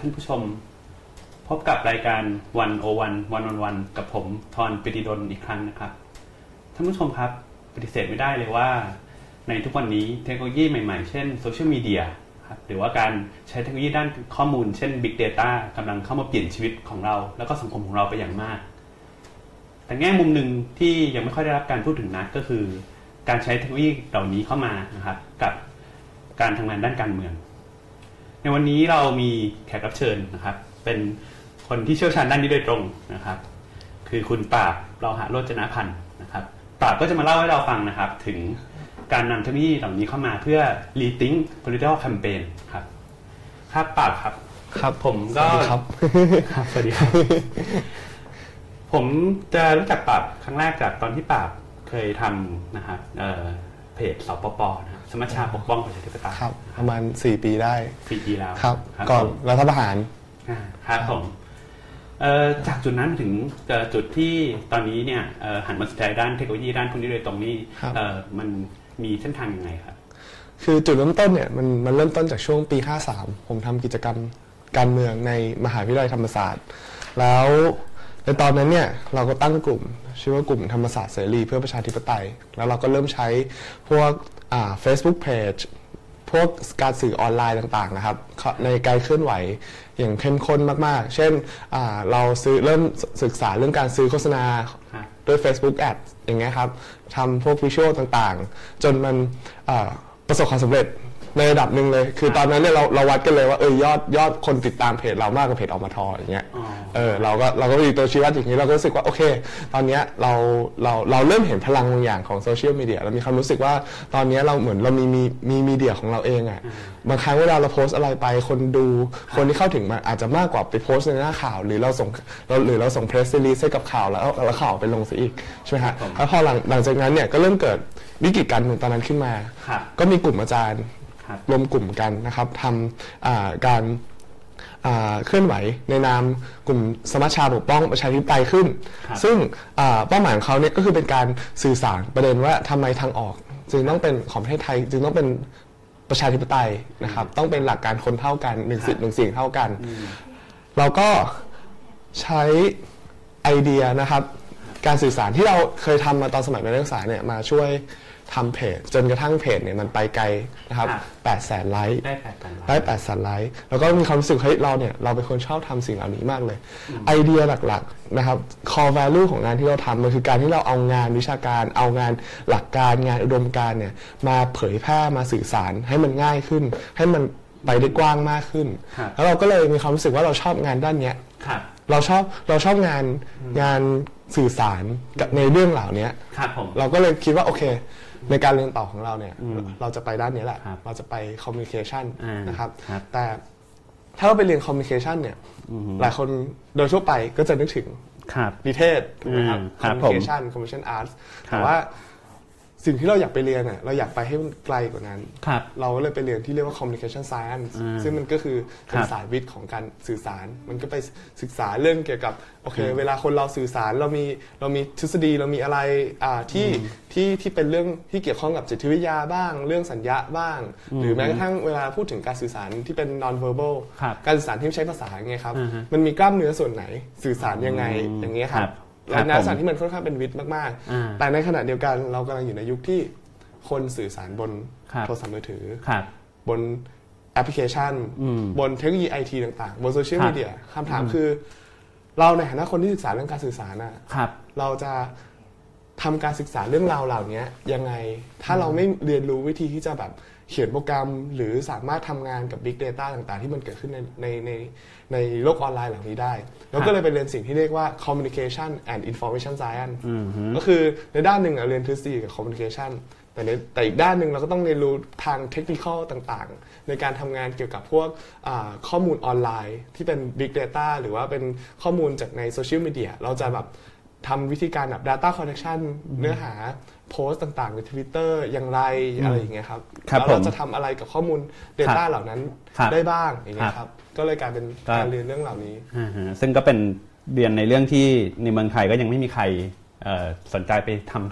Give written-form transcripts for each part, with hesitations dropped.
ท่านผู้ชมพบกับรายการ101 กับผมธร ปิติดลอีกครั้งนะครับท่านผู้ชมครับปฏิเสธไม่ได้เลยว่าในทุกวันนี้เทคโนโลยีใหม่ๆเช่นโซเชียลมีเดียครับหรือว่าการใช้เทคโนโลยีด้านข้อมูลเช่น Big Data กำลังเข้ามาเปลี่ยนชีวิตของเราแล้วก็สังคมของเราไปอย่างมากแต่แง่มุมหนึ่งที่ยังไม่ค่อยได้รับการพูดถึงนักก็คือการใช้เทคโนโลยีเหล่านี้เข้ามานะครับกับการทำงานด้านการเมืองในวันนี้เรามีแขกรับเชิญนะครับเป็นคนที่เชี่ยวชาญด้านนี้โดยตรงนะครับคือคุณปราบเราหะโรจนพันธ์นะครับปราบก็จะมาเล่าให้เราฟังนะครับถึงการนำเทคโนโลยีเหล่านี้เข้ามาเพื่อ rethink political campaign ครับครับปราบครับครับผมก็ครับสวัสดีครับผมจะรู้จักปราบครั้งแรกจากตอนที่ปราบเคยทำนะครับเพจสปป.นะครับสมัชชาปกป้องประชาธิปไตยครับประมาณ4 ปีได้ 4 ปีแล้วครับก่อนรัฐประหารครับผมจากจุดนั้นถึงจุดที่ตอนนี้เนี่ยหันมาสนใจด้านเทคโนโลยีด้านพวกนี้โดยตรงนี้มันมีเส้นทางยังไงครับคือจุดเริ่มต้นเนี่ยมันเริ่มต้นจากช่วงปี53ผมทำกิจกรรมการเมืองในมหาวิทยาลัยธรรมศาสตร์แล้วในตอนนั้นเนี่ยเราก็ตั้งกลุ่มชื่อว่ากลุ่มธรรมศาสตร์เสรีเพื่อประชาธิปไตยแล้วเราก็เริ่มใช้พวกFacebook Page พวกการสื่อออนไลน์ต่างๆนะครับในการเคลื่อนไหวอย่างเข้มข้นมากๆเช่นเราเริ่มศึกษาเรื่องการซื้อโฆษณาด้วย Facebook Ads อย่างเงี้ยครับทำพวกวิชวลต่างๆจนมันประสบความสำเร็จในระดับหนึ่งเลยคือตอนนั้นเนี่ยเราวัดกันเลยว่ายอดคนติดตามเพจเรามากกว่าเพจอมท.อย่างเงี้ยเราก็มีตัวชี้วัดอย่างนี้เราก็รู้สึกว่าโอเคตอนนี้เราเริ่มเห็นพลังบางอย่างของโซเชียลมีเดียเรามีความรู้สึกว่าตอนนี้เราเหมือนเรามีมีเดียของเราเองอ่ะบางครั้งเวลาเราโพสอะไรไปคนดูคนที่เข้าถึงมันอาจจะมากกว่าไปโพสในหน้าข่าวหรือเราส่งเพรสรีลีสให้กับข่าวแล้วข่าวไปลงซะอีกใช่ไหมฮะแล้วพอหลังจากนั้นเนี่ยก็เริ่มเกิดวิกฤตการเมืองตอนนั้นขึ้นมาก็มีกลุ่มอาจารย์รวมกลุ่มกันนะครับทำการเคลื่อนไหวในนามกลุ่มสมัชชาปกป้องประชาธิปไตยขึ้นซึ่งเป้าหมายของเขาเนี่ยก็คือเป็นการสื่อสารประเด็นว่าทำไมทางออกจึงต้องเป็นของประเทศไทยจึงต้องเป็นประชาธิปไตยนะครับต้องเป็นหลักการคนเท่ากัน1 สิทธิ์1 เสียงเท่ากันเราก็ใช้ไอเดียนะครับการสื่อสารที่เราเคยทำมาตอนสมัยเป็นนักศึกษาเนี่ยมาช่วยทำเพจจนกระทั่งเพจเนี่ยมันไปไกลนะครับ800,000 ไลค์ได้800,000 ไลค์แล้วก็มีความรู้สึกเฮ้ยเราเป็นคนชอบทำสิ่งเหล่านี้มากเลยไอเดียหลักๆนะครับ core value ของงานที่เราทำมันคือการที่เราเอางานวิชาการเอางานหลักการงานอุดมการณ์เนี่ยมาเผยแพร่มาสื่อสารให้มันง่ายขึ้นให้มันไปได้กว้างมากขึ้นแล้วเราก็เลยมีความรู้สึกว่าเราชอบงานด้านเนี้ยเราชอบงานสื่อสารในเรื่องเหล่านี้เราก็เลยคิดว่าโอเคในการเรียนต่อของเราเนี่ยเราจะไปด้านนี้แหละเราจะไปคอมมิวนิเคชันนะครับแต่ถ้าเราไปเรียนคอมมิวนิเคชันเนี่ยหลายคนโดยทั่วไปก็จะนึกถึงนิเทศนะครับคอมมิวนิเคชันคอมมิวนิเคชันอาร์ตแต่ว่าสิ่งที่เราอยากไปเรียนเราอยากไปให้มันไกลกว่านั้นเราก็เลยไปเรียนที่เรียกว่า communication science ซึ่งมันก็คือเป็นสายวิทย์ของการสื่อสารมันก็ไปศึกษาเรื่องเกี่ยวกับโอเคเวลาคนเราสื่อสารเรามีทฤษฎีเรามีอะไรที่เป็นเรื่องที่เกี่ยวข้องกับจิตวิทยาบ้างเรื่องสัญญาบ้างหรือแม้กระทั่งเวลาพูดถึงการสื่อสารที่เป็น non verbal การสื่อสารที่ไม่ใช้ภาษาไงครับมันมีกล้ามเนื้อส่วนไหนสื่อสารยังไงอย่างเงี้ยครับและนักสื่อสารที่มันค่อนข้างเป็นวิทย์มากๆแต่ในขณะเดียวกันเรากำลังอยู่ในยุคที่คนสื่อสารบนโทรศัพท์มือถือบนแอปพลิเคชันบนเทคโนโลยีไอทีต่างๆบนโซเชียลมีเดียคำถามคือเราในฐานะคนที่ศึกษาเรื่องการสื่อสารเราจะทำการศึกษาเรื่องราวเหล่านี้ยังไงถ้าเราไม่เรียนรู้วิธีที่จะแบบเขียนโปรแกรมหรือสามารถทำงานกับ Big Data ต่างๆที่มันเกิดขึ้นในโลกออนไลน์เหล่านี้ได้เราก็เลยไปเรียนสิ่งที่เรียกว่า Communication and Information Science ก็คือในด้านหนึ่งเรียนทฤษฎีกับ Communication แต่อีกด้านหนึ่งเราก็ต้องเรียนรู้ทางเทคนิคต่างๆในการทำงานเกี่ยวกับพวกข้อมูลออนไลน์ที่เป็น Big Data หรือว่าเป็นข้อมูลจากในโซเชียลมีเดียเราจะแบบทำวิธีการแบบ data collection เนื้อหาโพสต์ต่างๆใน Twitter อย่างไรอะไรอย่างเงี้ยครับแล้วเราจะทำอะไรกับข้อมูล data เหล่านั้นได้บ้างอย่างเงี้ยครับก็เลยกลายเป็นการเรียนเรื่องเหล่านี้ซึ่งก็เป็นเรียนในเรื่องที่ในเมืองไทยก็ยังไม่มีใครสนใจไปทำเท่าไหร่นะ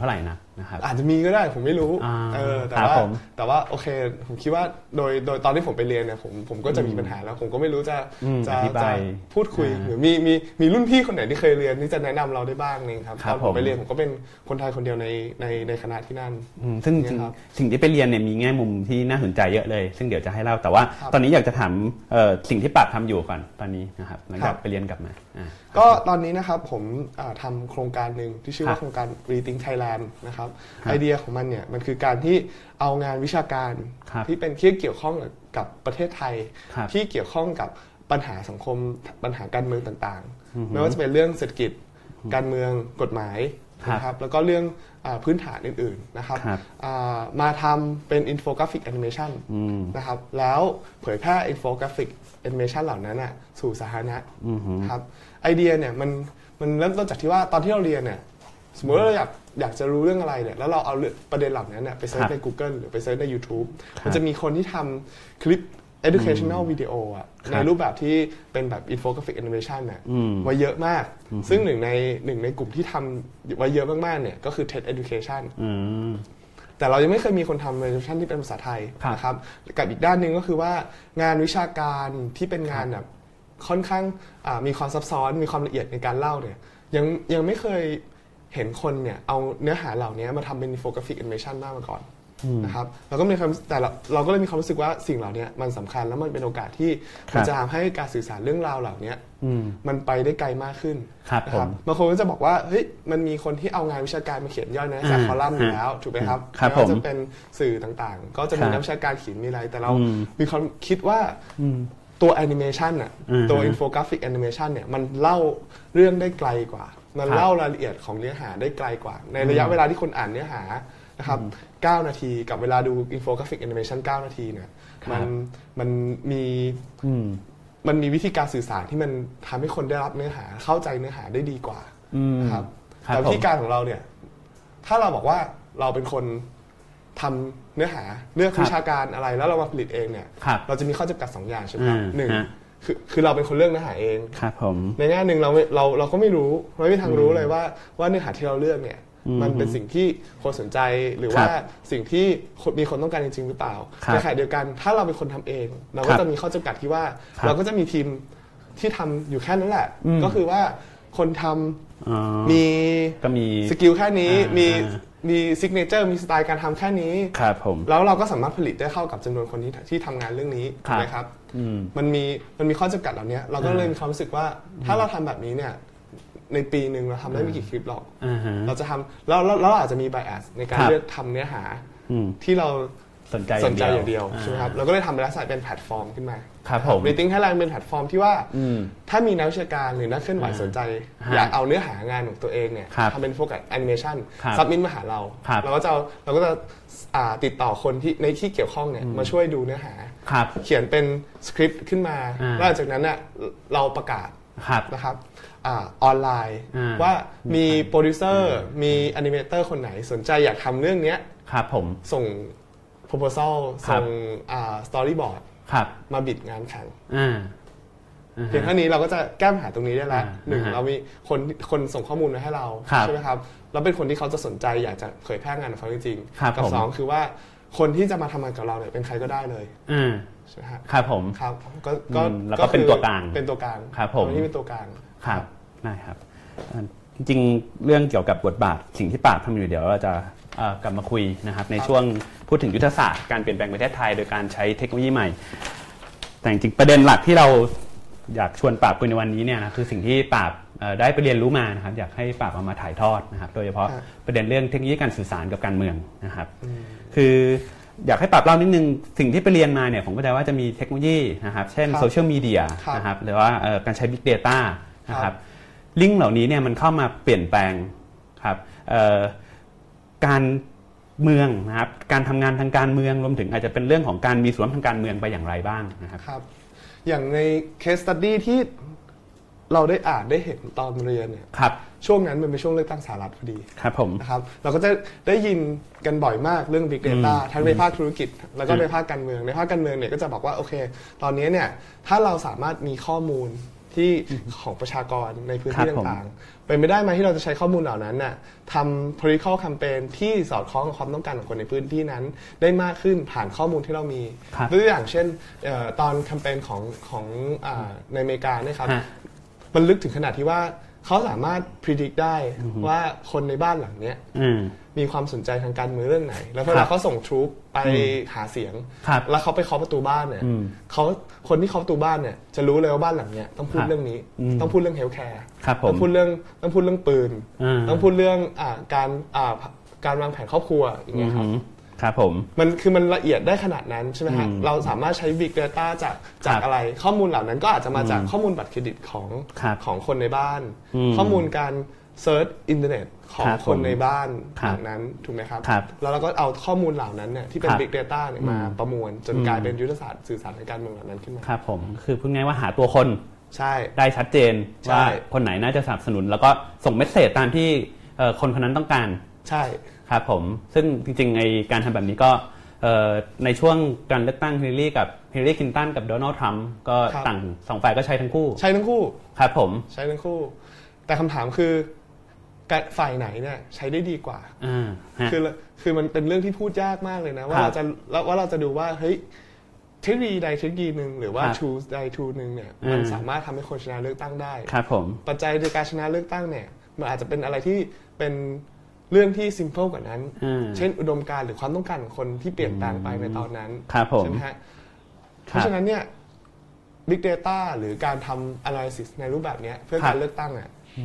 นะครับอาจจะมีก็ได้ผมไม่รู้แต่ว่าโอเคผมคิดว่าโดยตอนที่ผมไปเรียนเนี่ยผมก็จะมีปัญหาแล้วผมก็ไม่รู้จะพูดคุยหรือมีรุ่นพี่คนไหนที่เคยเรียนที่จะแนะนำเราได้บ้างนี่ครับตอนผมไปเรียนผมก็เป็นคนไทยคนเดียวในคณะที่นั่นซึ่งสิ่งที่ไปเรียนเนี่ยมีแง่มุมที่น่าสนใจเยอะเลยซึ่งเดี๋ยวจะให้เล่าแต่ว่าตอนนี้อยากจะถามสิ่งที่ปราบทำอยู่ก่อนตอนนี้นะครับหลังจากไปเรียนกลับมาก็ตอนนี้นะครับผมทำโครงการหนึ่งที่ชื่อว่าโครงการ Rethink Thailand นะครับไอเดียของมันเนี่ยมันคือการที่เอางานวิชาการที่เป็นที่เกี่ยวข้องกับประเทศไทยที่เกี่ยวข้องกับปัญหาสังคมปัญหาการเมืองต่างๆไม่ว่าจะเป็นเรื่องเศรษฐกิจการเมืองกฎหมายนะครับแล้วก็เรื่องพื้นฐานอื่นๆนะครับมาทำเป็นอินโฟกราฟิกแอนิเมชันนะครับแล้วเผยแพร่อินโฟกราฟิกแอนิเมชันเหล่านั้นสู่สาธารณะครับไอเดียเนี่ยมันเริ่มต้นจากที่ว่าตอนที่เราเรียนเนี่ยสมมติว่าเราอยากจะรู้เรื่องอะไรเนี่ยแล้วเราเอาประเด็นเหล่านั้นไปเซิร์ชใน Google หรือไปเซิร์ชใน YouTube มันจะมีคนที่ทำคลิป educational video ในรูปแบบที่เป็นแบบ infographic animation ไว้เยอะมากซึ่งหนึ่งในกลุ่มที่ทำไว้เยอะมากๆเนี่ยก็คือ TED Education แต่เรายังไม่เคยมีคนทำ animation ที่เป็นภาษาไทยนะครับกับอีกด้านหนึ่งก็คือว่างานวิชาการที่เป็นงานแบบค่อนข้างมีความซับซ้อนมีความละเอียดในการเล่าเนี่ยยังไม่เคยเห็นคนเนี่ยเอาเนื้อหาเหล่านี้มาทำเป็น infographic animation มากมาก่อนนะครับเราก็เลยมีความรู้สึกว่าสิ่งเหล่านี้มันสำคัญแล้วมันเป็นโอกาสที่มันจะทำให้การสื่อสารเรื่องราวเหล่านี้มันไปได้ไกลมากขึ้นนะครับบางคนก็จะบอกว่าเฮ้ยมันมีคนที่เอางานวิชาการมาเขียนย่อยในคอลัมน์อยู่แล้วถูกไหมครับไม่ว่าจะเป็นสื่อต่างๆก็จะมีนักวิชาการเขียนมีอะไรแต่เรามีความคิดว่าตัวแอนิเมชันตัวอินโฟกราฟิกแอนิเมชันเนี่ยมันเล่าเรื่องได้ไกลกว่ามันเล่ารายละเอียดของเนื้อหาได้ไกลกว่าในระยะเวลาที่คนอ่านเนื้อหานะครับ9 นาทีกับเวลาดูอินโฟกราฟิกแอนิเมชัน9 นาทีเนี่ยมันมีวิธีการสื่อสารที่มันทำให้คนได้รับเนื้อหาเข้าใจเนื้อหาได้ดีกว่าครับแต่วิธีการของเราเนี่ยถ้าเราบอกว่าเราเป็นคนทำเนื้อหาเลือกวิชาการอะไรแล้วเรามาผลิตเองเนี่ยเราจะมีข้อจำกัด2 อย่างใช่ไหมครับหนึ่งคือเราเป็นคนเลือกเนื้อหาเองในแง่หนึ่งเราก็ไม่รู้เราไม่มีทางรู้เลยว่าเนื้อหาที่เราเลือกเนี่ยมันเป็นสิ่งที่คนสนใจหรือว่าสิ่งที่มีคนต้องการจริงๆหรือเปล่าในขณะเดียวกันถ้าเราเป็นคนทำเองเราก็จะมีข้อจำกัดที่ว่าเราก็จะมีทีมที่ทำอยู่แค่นั้นแหละก็คือว่าคนทำมีสกิลแค่นี้มีซิกเนเจอร์มีสไตล์การทำแค่นี้แล้วเราก็สามารถผลิตได้เข้ากับจำนวนคนที่ทำงานเรื่องนี้ถูกไหมครับมันมีข้อจำกัดเหล่านี้เราก็เลยมีความรู้สึกว่าถ้าเราทำแบบนี้เนี่ยในปีหนึ่งเราทำได้ไม่กี่คลิปหรอกเราจะทำแล้วเราอาจจะมี bias ในการเลือกทำเนื้อหาที่เราสนใจอย่างเดียวใช่ไหมครับเราก็เลยทำลักษณะเป็นแพลตฟอร์มขึ้นมาRethink Thailand เป็นแพลตฟอร์มที่ว่าถ้ามีนักวิชาการหรือนักเคลื่อนไหวสนใจอยากเอาเนื้อหางานของตัวเองเนี่ยทำเป็นโฟกัสแอนิเมชันซับมิทมาหาเราก็จะติดต่อคนที่เกี่ยวข้องเนี่ยมาช่วยดูเนื้อหาเขียนเป็นสคริปต์ขึ้นมาแล้วหลังจากนั้นเนี่ยเราประกาศนะครับออนไลน์ว่ามีโปรดิวเซอร์มีแอนิเมเตอร์คนไหนสนใจอยากทำเรื่องนี้ส่ง proposal ส่งstoryboard มาบิดงานแข่งเพียงเท่านี้เราก็จะแก้ปัญหาตรงนี้ได้แล้วหนึ่งเรามีคนส่งข้อมูลมาให้เราใช่ไหมครับแล้วเป็นคนที่เขาจะสนใจอยากจะเผยแพร่งานของเขาจริงๆกับ2คือว่าคนที่จะมาทำงานกับเราเนี่ยเป็นใครก็ได้เลยใช่ไหมครับผมครับก็เป็นตัวกลางครับผมที่เป็นตัวกลางครับได้ครับจริงๆเรื่องเกี่ยวกับบทบาทสิ่งที่ปราบทำอยู่เดี๋ยวเราจะกลับมาคุยนะครับในช่วงพูดถึงยุทธศาสตร์การเปลี่ยนแปลงประเทศไทยโดยการใช้เทคโนโลยีใหม่แต่จริงๆประเด็นหลักที่เราอยากชวนปราบคุยในวันนี้เนี่ยนะคือสิ่งที่ปราบได้ไปเรียนรู้มานะครับอยากให้ปราบเอามาถ่ายทอดนะครับโดยเฉพาะประเด็นเรื่องเทคโนโลยีการสื่อสารกับการเมืองนะครับคืออยากให้ปราบเล่านิดนึงสิ่งที่ไปเรียนมาเนี่ยผมเข้าใจว่าจะมีเทคโนโลยีนะครับเช่นโซเชียลมีเดียนะครับหรือว่าการใช้ Big Data นะครับลิงก์เหล่านี้เนี่ยมันเข้ามาเปลี่ยนแปลงครับการเมืองนะครับการทำงานทางการเมืองรวมถึงอาจจะเป็นเรื่องของการมีส่วนทางการเมืองไปอย่างไรบ้างนะครับครับอย่างใน case study ที่เราได้อ่านได้เห็นตอนเรียนเนี่ยช่วงนั้นมันเป็นช่วงเลือกตั้งสหรัฐพอดีครับผมนะครับเราก็จะได้ยินกันบ่อยมากเรื่อง Big Data ทั้งในภาคธุรกิจแล้วก็ในภาคการเมืองในภาคการเมืองเนี่ยก็จะบอกว่าโอเคตอนนี้เนี่ยถ้าเราสามารถมีข้อมูลที่ของประชากรในพื้นที่ต่างๆเป็นไม่ได้ไหมที่เราจะใช้ข้อมูลเหล่านั้นน่ะทำ political campaign ที่สอดคล้องกับความต้องการของคนในพื้นที่นั้นได้มากขึ้นผ่านข้อมูลที่เรามีตัวอย่างเช่นตอนแคมเปญของในอเมริกาเนี่ยครับมันลึกถึงขนาดที่ว่าเขาสามารถ predict ได้ว่าคนในบ้านหลังเนี้ยมีความสนใจทางการเมืองเรื่องไหนแล้วเวลาเขาส่งทรูปไปหาเสียงแล้วเขาไปเคาะประตูบ้านเนี่ยคนที่เคาะประตูบ้านเนี่ยจะรู้เลยว่าบ้านหลังเนี้ยต้องพูดเรื่องนี้ต้องพูดเรื่องเฮลท์แคร์ต้องพูดเรื่องปืนต้องพูดเรื่องการวางแผนครอบครัวอย่างเงี้ยครับผมมันละเอียดได้ขนาดนั้นใช่ไหมฮะเราสามารถใช้ Big Data จากอะไรข้อมูลเหล่านั้นก็อาจจะมาจากข้อมูลบัตรเครดิตของคนในบ้านข้อมูลการเซิร์ชอินเทอร์เน็ตของคนในบ้านอย่างนั้นถูกไหมครับแล้วเราก็เอาข้อมูลเหล่านั้นเนี่ยที่เป็น Big Data เนี่ยมาประมวลจนกลายเป็นยุทธศาสตร์สื่อสารทางการเมืองเหล่านั้นขึ้นมาครับผมคือพูดง่ายว่าหาตัวคนได้ชัดเจนว่าคนไหนน่าจะสนับสนุนแล้วก็ส่งเมสเสจตามที่คนคนนั้นต้องการใช่ครับผมซึ่งจริงๆในการทำแบบนี้ก็ในช่วงการเลือกตั้งฮิลลารีกับฮิลลารีคลินตันกับโดนัลด์ทรัมป์ก็ต่างสองฝ่ายก็ใช้ทั้งคู่ครับผมใช้ทั้งคู่แต่คำถามคือฝ่ายไหนเนี่ยใช้ได้ดีกว่าคือมันเป็นเรื่องที่พูดยากมากเลยนะว่าเราจะดูว่าเฮ้ยเทคโนโลยีใดเทคโนโลยีหนึ่งหรือว่า tools ใด tool นึงเนี่ยมันสามารถทำให้คนชนะเลือกตั้งได้ครับผมปัจจัยในการชนะเลือกตั้งเนี่ยมันอาจจะเป็นอะไรที่เป็นเรื่องที่ simple กว่านั้นเช่นอุดมการณ์หรือความต้องการของคนที่เปลี่ยนแปลงไปในตอนนั้นใช่ไหมฮะเพราะฉะนั้นเนี่ย Big Data หรือการทำ analysis ในรูปแบบนี้เพื่อการเลือกตั้งอ่ะ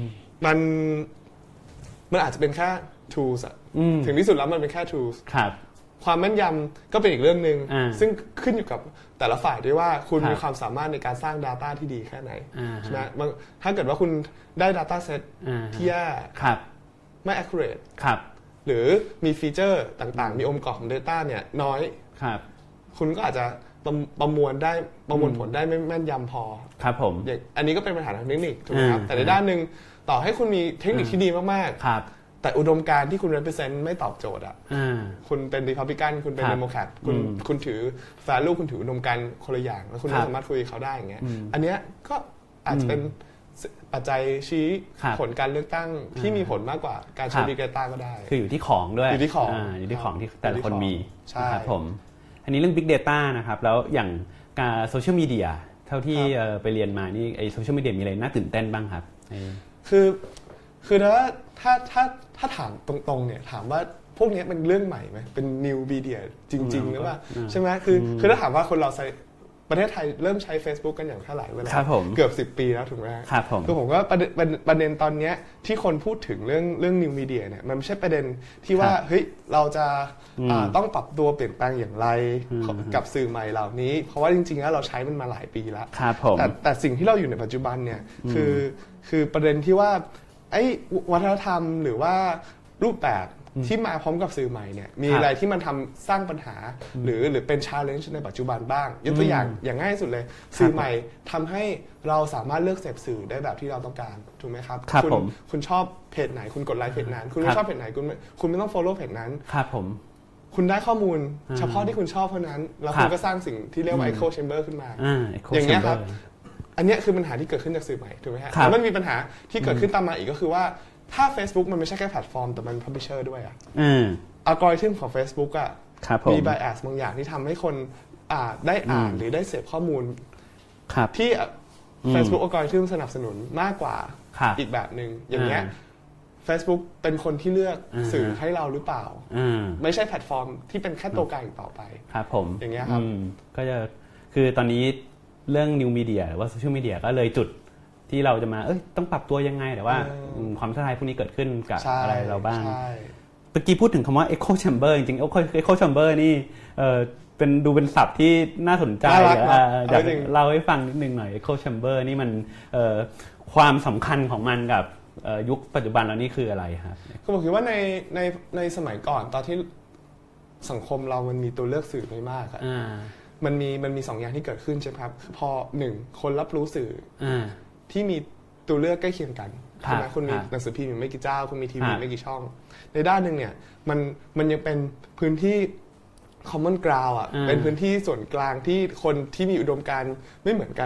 มันอาจจะเป็นแค่ tools ถึงที่สุดแล้วมันเป็นแค่ tools ความแม่นยำก็เป็นอีกเรื่องนึงซึ่งขึ้นอยู่กับแต่ละฝ่ายด้วยว่าคุณมีความสามารถในการสร้าง Data ที่ดีแค่ไหนใช่ไหมถ้าเกิดว่าคุณได้ Data set ที่แย่ไม่ accurate หรือมีฟีเจอร์ต่างๆมีองค์ประกอบของ Data เนี่ยน้อยคุณก็อาจจะประมวลผลได้ไม่แม่นยำพอครับผมอันนี้ก็เป็นปัญหาทางเทคนิคถูกไหมครับแต่ในด้านหนึ่งต่อให้คุณมีเทคนิคที่ดีมากๆแต่อุดมการณ์ที่คุณ represent ไม่ตอบโจทย์คุณเป็น Republican คุณเป็น Democrat คุณถือ value คุณถืออุดมการณ์คนละอย่างแล้วคุณไม่สามารถคุยกับเขาได้อย่างเงี้ยอันเนี้ยก็อาจจะเป็นปัจจัยชี้ผลการเลือกตั้งที่มีผลมากกว่าการใช้ Big Data ก็ได้คืออยู่ที่ของด้วยอยู่ที่ของที่แต่ละคนมีครับผมอันนี้เรื่อง Big Data นะครับแล้วอย่างการโซเชียลมีเดียเท่าที่ไปเรียนมานี่ไอโซเชียลมีเดียมีอะไรน่าตื่นเต้นบ้างครับคือถ้าถามตรงๆเนี่ยถามว่าพวกนี้เป็นเรื่องใหม่ไหมเป็น new media จริงๆหรือเปล่าใช่ไหมคือถ้าถามว่าคนเราใช้ประเทศไทยเริ่มใช้ Facebook กันอย่างเท่าไหร่เวลาเกือบ10 ปีแล้วถูกไหมครับผมคือผมว่าประเด็นตอนนี้ที่คนพูดถึงเรื่อง new media เนี่ยมันไม่ใช่ประเด็นที่ว่าเฮ้ยเราจะต้องปรับตัวเปลี่ยนแปลงอย่างไรกับสื่อใหม่เหล่านี้เพราะว่าจริงๆแล้วเราใช้มันมาหลายปีแล้วแต่สิ่งที่เราอยู่ในปัจจุบันเนี่ยคือประเด็นที่ว่าไอ้วัฒนธรรมหรือว่ารูปแบบที่มาพร้อมกับสื่อใหม่เนี่ยมีอะไรที่มันทำสร้างปัญหาหรือเป็น challenge ในปัจจุบันบ้างยกตัวอย่างง่ายสุดเลยสื่อใหม่ทำให้เราสามารถเลือกเสพสื่อได้แบบที่เราต้องการถูกไหมครับคุณชอบเพจไหนคุณกดไลค์เพจนั้นคุณไม่ชอบเพจไหนคุณไม่ต้อง follow เพจนั้นคุณได้ข้อมูลเฉพาะที่คุณชอบเท่านั้นแล้วคุณก็สร้างสิ่งที่เรียกว่า echo chamber ขึ้นมาอย่างนี้ครับอันนี้คือปัญหาที่เกิดขึ้นจากสื่อใหม่ถูกไหมฮะแล้วมันมีปัญหาที่เกิดขึ้นตามมาอีกก็คือว่าถ้า Facebook มันไม่ใช่แค่แพลตฟอร์มแต่มันเป็น publisher ด้วยอัลกอริทึมของ Facebook มี bias บางอย่างที่ทำให้คนได้อ่านหรือได้เสพข้อมูลที่ Facebook อัลกอริทึมสนับสนุนมากกว่าอีกแบบนึงอย่างเงี้ย Facebook เป็นคนที่เลือกสื่อให้เราหรือเปล่าไม่ใช่แพลตฟอร์มที่เป็นแค่ตัวกลางอีกต่อไปครับผมอย่างเงี้ยครับก็จะคือตอนนี้เรื่อง New Media หรือว่า Social Media ก็เลยจุดที่เราจะมาต้องปรับตัวยังไงแต่ว่าความท้าทายพวกนี้เกิดขึ้นกับอะไรเราบ้างเมื่อกี้พูดถึงคำว่า Echo Chamber จริงๆ Echo Chamber นี่เป็นศัพท์ที่น่าสนใจอยากเล่าให้ฟังนิดนึงหน่อย Echo Chamber นี่มันความสำคัญของมันกับยุคปัจจุบันแล้วนี่คืออะไรครับก็ผมคิดว่าในสมัยก่อนตอนที่สังคมเรามันมีตัวเลือกสื่อไม่มากมันมี2 อย่างที่เกิดขึ้นใช่ไหมครับพอ1คนรับรู้สื่อที่มีตัวเลือกใกล้เคียงกันใช่ไหมคุณมีหนังสือพิมพ์ไม่กี่เจ้าคุณมีทีวีไม่กี่ช่องในด้านหนึ่งเนี่ยมันยังเป็นพื้นที่ common ground เป็นพื้นที่ส่วนกลางที่คนที่มีอุดมการณ์ไม่เหมือนกันเนี่ย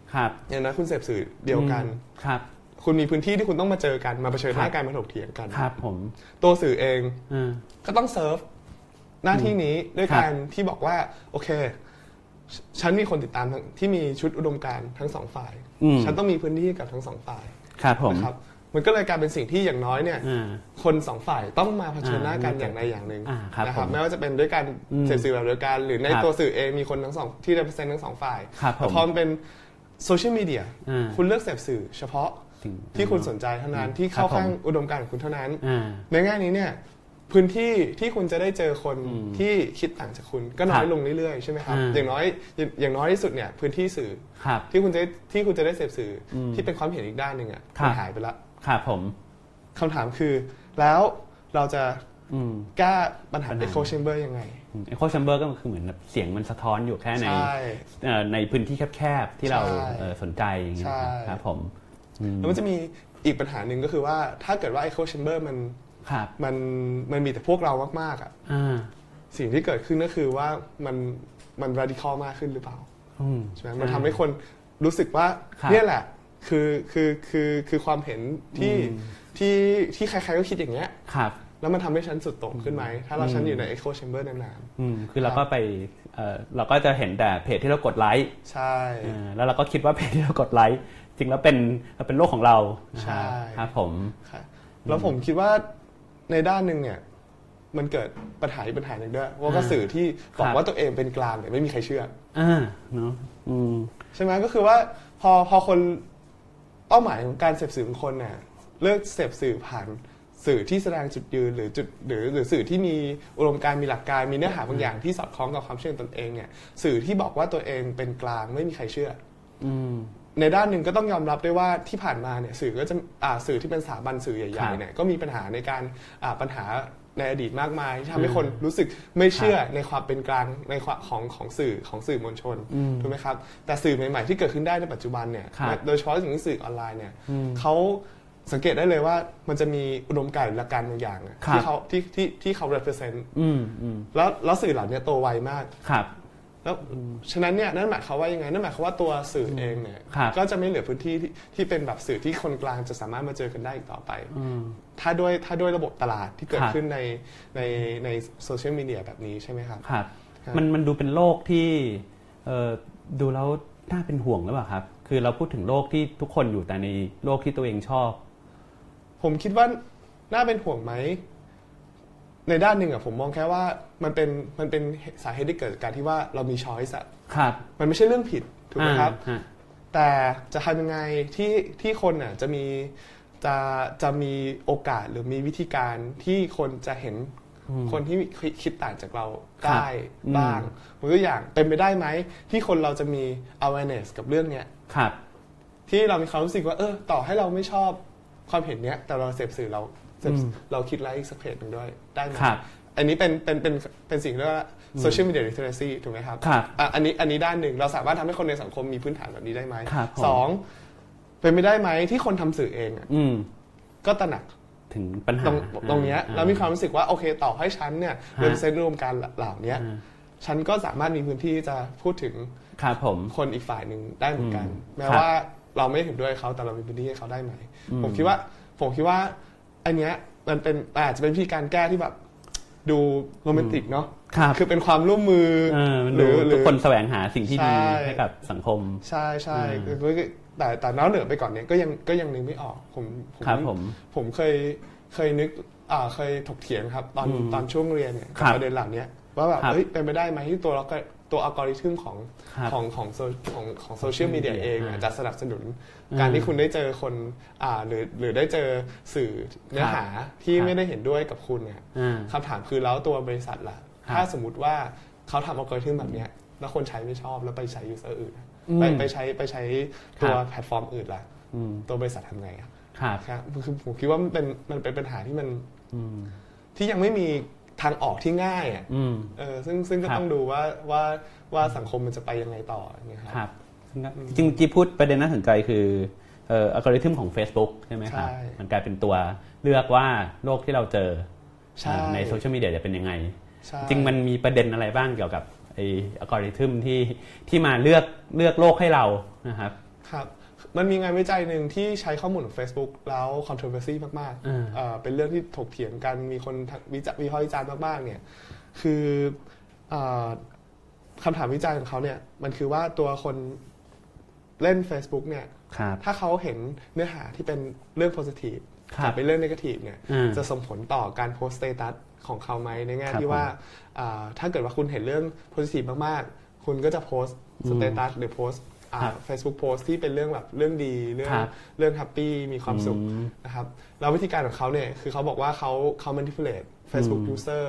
ครับอย่างนั้นคุณเสพสื่อเดียวกันครับคุณมีพื้นที่ที่คุณต้องมาเจอกันมาเผชิญหน้ากันมาถกเถียงกันครับผมตัวสื่อเองก็ต้องเซิร์ฟหน้าที่นี้ด้วยการที่บอกว่าโอเคฉันมีคนติดตามที่มีชุดอุดมการณ์ทั้งสองฝ่ายฉันต้องมีพื้นที่กับทั้งสองฝ่ายนะครับมันก็เลยกลายเป็นสิ่งที่อย่างน้อยเนี่ยคนสองฝ่ายต้องมาเผชิญหน้ากันอย่างใดอย่างหนึ่งนะครับไม่ว่าจะเป็นด้วยการเสพสื่อแบบเดียวกันหรือในตัวสื่อเองมีคนทั้งสองที่ได้เปอร์เซ็นต์ทั้งสองฝ่ายแต่พอมันเป็นโซเชียลมีเดียคุณเลือกเสพสื่อเฉพาะที่คุณสนใจเท่านั้นที่เข้าข้างอุดมการณ์ของคุณเท่านั้นในแง่นี้เนี่ยพื้นที่ที่คุณจะได้เจอคนที่คิดต่างจากคุณก็น้อยลงเรื่อยๆใช่ไหมครับอย่างน้อยที่สุดเนี่ยพื้นที่สื่อที่คุณจะได้เสพสื่อที่เป็นความเห็นอีกด้านหนึ่งอ่ะมันหายไปละครับผมคำถามคือแล้วเราจะแก้ปัญหา echo chamber ยังไง echo chamber ก็คือเหมือนเสียงมันสะท้อนอยู่แค่ในพื้นที่แคบๆที่เราสนใจอย่างเงี้ยครับผมแล้วมันจะมีอีกปัญหาหนึ่งก็คือว่าถ้าเกิดว่า echo chamber มันมีแต่พวกเรามากๆอ่ะสิ่งที่เกิดขึ้นก็คือว่ามัน radical มากขึ้นหรือเปล่าใช่ไหมมันทำให้คนรู้สึกว่าเนี่ยแหละคือความเห็นที่ใครๆก็คิดอย่างเงี้ยแล้วมันทำให้ฉันสุดโต่งขึ้นไหมถ้าฉันอยู่ใน echo chamber นานๆคือเราก็ไปเราก็จะเห็นแต่เพจที่เรากดไลค์ใช่แล้วเราก็คิดว่าเพจที่เรากดไลค์จริงแล้วเป็นโลกของเราใช่ครับผมแล้วผมคิดว่าในด้านหนึ่งเนี่ยมันเกิดปัญหาหนึ่งด้วยว่าก็สื่อที่บอกว่าตัวเองเป็นกลางเนี่ยไม่มีใครเชื่อเนาะใช่ไหมก็คือว่าพอคนเป้าหมายของการเสพสื่อของคนเนี่ยเลือกเสพสื่อผ่านสื่อที่แสดงจุดยืนหรือสื่อที่มีอุดมการณ์มีหลักการมีเนื้อหาบางอย่างที่สอดคล้องกับความเชื่อตนเองเนี่ยสื่อที่บอกว่าตัวเองเป็นกลางไม่มีใครเชื่อในด้านหนึ่งก็ต้องยอมรับด้วยว่าที่ผ่านมาเนี่ยสื่อก็จะสื่อที่เป็นสถาบันสื่อใหญ่ๆเนี่ยก็มีปัญหาในการปัญหาในอดีตมากมายที่ทำให้คนรู้สึกไม่เชื่อในความเป็นกลางในของสื่อมวลชนถูกไหมครับแต่สื่อใหม่ๆที่เกิดขึ้นได้ในปัจจุบันเนี่ยโดยเฉพาะอย่างสื่อออนไลน์เนี่ยเขาสังเกตได้เลยว่ามันจะมีอุดมการณ์หลักการบางอย่างที่เขา represent แล้วสื่อเหล่านี้โตไวมากแล้วฉะนั้นเนี่ยนั่นหมายความว่ายังไงนั่นหมายความว่าตัวสื่อเองเนี่ยก็จะไม่เหลือพื้นที่ที่เป็นแบบสื่อที่คนกลางจะสามารถมาเจอกันได้อีกต่อไปถ้าด้วยระบบตลาดที่เกิดขึ้นในโซเชียลมีเดียแบบนี้ใช่ไหมครับมันดูเป็นโลกที่ดูแล้วน่าเป็นห่วงหรือเปล่าครับคือเราพูดถึงโลกที่ทุกคนอยู่แต่ในโลกที่ตัวเองชอบผมคิดว่าน่าเป็นห่วงไหมในด้านหนึ่งผมมองแค่ว่ามันเป็นสาเหตุที่เกิดจากการที่ว่าเรามีช้อยส์มันไม่ใช่เรื่องผิดถูกไหมครับแต่จะทำยังไงที่คนจะมีโอกาสหรือมีวิธีการที่คนจะเห็นคนที่คิดต่างจากเราได้บ้างตัวอย่างเป็นไปได้ไหมที่คนเราจะมี awareness กับเรื่องนี้ที่เรามีความรู้สึกว่าต่อให้เราไม่ชอบความเห็นเนี้ยแต่เราเสพสื่อเราคิดไลค์อีกสักเพจหนึ่งด้วยได้ไหมอันนี้เป็นสิ่งที่เรียกว่า social media literacy ถูกไหมครับอันนี้ด้านหนึ่งเราสามารถทำให้คนในสังคมมีพื้นฐานแบบนี้ได้ไหมสองเป็นไม่ได้ไหมที่คนทำสื่อเองก็ตระหนักถึงปัญหาตรงนี้แล้วมีความรู้สึกว่าโอเคต่อให้ฉันเนี่ยเป็นเซนต์รวมการเหล่านี้ฉันก็สามารถมีพื้นที่จะพูดถึงคนอีกฝ่ายหนึ่งได้เหมือนกันแม้ว่าเราไม่เห็นด้วยเขาแต่เรามีพื้นที่ให้เขาได้ไหมผมคิดว่าอันเนี้ยมันเป็นอาจจะเป็นวิธีการแก้ที่แบบดูโรแมนติกเนาะคือเป็นความร่วมมือหรือทุกคนแสวงหาสิ่งที่ดีให้กับสังคมใช่แต่นอกเหนือไปก่อนเนี้ยก็ยังนึกไม่ออกผมเคยนึกเคยถกเถียงครับตอนช่วงเรียนเนี่ยประเด็นเหล่านี้ว่าแบบเป็นไปได้ไหมที่ตัวอัลกอริทึมของโซเชียลมีเดียเองจะสนับสนุนการที่คุณได้เจอคนหรือได้เจอสื่อเนื้อหาที่ไม่ได้เห็นด้วยกับคุณเนี่ยคำถามคือแล้วตัวบริษัทล่ะถ้าสมมติว่าเขาทำอัลกอริทึมแบบนี้แล้วคนใช้ไม่ชอบแล้วไปใช้ยูเซอร์อื่นไปใช้ตัวแพลตฟอร์มอื่นล่ะตัวบริษัททำไงครับคือผมคิดว่ามันเป็นปัญหาที่มันที่ยังไม่มีทางออกที่ง่ายซึ่งก็ต้องดูว่าสังคมมันจะไปยังไงต่ออย่างเงี้ยครับจริงๆพูดประเด็นน่าสนใจคืออัลกอริทึมของ Facebook ใช่ไหมครับมันกลายเป็นตัวเลือกว่าโลกที่เราเจอในโซเชียลมีเดียจะเป็นยังไงจริงมันมีประเด็นอะไรบ้างเกี่ยวกับไอ้อัลกอริทึมที่มาเลือกโลกให้เรานะครับครับมันมีงานวิจัยหนึ่งที่ใช้ข้อมูลของ Facebook แล้ว controversy มากๆเป็นเรื่องที่ถกเถียงกันมีคนวิพากษ์วิจารณ์มากๆเนี่ยคือคำถามวิจัยของเขาเนี่ยมันคือว่าตัวคนเล่น Facebook เนี่ยถ้าเขาเห็นเนื้อหาที่เป็นเรื่อง positive แต่เป็นเรื่อง negative เนี่ยจะส่งผลต่อการโพสต์ status ของเขาไหมในแง่ที่ว่าถ้าเกิดว่าคุณเห็นเรื่อง positive มากๆคุณก็จะโพสต์ status หรือโพสต์Facebook post ที่เป็นเรื่องแบบเรื่องดีเรื่องแฮปปี้มีความสุขนะครับแล้ววิธีการของเขาเนี่ยคือเขาบอกว่าเขา manipulate Facebook user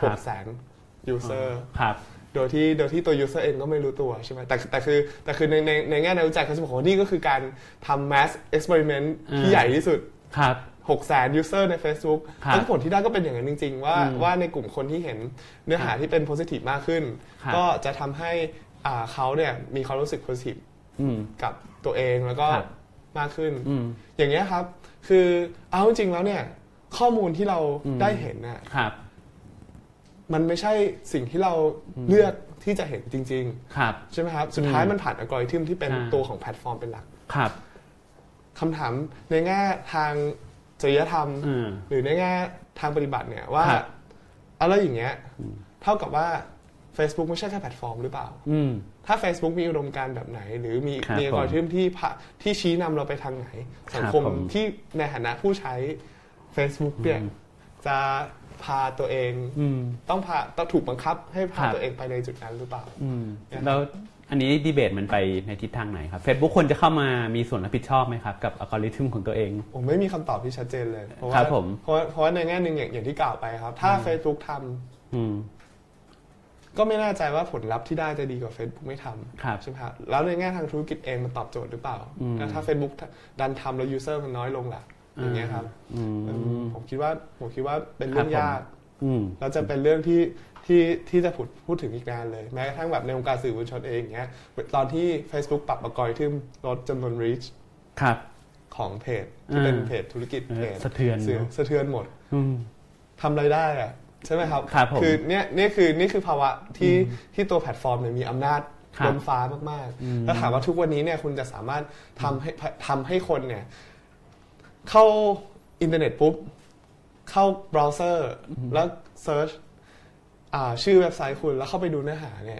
600,000 user โดยที่ตัว user เองก็ไม่รู้ตัวใช่ไหมแต่คือในแง่นักวิจัยเขาจะบอกว่านี่ก็คือการทำ mass experiment ที่ใหญ่ที่สุด600,000 user ใน Facebook แล้วผลที่ได้ก็เป็นอย่างนั้นจริงๆว่าในกลุ่มคนที่เห็นเนื้อหาที่เป็น positive มากขึ้นก็จะทำให้เขาเนี่ยมีความรู้สึก positive กับตัวเองแล้วก็มากขึ้นอย่างเงี้ยครับคือเอาจริงๆแล้วเนี่ยข้อมูลที่เราได้เห็นน่ะมันไม่ใช่สิ่งที่เราเลือกที่จะเห็นจริงๆใช่ไหมครับสุดท้ายมันผ่านอัลกอริทึมที่เป็นตัวของแพลตฟอร์มเป็นหลักคำถามในแง่ทางจริยธรรมหรือในแง่ทางปฏิบัติเนี่ยว่าอะไรอย่างเงี้ยเท่ากับว่า Facebook ไม่ใช่แค่แพลตฟอร์มหรือเปล่าถ้า Facebook มีอุดมการณ์แบบไหนหรือมีอัลกอริทึมที่ชี้นำเราไปทางไหนสังคมที่ในฐานะผู้ใช้ Facebook เนี่ยจะพาตัวเองต้องถูกบังคับให้พาตัวเองไปในจุดนั้นหรือเปล่าแล้วอันนี้ดีเบตมันไปในทิศทางไหนครับ Facebook ควรจะเข้ามามีส่วนรับผิดชอบไหมครับกับอัลกอริทึมของตัวเองผมไม่มีคำตอบที่ชัดเจนเลยเพราะว่าในแง่หนึ่งอย่างที่กล่าวไปครับถ้า Facebook ทำก็ไม่แน่ใจว่าผลลัพธ์ที่ได้จะดีกว่า Facebook ไม่ทำใช่ไหมครับแล้วในแง่ทางธุรกิจเองมันตอบโจทย์หรือเปล่าถ้า Facebook ดันทำแล้ว user มันน้อยลงล่ะอย่างเงี้ยครับผมคิดว่าเป็นเรื่องยากแล้วจะเป็นเรื่องที่จะพูดถึงอีกนานเลยแม้กระทั่งแบบในวงการสื่อมวลชนเองอย่างเงี้ยตอนที่ Facebook ปรับอัลกอริทึมลดจำนวน reach ของเพจที่เป็นเพจธุรกิจเพจสะเทือนหมดทำรายได้อะใช่ไหมครับคือนี่คือภาวะที่ตัวแพลตฟอร์มเนี่ยมีอำนาจบนฟ้ามากๆแล้วถามว่าทุกวันนี้เนี่ยคุณจะสามารถทำให้คนเนี่ยเข้าอินเทอร์เน็ตปุ๊บเข้าเบราว์เซอร์แล้วเซิร์ชชื่อเว็บไซต์คุณแล้วเข้าไปดูเนื้อหาเนี่ย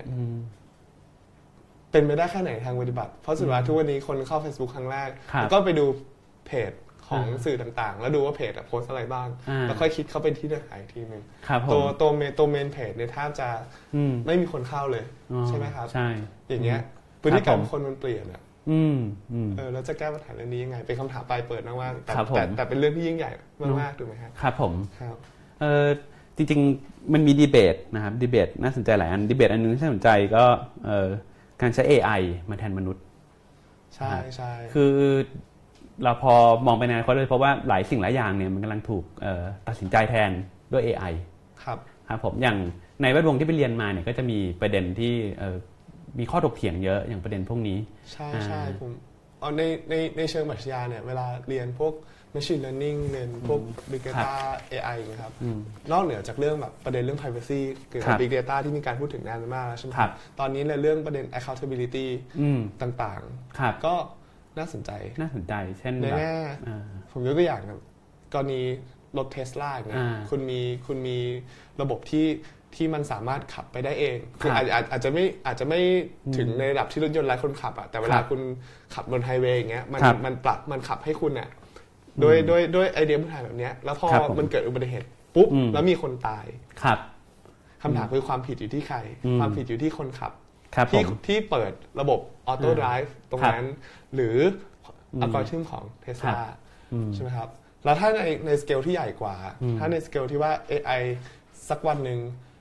เป็นไปได้แค่ไหนทางปฏิบัติเพราะสุดท้ายทุกวันนี้คนเข้า Facebook ครั้งแรกแล้วก็ไปดูเพจของสื่อต่างๆแล้วดูว่าเพจโพสอะไรบ้างแล้วค่อยคิดเข้าไปที่เนื้อหาอีกทีนึงตัวเมนเพจเนี่ยแทบจะไม่มีคนเข้าเลยใช่ไหมครับใช่อย่างเงี้ยพฤติกรรมคนมันเปลี่ยนอ่ะแล้วจะแก้ปัญหาเรื่องนี้ยังไงเป็นคำถามปลายเปิดมากๆแต่เป็นเรื่องที่ยิ่งใหญ่มากๆถูกไหมครับครับผมจริงๆมันมีดีเบตนะครับดีเบตน่าสนใจหลายอันดีเบตอันนึงที่น่าสนใจก็การใช้ AI มาแทนมนุษย์ใช่ใช่คือเราพอมองไปในอนาคตเลยเพราะว่าหลายสิ่งหลายอย่างเนี่ยมันกำลังถูกตัดสินใจแทนด้วย AI ครับผมอย่างในแวดวงที่ไปเรียนมาเนี่ยก็จะมีประเด็นที่มีข้อถกเถียงเยอะอย่างประเด็นพวกนี้ใช่ผมในเชิงปรัชญาเนี่ยเวลาเรียนพวก machine learning เรียนพวก big data AI นะครับนอกเหนือจากเรื่องแบบประเด็นเรื่อง privacy เกี่ยวกับ big data ที่มีการพูดถึงนานมากแล้วใช่ไหมครับตอนนี้ในเรื่องประเด็น accountability ต่างๆก็น่าสนใจเช่นในแง่ผมยกตัวอย่างครับกรณีรถ Tesla เนี่ยคุณมีระบบที่มันสามารถขับไปได้เองคืออาจจะไม่ถึงในระดับที่รถยนต์ไร้คนขับอ่ะแต่เวลาคุณขับบนไฮเวย์อย่างเงี้ยมันขับให้คุณเนี่ยด้วยไอเดียพื้นฐานแบบนี้แล้วพอมันเกิดอุบัติเหตุปุ๊บแล้วมีคนตายคำถามคือความผิดอยู่ที่ใครความผิดอยู่ที่คนขับที่เปิดระบบออโต้ไดรฟ์ตรงนั้นหรืออัลกอริทึมของ Tesla ใช่ไหมครับแล้วถ้าในสเกลที่ใหญ่กว่าถ้าในสเกลที่ว่า AI สักวันหนึ่ง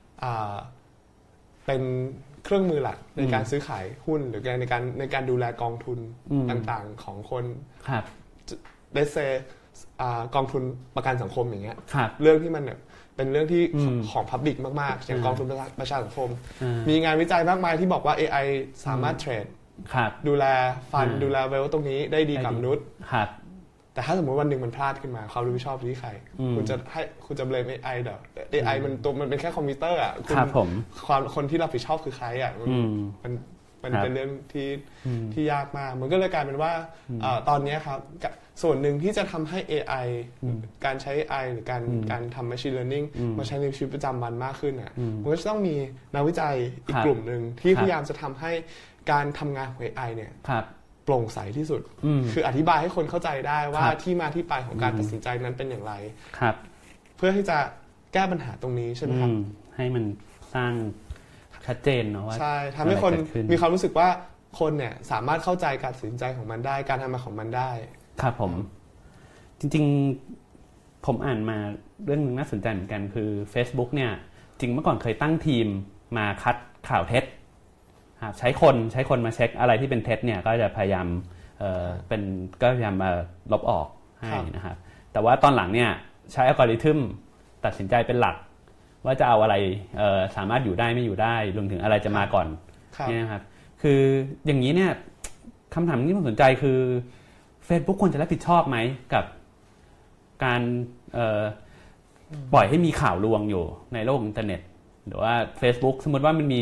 เป็นเครื่องมือหลักในการซื้อขายหุ้นหรือในการดูแลกองทุนต่างๆของคนlet's say กองทุนประกันสังคมอย่างเงี้ยเรื่องที่มันเป็นเรื่องที่ของ public มากๆอย่างกองทุนประชาสังคมมีงานวิจัยมากมายที่บอกว่า AI สามารถเทรดดูแลฟันดูแลเวลตรงนี้ได้ดีกับมนุษย์แต่ถ้าสมมติวันหนึ่งมันพลาดขึ้นมาความรับผิดชอบอยู่ที่ใครคุณจะเบลม AI เด้อ AI มันเป็นแค่คอมพิวเตอร์อ่ะคนที่รับผิดชอบคือใครอ่ะมันมันเป็นเรื่องที่ยากมากมันก็เลยกลายเป็นว่าตอนนี้ครับส่วนหนึ่งที่จะทำให้ AI การใช้ AI หรือการทำ Machine Learning มาใช้ในชีวิตประจำวันมากขึ้นมันก็จะต้องมีนักวิจัยอีกกลุ่มหนึ่งที่พยายามจะทำให้การทำงานของ AI เนี่ยโปร่งใสที่สุดคืออธิบายให้คนเข้าใจได้ว่าที่มาที่ไปของการตัดสินใจนั้นเป็นอย่างไรเพื่อที่จะแก้ปัญหาตรงนี้ใช่ไหมครับให้มันสร้างชัดเจนเนาะว่าใช่ทำให้คนมีความรู้สึกว่าคนเนี่ยสามารถเข้าใจการตัดสินใจของมันได้การทำงานของมันได้ครับผมจริงๆผมอ่านมาเรื่องนึงน่าสนใจเหมือนกันคือ Facebook เนี่ยจริงเมื่อก่อนเคยตั้งทีมมาคัดข่าวเท็จใช้คนมาเช็คอะไรที่เป็นเท็จเนี่ยก็จะพยายามมาลบออกให้นะครับแต่ว่าตอนหลังเนี่ยใช้อัลกอริทึมตัดสินใจเป็นหลักว่าจะเอาอะไรสามารถอยู่ได้ไม่อยู่ได้รวมถึงอะไรจะมาก่อนนี่นะครับคืออย่างนี้เนี่ยคำถามที่ผมสนใจคือ Facebook ควรจะรับผิดชอบไหมกับการปล่อยให้มีข่าวลวงอยู่ในโลกอินเทอร์เน็ตหรือว่า Facebook สมมติว่ามัน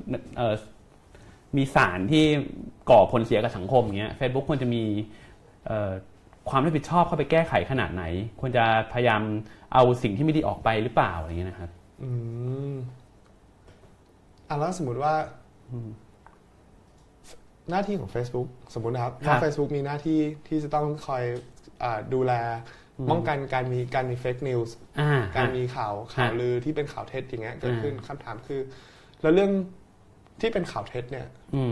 มีสารที่ก่อผลเสียกับสังคมอย่างเงี้ย Facebook ควรจะมีความรับผิดชอบเข้าไปแก้ไขขนาดไหนควรจะพยายามเอาสิ่งที่ไม่ดีออกไปหรือเปล่าอะไรเงี้ยนะครับแล้วสมมติว่าหน้าที่ของ Facebook สมมตินะครับว่า Facebook มีหน้าที่ที่จะต้องคอยดูแลป้องกันการมีเฟกนิวส์การมีข่าวลือที่เป็นข่าวเท็จอย่างเงี้ยเกิดขึ้นคำถามคือแล้วเรื่องที่เป็นข่าวเท็จเนี่ย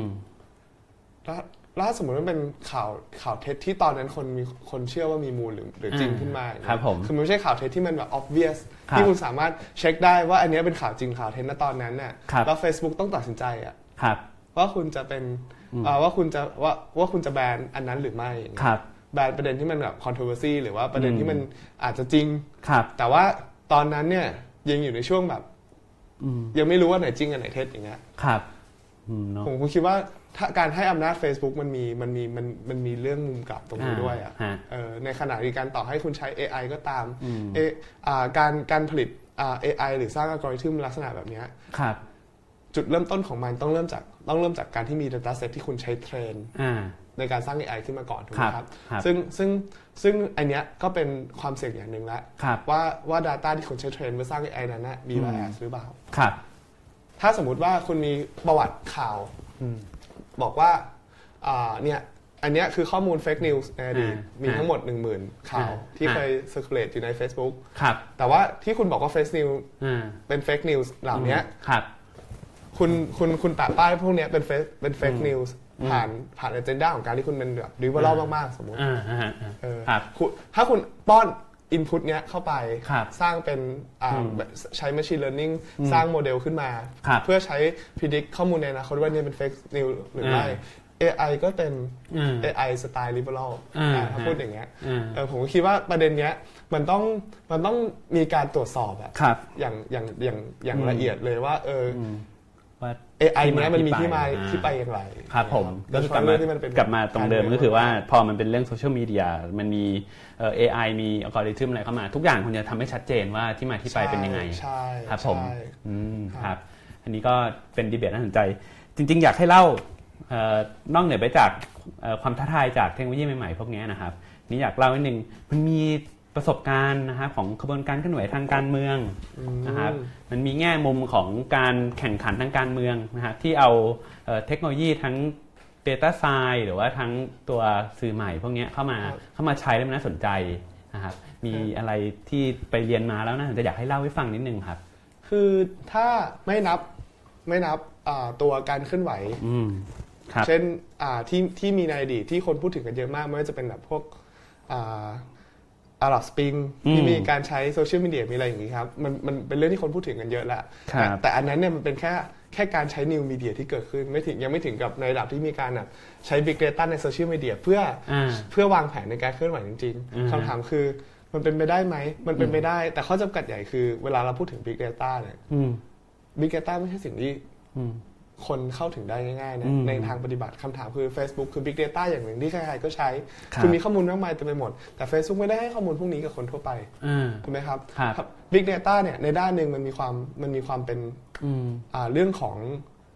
แล้วสมมติว่าเป็นข่าวเท็จที่ตอนนั้นคนเชื่อว่ามีมูลหรือจริงขึ้นมาคือมันไม่ใช่ข่าวเท็จที่มันแบบ obvious ที่คุณสามารถเช็คได้ว่าอันนี้เป็นข่าวจริงข่าวเท็จณตอนนั้นเนี่ยแล้ว Facebook ต้องตัดสินใจว่าคุณจะเป็นว่าคุณจะแบนอันนั้นหรือไม่แบนประเด็นที่มันแบบ controversy หรือว่าประเด็นที่มันอาจจะจริงแต่ว่าตอนนั้นเนี่ยยังอยู่ในช่วงแบบยังไม่รู้ว่าไหนจริงอันไหนเท็จอย่างเงี้ยผมคิดว่าถ้าการให้อำนาจ Facebook มันมีเรื่องมุมกลับตรงนี้ด้วยในขณะที่การต่อให้คุณใช้ AI ก็ตามการผลิตAI หรือสร้างอัลกอริทึมลักษณะแบบนี้จุดเริ่มต้นของมันต้องเริ่มจากการที่มี data set ที่คุณใช้เทรนในการสร้าง AI ขึ้นมาก่อนถูกไหมครับซึ่งอันเนี้ยก็เป็นความเสี่ยงอย่างหนึ่งแล้วว่า data ที่คุณใช้เทรนเพื่อสร้าง AI นั้นมี bias หรือเปล่าถ้าสมมุติว่าคุณมีประวัติข่าวบอกว่าเนี่ยอันนี้คือข้อมูล fake news ในอดีตมีทั้งหมด 10,000 ข่าวที่เคย circulate อยู่ใน Facebook แต่ว่าที่คุณบอกว่า fake news เป็น fake news เหล่านี้คุณแปะป้ายพวกนี้เป็น fake news ผ่าน agenda ของการที่คุณเป็นแบบ liberal มากๆสมมติถ้าคุณป้อน input เนี้ยเข้าไปสร้างเป็นใช้ machine learning สร้างโมเดลขึ้นมาเพื่อใช้ predict ข้อมูลในอนาคตว่านี่เป็น fake news หรือไม่ AI ก็เป็น AI สไตล์ liberal ถ้าพูดอย่างเงี้ยผมคิดว่าประเด็นเนี้ยมันต้องมีการตรวจสอบอย่างละเอียดเลยว่าAI เนี้ยมันมีที่มาที่ไปอย่างไรครับผมก็กลับมาตรงเดิมก็คือว่าพอมันเป็นเรื่องโซเชียลมีเดียมันมีAI มีอัลกอริทึมอะไรเข้ามาทุกอย่างคุณจะทำให้ชัดเจนว่าที่มาที่ไปเป็นยังไงครับผมครับอันนี้ก็เป็นดีเบตน่าสนใจจริงๆอยากให้เล่านอกเหนือไปจากความท้าทายจากเทคโนโลยีใหม่ๆพวกนี้นะครับนี่อยากเล่านิดนึงมันมีประสบการณ์นะครับของกระบวนการเคลื่อนไหวทางการเมืองนะครับมันมีแง่มุมของการแข่งขันทางการเมืองนะครับที่เอาเทคโนโลยีทั้ง Data Science หรือว่าทั้งตัวสื่อใหม่พวกนี้เข้ามาใช้แล้วมันน่าสนใจนะครับมีอะไรที่ไปเรียนมาแล้วน่าสนใจอยากให้เล่าให้ฟังนิดนึงครับคือถ้าไม่นับตัวการเคลื่อนไหวเช่นที่มีในอดีตที่คนพูดถึงกันเยอะมากไม่ว่าจะเป็นแบบพวกอาหรับสปริงที่มีการใช้โซเชียลมีเดียมีอะไรอย่างนี้ครับมันเป็นเรื่องที่คนพูดถึงกันเยอะแล้วแต่อันนั้นเนี่ยมันเป็นแค่การใช้นิวมีเดียที่เกิดขึ้นยังไม่ถึงกับในระดับที่มีการใช้ Big Data ในโซเชียลมีเดียเพื่อวางแผนในการเคลื่อนไหวจริงๆคำถามคือมันเป็นไปได้ไหมมันเป็นไปได้แต่ข้อจำกัดใหญ่คือเวลาเราพูดถึง Big Data เนี่ย Big Data ไม่ใช่สิ่งที่คนเข้าถึงได้ง่ายๆนะในทางปฏิบัติคำถามคือ Facebook คือ Big Data อย่างหนึ่งที่ใครๆก็ใช้คือมีข้อมูลมากมายเต็มไปหมดแต่ Facebook ไม่ได้ให้ข้อมูลพวกนี้กับคนทั่วไปถูกไหมครับ Big Data เนี่ยในด้านหนึ่งมันมีความเป็นเรื่องของ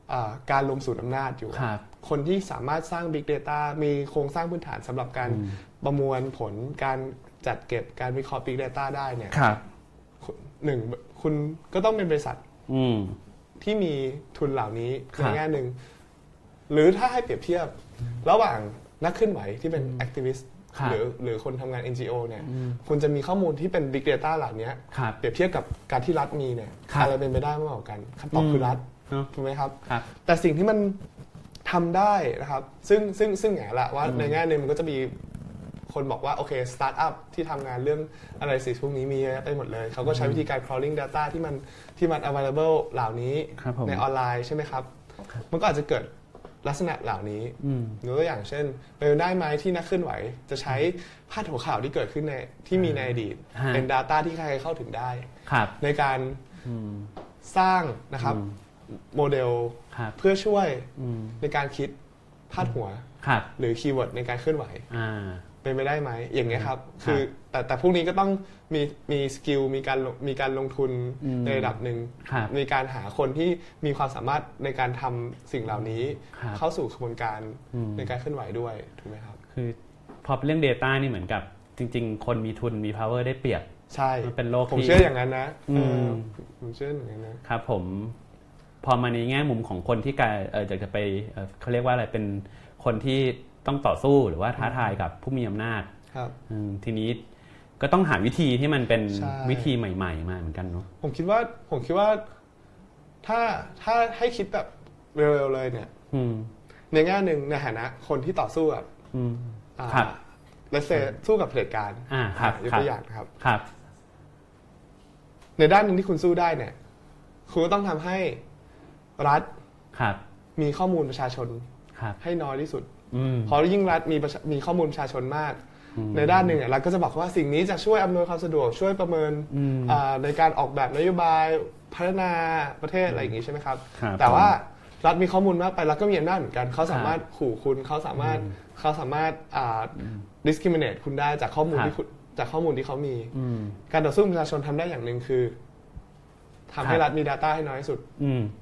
การรวมศูนย์อำนาจอยู่ครับคนที่สามารถสร้าง Big Data มีโครงสร้างพื้นฐานสำหรับการประมวลผลการจัดเก็บการวิเคราะห์ Big Data ได้เนี่ยครับหนึ่งคุณก็ต้องเป็นบริษัทอืมที่มีทุนเหล่านี้ครับในแง่หนึ่งหรือถ้าให้เปรียบเทียบระหว่างนักเคลื่อนไหวที่เป็นแอคทิวิสต์ครับหรือคนทำงาน NGO เนี่ยคุณจะมีข้อมูลที่เป็น Big Data เหล่านี้ครับเปรียบเทียบกับการที่รัฐมีเนี่ยครับอะไรเป็นไปได้มากกว่ากันคำตอบคือรัฐเนอะถูกไหมครับครับแต่สิ่งที่มันทำได้นะครับซึ่งแง่ละว่าในแง่หนึงมันก็จะมีคนบอกว่าโอเคสตาร์ทอัพที่ทำงานเรื่องอะไรสิพวกนี้มีเยอะไปหมดเลยเขาก็ใช้วิธีการ crawling data ที่มัน available เหล่านี้ครับผมในออนไลน์ใช่ไหมครับ มันก็อาจจะเกิดลักษณะเหล่านี้ยกตัวอย่างเช่นเป็นได้ไหมที่นักเคลื่อนไหวจะใช้พาดหัวข่าวที่เกิดขึ้นในที่มีในอดีต เป็น Data ที่ใครเข้าถึงได้ครับในการสร้างนะครับโมเดลครับเพื่อช่วยในการคิดพาดหัวครับหรือคีย์เวิร์ดในการเคลื่อนไหวอ่าเป็นไปได้ไหมอย่างเงี้ยครับคือแต่พวกนี้ก็ต้องมีสกิลมีการลงทุนในระดับหนึ่งครับมีการหาคนที่มีความสามารถในการทำสิ่งเหล่านี้ครับเข้าสู่กระบวนการในการเคลื่อนไหวด้วยถูกไหมครับคือพอเป็นเรื่อง Data นี่เหมือนกับจริง ๆ คนมีทุนมี power ได้เปรียบใช่มันเป็นโลกที่ผมเชื่ออย่างนั้นนะผมเชื่ออย่างนั้นนะครับผมพอมาในแง่มุมของคนที่การอยากจะไปเขาเรียกว่าอะไรเป็นคนที่ต้องต่อสู้หรือว่าท้าทายกับผู้มีอำนาจครับทีนี้ก็ต้องหาวิธีที่มันเป็นใช่วิธีใหม่ ๆ มาเหมือนกันเนาะผมคิดว่าถ้าให้คิดแบบเร็วๆเลยเนี่ยในแง่หนึ่งในฐานะคนที่ต่อสู้กับครับ let's say สู้กับเผด็จการครับยกตัวอย่างนะครับครับในด้านหนึ่งที่คุณสู้ได้เนี่ยคุณก็ต้องทำให้รัฐครับมีข้อมูลประชาชนครับให้น้อยที่สุดอืมเพราะยิ่งรัฐมีข้อมูลประชาชนมาก ในด้านหนึ่งรัฐก็จะบอกว่าสิ่งนี้จะช่วยอำนวยความสะดวกช่วยประเมินในการออกแบบนโยบายพัฒนาประเทศอะไรอย่างนี้ใช่ไหมครับครับแต่ว่ารัฐมีข้อมูลมากไปรัฐก็มีอำนาจเหมือนกันเขาสามารถขู่คุณเขาสามารถdiscriminate คุณได้จากข้อมูลที่เขามีการต่อสู้ประชาชนทำได้อย่างหนึ่งคือทำให้รัฐมี Data ให้น้อยที่สุด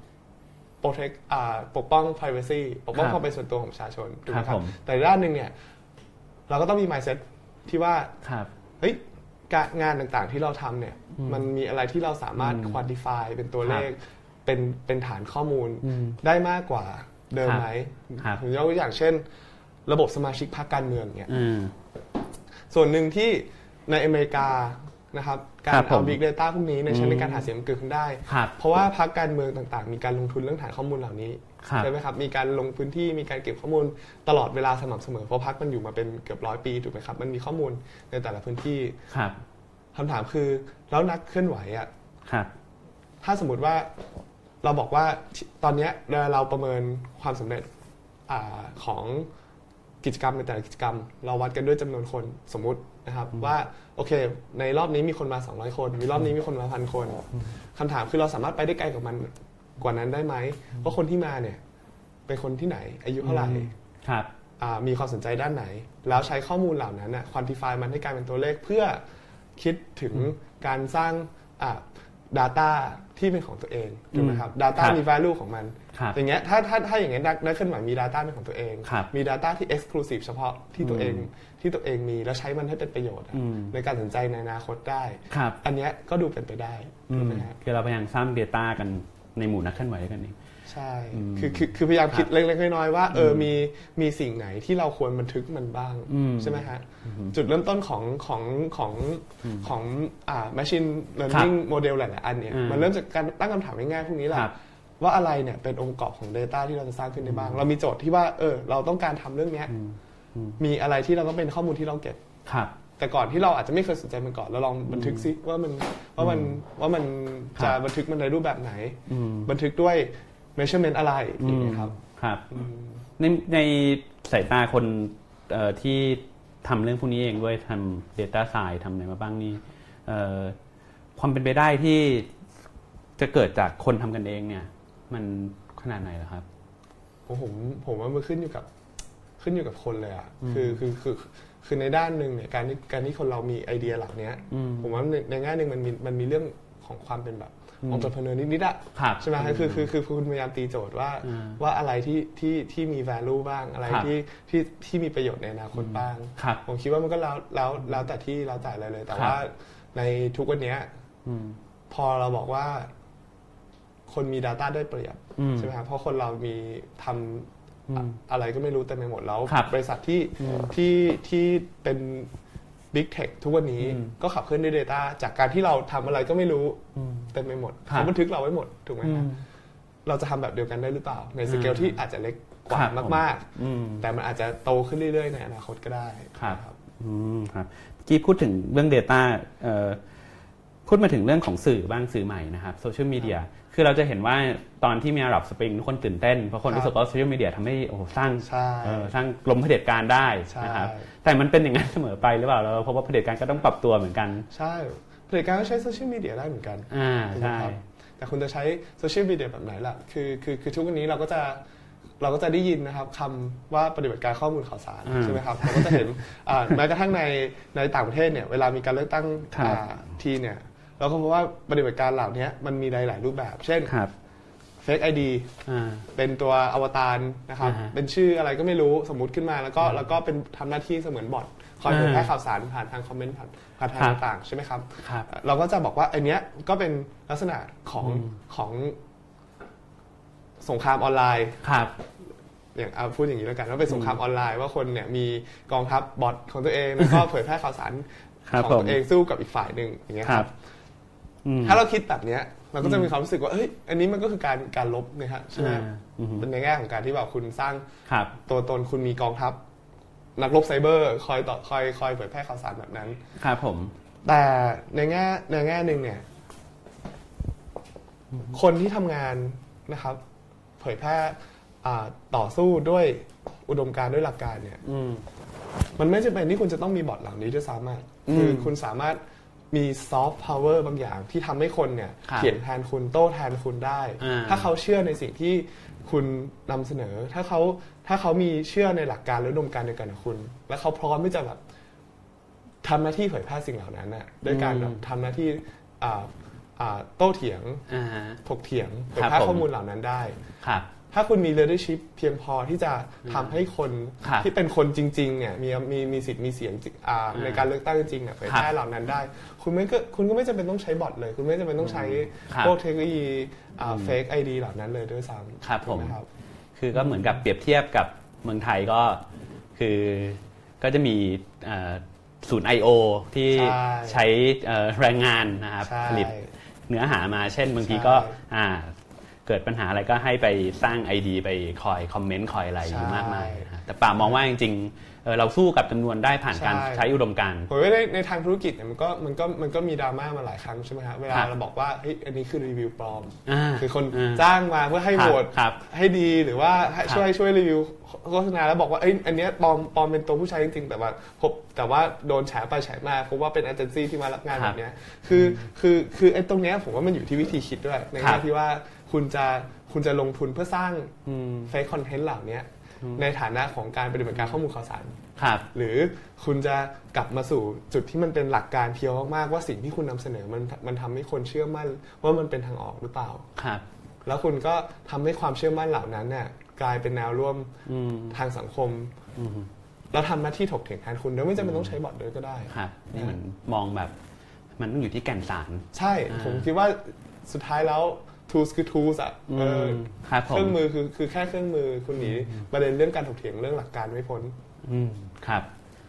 protect ปกป้อง privacy ปกป้องความเป็นส่วนตัวของประชาชนถูกไหมครับแต่ด้านหนึ่งเนี่ยเราก็ต้องมี mindset ที่ว่าเฮ้ยงานต่างๆที่เราทำเนี่ยมันมีอะไรที่เราสามารถ quantify เป็นตัวเลขเป็นฐานข้อมูลได้มากกว่าเดิมไหมผมยกตัวอย่างเช่นระบบสมาชิกพรรคการเมืองเนี่ยส่วนหนึ่งที่ในอเมริกานะครับการเอา Big Data พวกนี้ในใช้ในการหาเสียงเกิดขึ้นได้เพราะว่าพรรคการเมืองต่างๆมีการลงทุนเรื่องฐานข้อมูลเหล่านี้ใช่ไหมครับมีการลงพื้นที่มีการเก็บข้อมูลตลอดเวลาสม่ำเสมอเพราะพรรคมันอยู่มาเป็นเกือบ100 ปีถูกไหมครับมันมีข้อมูลในแต่ละพื้นที่คำถามคือแล้วนักเคลื่อนไหวอ่ะถ้าสมมติว่าเราบอกว่าตอนนี้เราประเมินความสำเร็จของกิจกรรมในแต่ละกิจกรรมเราวัดกันด้วยจำนวนคนสมมุตินะครับว่าโอเคในรอบนี้มีคนมา200คนมีรอบนี้มีคนมา1,000 คนคำถามคือเราสามารถไปได้ไกลกับมันกว่านั้นได้ไหมเพราะคนที่มาเนี่ยเป็นคนที่ไหนอายุเท่าไหร่มีความสนใจด้านไหนแล้วใช้ข้อมูลเหล่านั้นควอนติฟายมันให้กลายเป็นตัวเลขเพื่อคิดถึงการสร้างdata ที่เป็นของตัวเองถูกไหมครับ data มี value ของมันอย่างเงี้ยถ้าอย่างเงี้ยนักเคลื่อนไหวมี data เป็นของตัวเองมี data ที่ exclusive เฉพาะที่ตัวเองมีแล้วใช้มันให้เป็นประโยชน์ในการตัดสินใจในอนาคตได้อันเนี้ยก็ดูเป็นไปได้ถูกไหมครับคือเราพยายามสร้าง data กันในหมู่นักเคลื่อนไหวกันเองใช่คือพยายามคิดเล็กๆน้อยๆว่ามีสิ่งไหนที่เราควรบันทึกมันบ้างใช่ไหมฮะจุดเริ่มต้นของmachine learning model หลายๆอันเนี่ยมันเริ่มจากการตั้งคำถามง่ายๆพวกนี้แหละว่าอะไรเนี่ยเป็นองค์ประกอบของ data ที่เราจะสร้างขึ้นได้บ้างเรามีโจทย์ที่ว่าเราต้องการทำเรื่องนี้มีอะไรที่เราก็เป็นข้อมูลที่เราเก็บแต่ก่อนที่เราอาจจะไม่เคยสนใจมันก่อนเราลองบันทึกซิว่ามันจะบันทึกมันในรูปแบบไหนบันทึกด้วย measurement อะไรอย่างเงี้ยครับในสายตาคนที่ทำเรื่องพวกนี้เองด้วยทำ data science ทำอะไรมาบ้างนี่ความเป็นไปได้ที่จะเกิดจากคนทำกันเองเนี่ยมันขนาดไหนล่ะครับผมว่ามันขึ้นอยู่กับคนเลยอ่ะคือในด้านหนึ่งเนี่ยการที่คนเรามีไอเดียเหล่านี้ผมว่าในแง่หนึ่งมันมีเรื่องของความเป็นแบบentrepreneur นิดๆอ่ะใช่ไหมคือคุณพยายามตีโจทย์ว่าอะไรที่มี value บ้างอะไรที่มีประโยชน์ในอนาคตบ้างผมคิดว่ามันก็แล้วแต่ที่แล้วแต่อะไรเลยแต่ว่าในทุกวันนี้พอเราบอกว่าคนมี Data ได้เปรียบใช่ไหมครับเพราะคนเรามีทำอะไรก็ไม่รู้เต็มไปหมดแล้วบริษัทที่เป็น Big Tech ทุกวันนี้ก็ขับเคลื่อนด้วย Data จากการที่เราทำอะไรก็ไม่รู้เต็มไปหมดเขาบันทึกเราไว้หมดถูกไหมครับเราจะทำแบบเดียวกันได้หรือเปล่าในสเกลที่อาจจะเล็กกว่ามากๆแต่มันอาจจะโตขึ้นเรื่อยๆในอนาคตก็ได้ครับครับกี้พูดถึงเรื่อง Data พูดมาถึงเรื่องของสื่อบ้างสื่อใหม่นะครับโซเชียลมีเดียคือเราจะเห็นว่าตอนที่มีอาหรับสปริงทุกคนตื่นเต้นเพราะคนรู้สึกว่าโซเชียลมีเดียทำให้สร้างกลมเผด็จการได้นะครับแต่มันเป็นอย่างนั้นเสมอไปหรือเปล่าเราพบว่าเผด็จการก็ต้องปรับตัวเหมือนกันใช่เผด็จการก็ใช้โซเชียลมีเดียได้เหมือนกันใช่แต่คุณจะใช้โซเชียลมีเดียแบบไหนล่ะคือทุกวันนี้เราก็จะได้ยินนะครับคำว่าปฏิบัติการข้อมูลข่าวสารใช่ไหมครับเราก็จะเห็นแม้กระทั่งในต่างประเทศเนี่ยเวลามีการเลือกตั้งทีเนี่ยเราก็พบว่าปฏิบัติการเหล่านี้มันมีหลายรูปแบบเช่นFake ID เป็นตัวอวตารนะครับเป็นชื่ออะไรก็ไม่รู้สมมุติขึ้นมาแล้วก็เป็นทำหน้าที่เสมือนบอทคอยเผยแพร่ข่าวสารผ่านทางคอมเมนต์ผ่านทางต่างๆใช่ไหมครับเราก็จะบอกว่าอันเนี้ยก็เป็นลักษณะของสงครามออนไลน์อย่างเอาพูดอย่างนี้แล้วกันว่าเป็นสงครามออนไลน์ว่าคนเนี่ยมีกองทัพบอทของตัวเองแล้วก็เผยแพร่ข่าวสารของตัวเองสู้กับอีกฝ่ายหนึ่งอย่างเงี้ยครับถ้าเราคิดแบบนี้เราก็จะมีความรู้สึกว่าเฮ้ยอันนี้มันก็คือการลบนะครับใช่ไหมเป็นในแง่ของการที่แบบคุณสร้างตัวตนคุณมีกองทัพนักรบไซเบอร์คอยเผยแพร่ข่าวสารแบบนั้นครับผมแต่ในแง่หนึ่งเนี่ยคนที่ทำงานนะครับเผยแพร่ต่อสู้ด้วยอุดมการณ์ด้วยหลักการเนี่ยมันไม่จำเป็นที่คุณจะต้องมีบอทเหล่านี้ด้วยซ้ำคือคุณสามารถมีซอฟต์พาวเวอร์บางอย่างที่ทำให้คนเนี่ยเขียนแทนคุณโต้แทนคุณได้ถ้าเขาเชื่อในสิ่งที่คุณนำเสนอถ้าเขามีเชื่อในหลักการและอุดมการณ์เดียวกันกับคุณและเขาพร้อมที่จะแบบทำหน้าที่เผยแพร่สิ่งเหล่านั้นน่ะด้วยการแบบทำหน้าที่โต้เถียงถกเถียงเผยแพร่ข้อมูลเหล่านั้นได้ถ้าคุณมี leadership เพียงพอที่จะทำให้คนที่เป็นคนจริงๆเนี่ยมีสิทธิ์มีเสียงในการเลือกตั้งจริงๆเนี่ยเผยแพร่เหล่านั้นได้คุณก็ไม่จำเป็นต้องใช้บอทเลยคุณไม่จำเป็นต้องใช้พวกเทคโนโลยีfake ID เหล่านั้นเลยด้วยซ้ำครับผมคือก็เหมือนกับเปรียบเทียบกับเมืองไทยก็คือก็จะมีศูนย์ I.O. ที่ใช้แรงงานนะครับผลิตเนื้อหามาเช่นบางทีก็เกิดปัญหาอะไรก็ให้ไปสร้าง ID ไปคอยคอมเมนต์คอยอะไรอยู่มากมายแต่ป่ามองว่าจริงๆเราสู้กับจำนวนได้ผ่านการใช้อุดมการณ์ผมว่าในทางธุรกิจเนี่ยมันก็มีดราม่ามาหลายครั้งใช่ไหมครับเวลาเราบอกว่าเฮ้ยอันนี้คือรีวิวปลอมคือคนจ้างมาเพื่อให้โหวตให้ดีหรือว่าช่วยรีวิวโฆษณาแล้วบอกว่าอันนี้ปลอมเป็นตัวผู้ใช้จริงๆแต่ว่าโดนแฉไปแฉมาเพราะว่าเป็นเอเจนซี่ที่มารับงานแบบนี้คือไอ้ตรงนี้ผมว่ามันอยู่ที่วิธีคิดด้วยในแง่ที่ว่าคุณจะลงทุนเพื่อสร้างเฟซคอนเทนต์เหล่านี้ในฐานะของการปฏิบัติการข้อมูลข่าวสารหรือคุณจะกลับมาสู่จุดที่มันเป็นหลักการเพียวมากๆว่าสิ่งที่คุณนำเสนอมันทำให้คนเชื่อมั่นว่ามันเป็นทางออกหรือเปล่าแล้วคุณก็ทำให้ความเชื่อมั่นเหล่านั้นเนี่ยกลายเป็นแนวร่วมทางสังคมแล้วทำหน้าที่ถกเถียงแทนคุณโดยไม่จำเป็นต้องใช้บอทเลยก็ได้นี่เหมือนมองแบบมันต้องอยู่ที่แก่นสารใช่ผมคิดว่าสุดท้ายแล้วtools คือ tools อ่ะเครื่องมือคือแค่เครื่องมือคุณหนีประเด็นเรื่องการถกเถียงเรื่องหลักการไม่พ้นครับ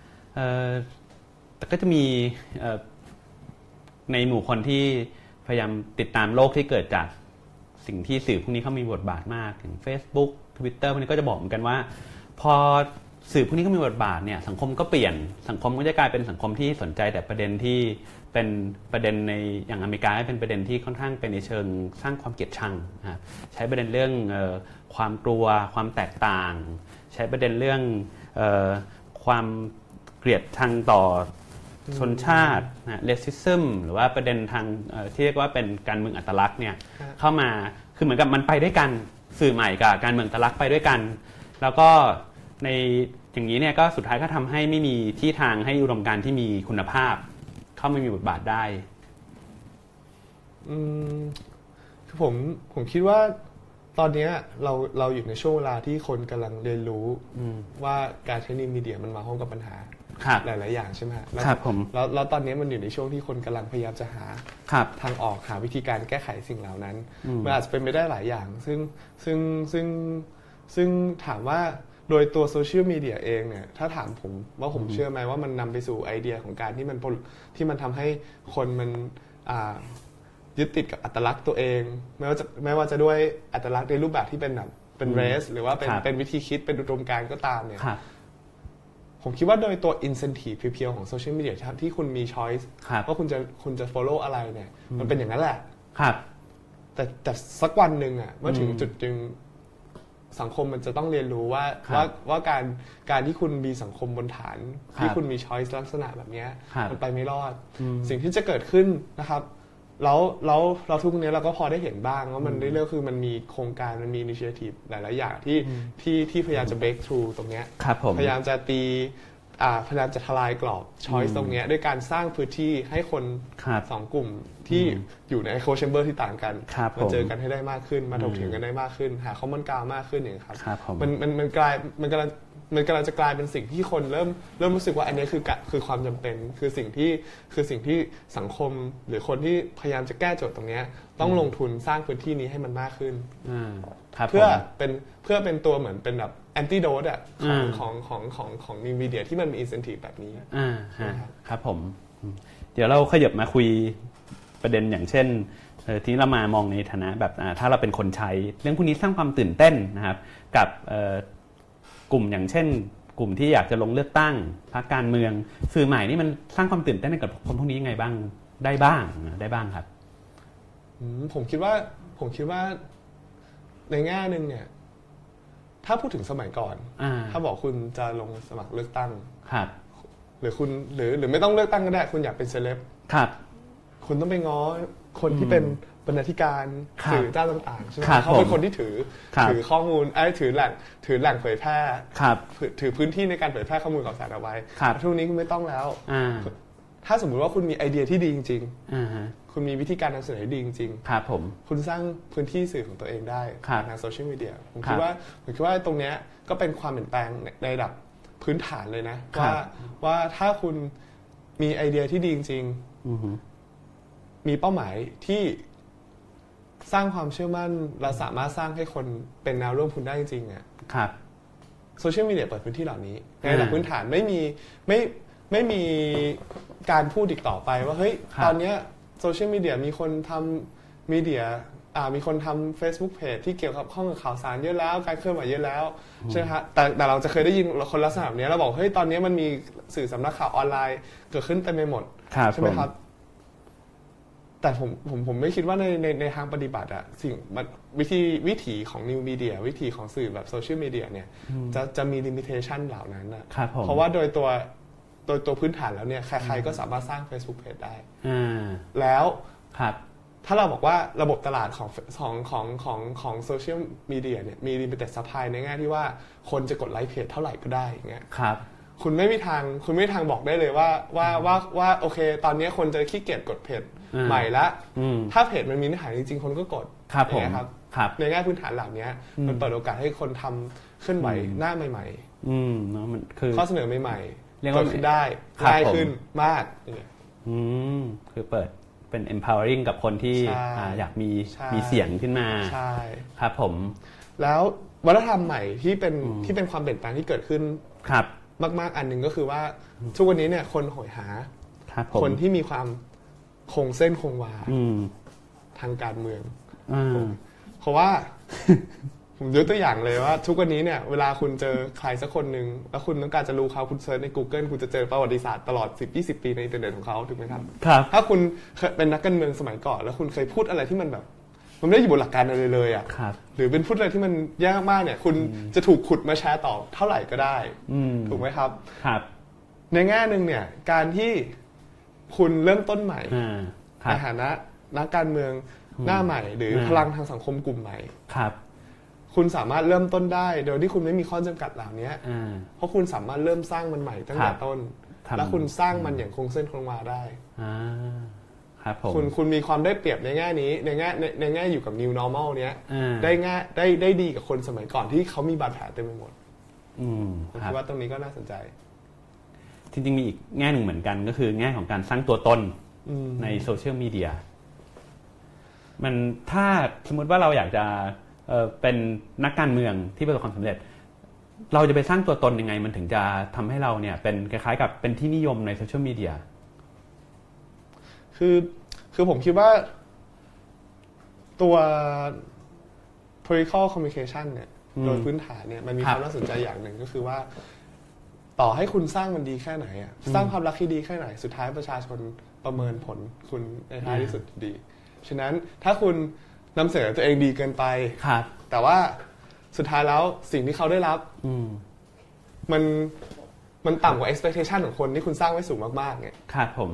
แต่ก็จะมีในหมู่คนที่พยายามติดตามโลกที่เกิดจากสิ่งที่สื่อพวกนี้เขามีบทบาทมากอย่าง Facebook Twitter พวกนี้ก็จะบอกเหมือนกันว่าพอสื่อพวกนี้เขามีบทบาทเนี่ยสังคมก็เปลี่ยนสังคมก็จะกลายเป็นสังคมที่สนใจแต่ประเด็นที่เป็นประเด็นในอย่างอเมริกาเป็นประเด็นที่ค่อนข้างเป็นในเชิงสร้างความเกลียดชังนะใช้ประเด็นเรื่องความกลัวความแตกต่างใช้ประเด็นเรื่องความเกลียดชังต่อชนชาตินะเรสซิซึมหรือว่าประเด็นทางที่เรียกว่าเป็นการเมืองอัตลักษณ์เนี่ยเข้ามาคือเหมือนกับมันไปด้วยกันสื่อใหม่กับการเมืองอัตลักษณ์ไปด้วยกันแล้วก็ในอย่างนี้เนี่ยก็สุดท้ายก็ทำให้ไม่มีที่ทางให้อุดมการณ์ที่มีคุณภาพเข้ามามีบทบาทได้อืมคือผมคิดว่าตอนนี้เราอยู่ในช่วงเวลาที่คนกำลังเรียนรู้ว่าการใช้นิวมีเดียมันมาพร้อมกับปัญหาหลายๆอย่างใช่ไหมครับผมแล้วตอนนี้มันอยู่ในช่วงที่คนกำลังพยายามจะหาทางออกหาวิธีการแก้ไขสิ่งเหล่านั้นมันอาจจะเป็นไปได้หลายอย่างซึ่งถามว่าโดยตัวโซเชียลมีเดียเองเนี่ยถ้าถามผมว่าผมเชื่อไหมว่ามันนำไปสู่ไอเดียของการที่มันทำให้คนมันยึดติดกับอัตลักษณ์ตัวเองไม่ว่าจะด้วยอัตลักษณ์ในรูปแบบที่เป็นแบบเป็นเรสหรือว่าเป็นวิธีคิดเป็นอุดมการณ์ก็ตามเนี่ยผมคิดว่าโดยตัว incentive เพียวๆของโซเชียลมีเดียที่คุณมี choice ว่าคุณจะ follow อะไรเนี่ยมันเป็นอย่างนั้นแหละแต่สักวันหนึ่งอ่ะเมื่อถึงจุดหนึ่งสังคมมันจะต้องเรียนรู้ว่าการที่คุณมีสังคมบนฐานที่คุณมี choice ลักษณะแบบนี้มันไปไม่รอดสิ่งที่จะเกิดขึ้นนะครับแล้วทุกนี้เราก็พอได้เห็นบ้างว่ามันได้เรื่องคือมันมีโครงการมันมี initiative หลายๆอย่างที่พยายามจะ break through ตรงนี้พยายามจะพยายามจะทลายกรอบ choice ตรงนี้ด้วยการสร้างพื้นที่ให้คนสองกลุ่มที่อยู่ใน echo chamber ที่ต่างกันมาเจอกันให้ได้มากขึ้นมาถกเถียงกันได้มากขึ้นหา common ground มากขึ้นอย่างนี้ครับมันกำลังจะกลายเป็นสิ่งที่คนเริ่มรู้สึกว่าอันนี้คือความจำเป็นคือสิ่งที่สังคมหรือคนที่พยายามจะแก้โจทย์ตรงนี้ต้องลงทุนสร้างพื้นที่นี้ให้มันมากขึ้นเพื่อเป็นตัวเหมือนเป็นแบบแอนติโดดอะของนิวมีเดียที่มันมีอินเซนทีฟแบบนี้ครับผมเดี๋ยวเราขยับมาคุยประเด็นอย่างเช่นที่เรามามองในฐานะแบบถ้าเราเป็นคนใช้เรื่องพวกนี้สร้างความตื่นเต้นนะครับกับกลุ่มอย่างเช่นกลุ่มที่อยากจะลงเลือกตั้งพรรคการเมืองสื่อใหม่นี่มันสร้างความตื่นเต้นให้กับคนพวกนี้ยังไงบ้างได้บ้างครับผมคิดว่าในแง่นึงเนี่ยถ้าพูดถึงสมัยก่อนถ้าบอกคุณจะลงสมัครเลือกตั้งหรือคุณหรือไม่ต้องเลือกตั้งก็ได้คุณอยากเป็นเซเลบคุณต้องไปง้อคนที่เป็นบรรณาธิการสื่อเจ้าต่างๆใช่ไหมเขาเป็นคนที่ถือข้อมูลถือแหล่งเผยแพร่ถือพื้นที่ในการเผยแพร่ข้อมูลข่าวสารเอาไว้ทุกนี้คุณไม่ต้องแล้วถ้าสมมุติว่าคุณมีไอเดียที่ดีจริงๆคุณมีวิธีการนำเสนอที่ดีจริงๆคุณสร้างพื้นที่สื่อของตัวเองได้ทางโซเชียลมีเดียผมคิดว่าตรงนี้ก็เป็นความเปลี่ยนแปลงในระดับพื้นฐานเลยนะว่าถ้าคุณมีไอเดียที่ดีจริงๆมีเป้าหมายที่สร้างความเชื่อมั่นและสามารถสร้างให้คนเป็นแนวร่วมคุณได้จริงๆอ่ะโซเชียลมีเดียเปิดพื้นที่เหล่านี้ในระดับพื้นฐานไม่มีการพูดอีกต่อไปว่าเฮ้ยตอนนี้โซเชียลมีเดียมีคนทำมีเดียมีคนทำ Facebook Page ที่เกี่ยวกับข้อมูลข่าวสารเยอะแล้วการเคลื่อนไหวเยอะแล้วใช่ไหมฮะแต่เราจะเคยได้ยินคนลักษณะแบบนี้เราบอกเฮ้ยตอนนี้มันมีสื่อสำนักข่าวออนไลน์เกิดขึ้นเต็มไปหมดใช่ไหมครับแต่ผมไม่คิดว่าในทางปฏิบัติอะสิ่งวิถีของนิวมีเดียวิถีของสื่อแบบโซเชียลมีเดียเนี่ยจะมีลิมิเตชันเหล่านั้นอะเพราะว่าโดยตัวพื้นฐานแล้วเนี่ยใครๆก็สามารถสร้าง Facebook Page ได้แล้วถ้าเราบอกว่าระบบตลาดของโซเชียลมีเดียเนี่ยมี limited supply ในแง่ที่ว่าคนจะกดไลค์เพจเท่าไหร่ก็ได้อย่างเงี้ยคุณไม่มีทางบอกได้เลยว่าโอเคตอนนี้คนจะขี้เกียจกดเพจใหม่ละถ้าเพจมันมีเนื้อหาจริงๆคนก็กดนะครับในแง่พื้นฐานเหล่านี้มันเปิดโอกาสให้คนทำเคลื่อนไหวหน้าใหม่ๆข้อเสนอใหม่ๆเกิดขึ้นได้ง่ายขึ้นมากคือเปิดเป็น empowering กับคนที่อยากมีเสียงขึ้นมาครับผมแล้ววัฒนธรรมใหม่ที่เป็นความเปลี่ยนแปลงที่เกิดขึ้นมากๆอันหนึ่งก็คือว่าทุกวันนี้เนี่ยคนโหยหาคนที่มีความคงเส้นคงวาทางการเมืองเพราะว่าผมยกตัวอย่างเลยว่าทุกวันนี้เนี่ยเวลาคุณเจอใครสักคนหนึ่งแล้วคุณต้องการจะรู้เขาคุณเซิร์ชใน Google คุณจะเจอประวัติศาสตร์ตลอด 10-20 ปีในอินเทอร์เน็ตของเขาถูกไหมครับถ้าคุณเป็นนักการเมืองสมัยก่อนแล้วคุณเคยพูดอะไรที่มันแบบมันไม่ได้อยู่บนหลักการอะไรเลยอ่ะหรือเป็นพูดอะไรที่มันยากมากเนี่ยคุณจะถูกขุดมาแชร์ต่อเท่าไหร่ก็ได้ถูกไหมครับในแง่นึงเนี่ยการที่คุณเริ่มต้นใหม่ในฐานะนักการเมืองหน้าใหม่หรือพลังทางสังคมกลุ่มใหม่คุณสามารถเริ่มต้นได้โดยที่คุณไม่มีข้อจำกัดเหล่านี้เพราะคุณสามารถเริ่มสร้างมันใหม่ตั้งแต่ต้นและคุณสร้างมันอย่างคงเส้นคงวาได้ครับผมคุณมีความได้เปรียบในแง่นี้ในแง่อยู่กับ new normal เนี้ยได้ดีกับคนสมัยก่อนที่เขามีบาดแผลเต็มไปหมดผมคิดว่าตรงนี้ก็น่าสนใจจริงๆมีอีกแง่หนึ่งเหมือนกันก็คือแง่ของการสร้างตัวตนในโซเชียลมีเดียมันถ้าสมมติว่าเราอยากจะเป็นนักการเมืองที่ประสบความสำเร็จเราจะไปสร้างตัวตนยังไงมันถึงจะทำให้เราเนี่ยเป็นคล้ายๆกับเป็นที่นิยมในโซเชียลมีเดียคือผมคิดว่าตัว political communication เนี่ยโดยพื้นฐานเนี่ยมันมีความน่าสนใจอย่างหนึ่งก็คือว่าต่อให้คุณสร้างมันดีแค่ไหนสร้างความรักที่ดีแค่ไหนสุดท้ายประชาชนประเมินผลคุณในท้ายที่สุดดีฉะนั้นถ้าคุณนำเสนอตัวเองดีเกินไปแต่ว่าสุดท้ายแล้วสิ่งที่เขาได้รับมันต่ำกว่า expectation ของคนที่คุณสร้างไว้สูงมากๆเนี่ยครับผม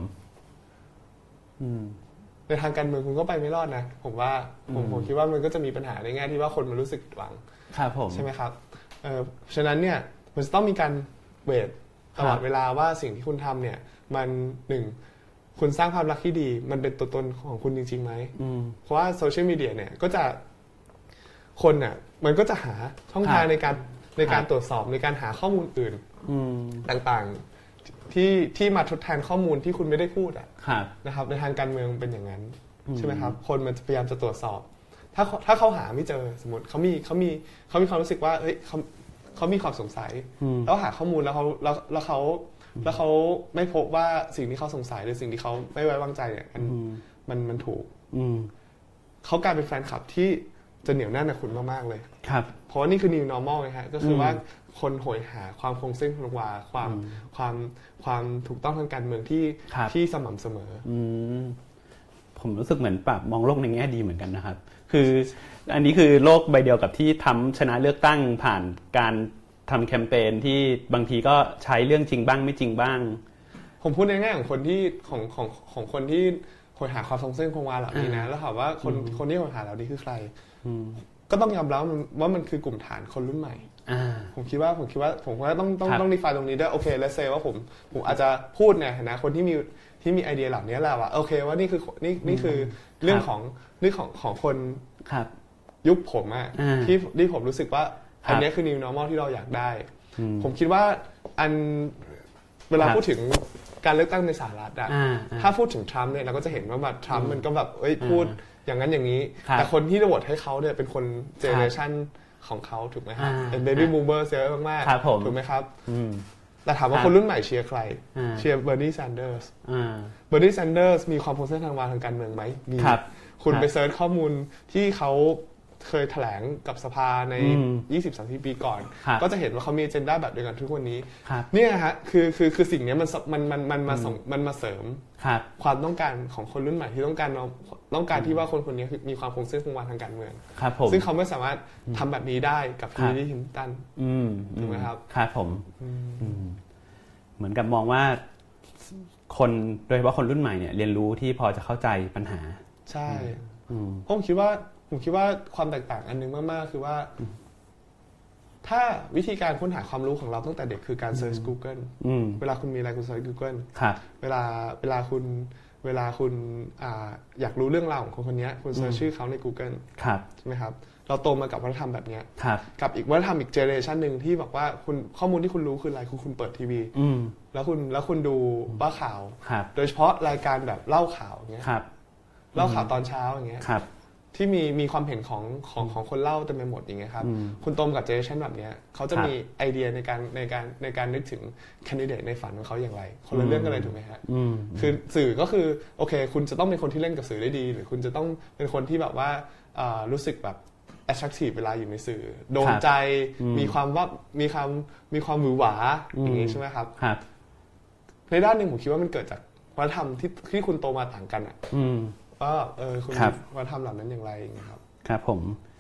ในทางการเมืองคุณก็ไปไม่รอดนะผมว่าผมคิดว่ามันก็จะมีปัญหาในแง่ที่ว่าคนมันรู้สึกหวังครับผมใช่ไหมครับฉะนั้นเนี่ยมันจะต้องมีการเวทตลอดเวลาว่าสิ่งที่คุณทำเนี่ยมันหนึ่งคุณสร้างภาพลักษณ์ที่ดีมันเป็นตัวตนของคุณจริงๆไหมเพราะว่าโซเชียลมีเดียเนี่ยก็จะคนน่ะมันก็จะหาช่องทางในการตรวจสอบในการหาข้อมูลอื่นต่างๆที่มาทดแทนข้อมูลที่คุณไม่ได้พูดนะครับในทางการเมืองเป็นอย่างนั้นใช่ไหมครับคนมันพยายามจะตรวจสอบถ้าเขาหาไม่เจอสมมติเขามีความรู้สึกว่าเฮ้ยเขามีความสงสัยแล้วหาข้อมูลแล้วเขาไม่พบว่าสิ่งที่เขาสงสัยหรือสิ่งที่เขาไม่ไว้วางใจเนี่ยมันถูกเขากลายเป็นแฟนคลับที่จะเหนียวแน่นกับคุณมากๆเลยครับเพราะว่านี่คือ new normal ไงฮะก็คือว่าคนโหยหาความคงเส้นคงวาความถูกต้องทางการเมืองที่สม่ำเสมอผมรู้สึกเหมือนปรับมองโลกในแง่ดีเหมือนกันนะครับคืออันนี้คือโลกใบเดียวกับที่ทำชนะเลือกตั้งผ่านการทำแคมเปญที่บางทีก็ใช้เรื่องจริงบ้างไม่จริงบ้างผมพูดในแง่ของคนที่ของคนที่โหยหาความทรงเส้นคงวาเหล่านี้นะแล้วถามว่าคนที่โหยหาเหล่านี้คือใครก็ต้องยอมรับว่ามันคือกลุ่มฐานคนรุ่นใหม่ผมคิดว่าต้องดีไฟตรงนี้ด้วยโอเคเลเซว่าผมอาจจะพูดในฐานะคนที่มีไอเดียเหล่านี้แหละว่าโอเคว่านี่คือเรื่องของคนยุคผมที่ผมรู้สึกว่าอันนี้คือ new normal ที่เราอยากได้ผมคิดว่าเวลาพูดถึงการเลือกตั้งในสหรัฐถ้าพูดถึงทรัมป์เนี่ยเราก็จะเห็นว่าแบบทรัมป์มันก็แบบพูดอย่างนั้นอย่างนี้แต่คนที่โหวตให้เขาเนี่ยเป็นคนเจเนอเรชันของเขาถูกไหมครับเป็นเบบี้บูมเมอร์เยอะมากๆถูกไหมครับแต่ถามว่าคนรุ่นใหม่เชียร์ใครเชียร์เบอร์นีแซนเดอร์สมีความโพสต์ทางวางทางการเมืองไหมมีคุณไปเซิร์ชข้อมูลที่เขาเคยแถลงกับสภาใน 20-30 ปีก่อนก็จะเห็นว่าเขามีอเจนดาแบบเดียวกันทุกวันนี้เนี่ยฮะคือสิ่งนี้มันมาเสริมความต้องการของคนรุ่นใหม่ที่ต้องการที่ว่าคนนี้มีความคงเส้นคงวาทางการเมืองซึ่งเขาไม่สามารถทำแบบนี้ได้กับฮิลลารีคลินตันถูกไหมครับครับผมเหมือนกับมองว่าคนโดยเฉพาะคนรุ่นใหม่เนี่ยเรียนรู้ที่พอจะเข้าใจปัญหาใช่ผมคิดว่าความแตกต่างอันนึงมากๆคือว่าถ้าวิธีการค้นหาความรู้ของเราตั้งแต่เด็กคือการเซิร์ช Google เวลาคุณมีอะไรคุณเซิร์ช Google เวลาคุณอยากรู้เรื่องราวของคนนี้คุณเซิร์ชชื่อเขาใน Google ใช่ไหมครับเราโตมากับวัฒนธรรมแบบนี้กับอีกวัฒนธรรมอีกเจเนอเรชันนึงที่บอกว่าข้อมูลที่คุณรู้คืออะไรคุณเปิดทีวีแล้วคุณดูว่าข่าวโดยเฉพาะรายการแบบเล่าข่าวอย่างเงี้ยเล่าข่าวตอนเช้าอย่างเงี้ยที่มีความเห็นของคนเล่าเต็มไปหมดอย่างเงี้ยครับคุณโตมากับเจเนอเรชันแบบนี้เขาจะมีไอเดียในการนึกถึงแคนดิเดตในฝันของเขาอย่างไรคนละเรื่องกันเลยถูกไหมฮะคือสื่อก็คือโอเคคุณจะต้องเป็นคนที่เล่นกับสื่อได้ดีหรือคุณจะต้องเป็นคนที่แบบว่ารู้สึกแบบattractive เวลาอยู่ในสื่อโดนใจมีความหวือหวาอย่างนี้ใช่ไหมครับในด้านหนึ่งผมคิดว่ามันเกิดจากวัฒนธรรมที่คุณโตมาต่างกันอ่ะว่าคุณวัฒนธรรมเหล่านั้นอย่างไรอย่างนี้ครับครับผม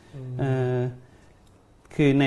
คือใน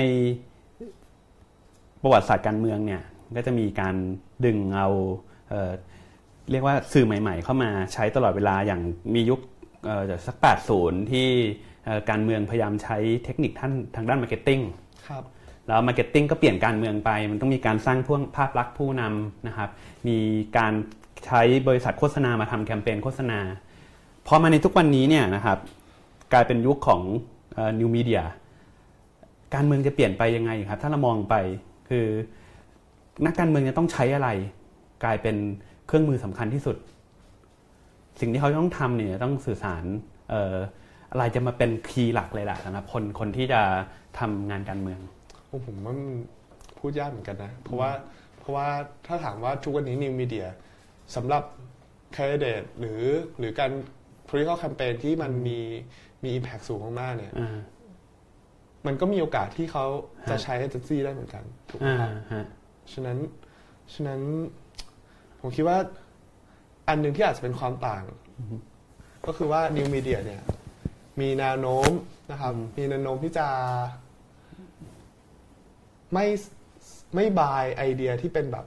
ประวัติศาสตร์การเมืองเนี่ยก็จะมีการดึงเอาเรียกว่าสื่อใหม่ๆเข้ามาใช้ตลอดเวลาอย่างมียุคสัก80ที่การเมืองพยายามใช้เทคนิคทางด้านมาร์เก็ตติ้งแล้วมาร์เก็ตติ้งก็เปลี่ยนการเมืองไปมันต้องมีการสร้างภาพลักษณ์ผู้นำนะครับมีการใช้บริษัทโฆษณามาทำแคมเปญโฆษณาพอมาในทุกวันนี้เนี่ยนะครับกลายเป็นยุคของNew Media การเมืองจะเปลี่ยนไปยังไงครับถ้าเรามองไปคือนักการเมืองจะต้องใช้อะไรกลายเป็นเครื่องมือสำคัญที่สุดสิ่งที่เขาต้องทำเนี่ยต้องสื่อสารอะไรจะมาเป็นคีย์หลักเลยแหละสำหรับคนที่จะทำงานการเมืองผมว่ามันพูดยากเหมือนกันนะเพราะว่าถ้าถามว่าทุกวันนี้ New Media สำหรับ candidate หรือการ political campaign ที่มันมี impact สูงมากๆเนี่ยมันก็มีโอกาสที่เขาจะใช้ agency ได้เหมือนกันถูกไหมครับฉะนั้นผมคิดว่าอันหนึ่งที่อาจจะเป็นความต่างก็คือว่า New Media เนี่ยมีแนวโน้มนะครับมีแนวโน้มที่จะไม่บายไอเดียที่เป็นแบบ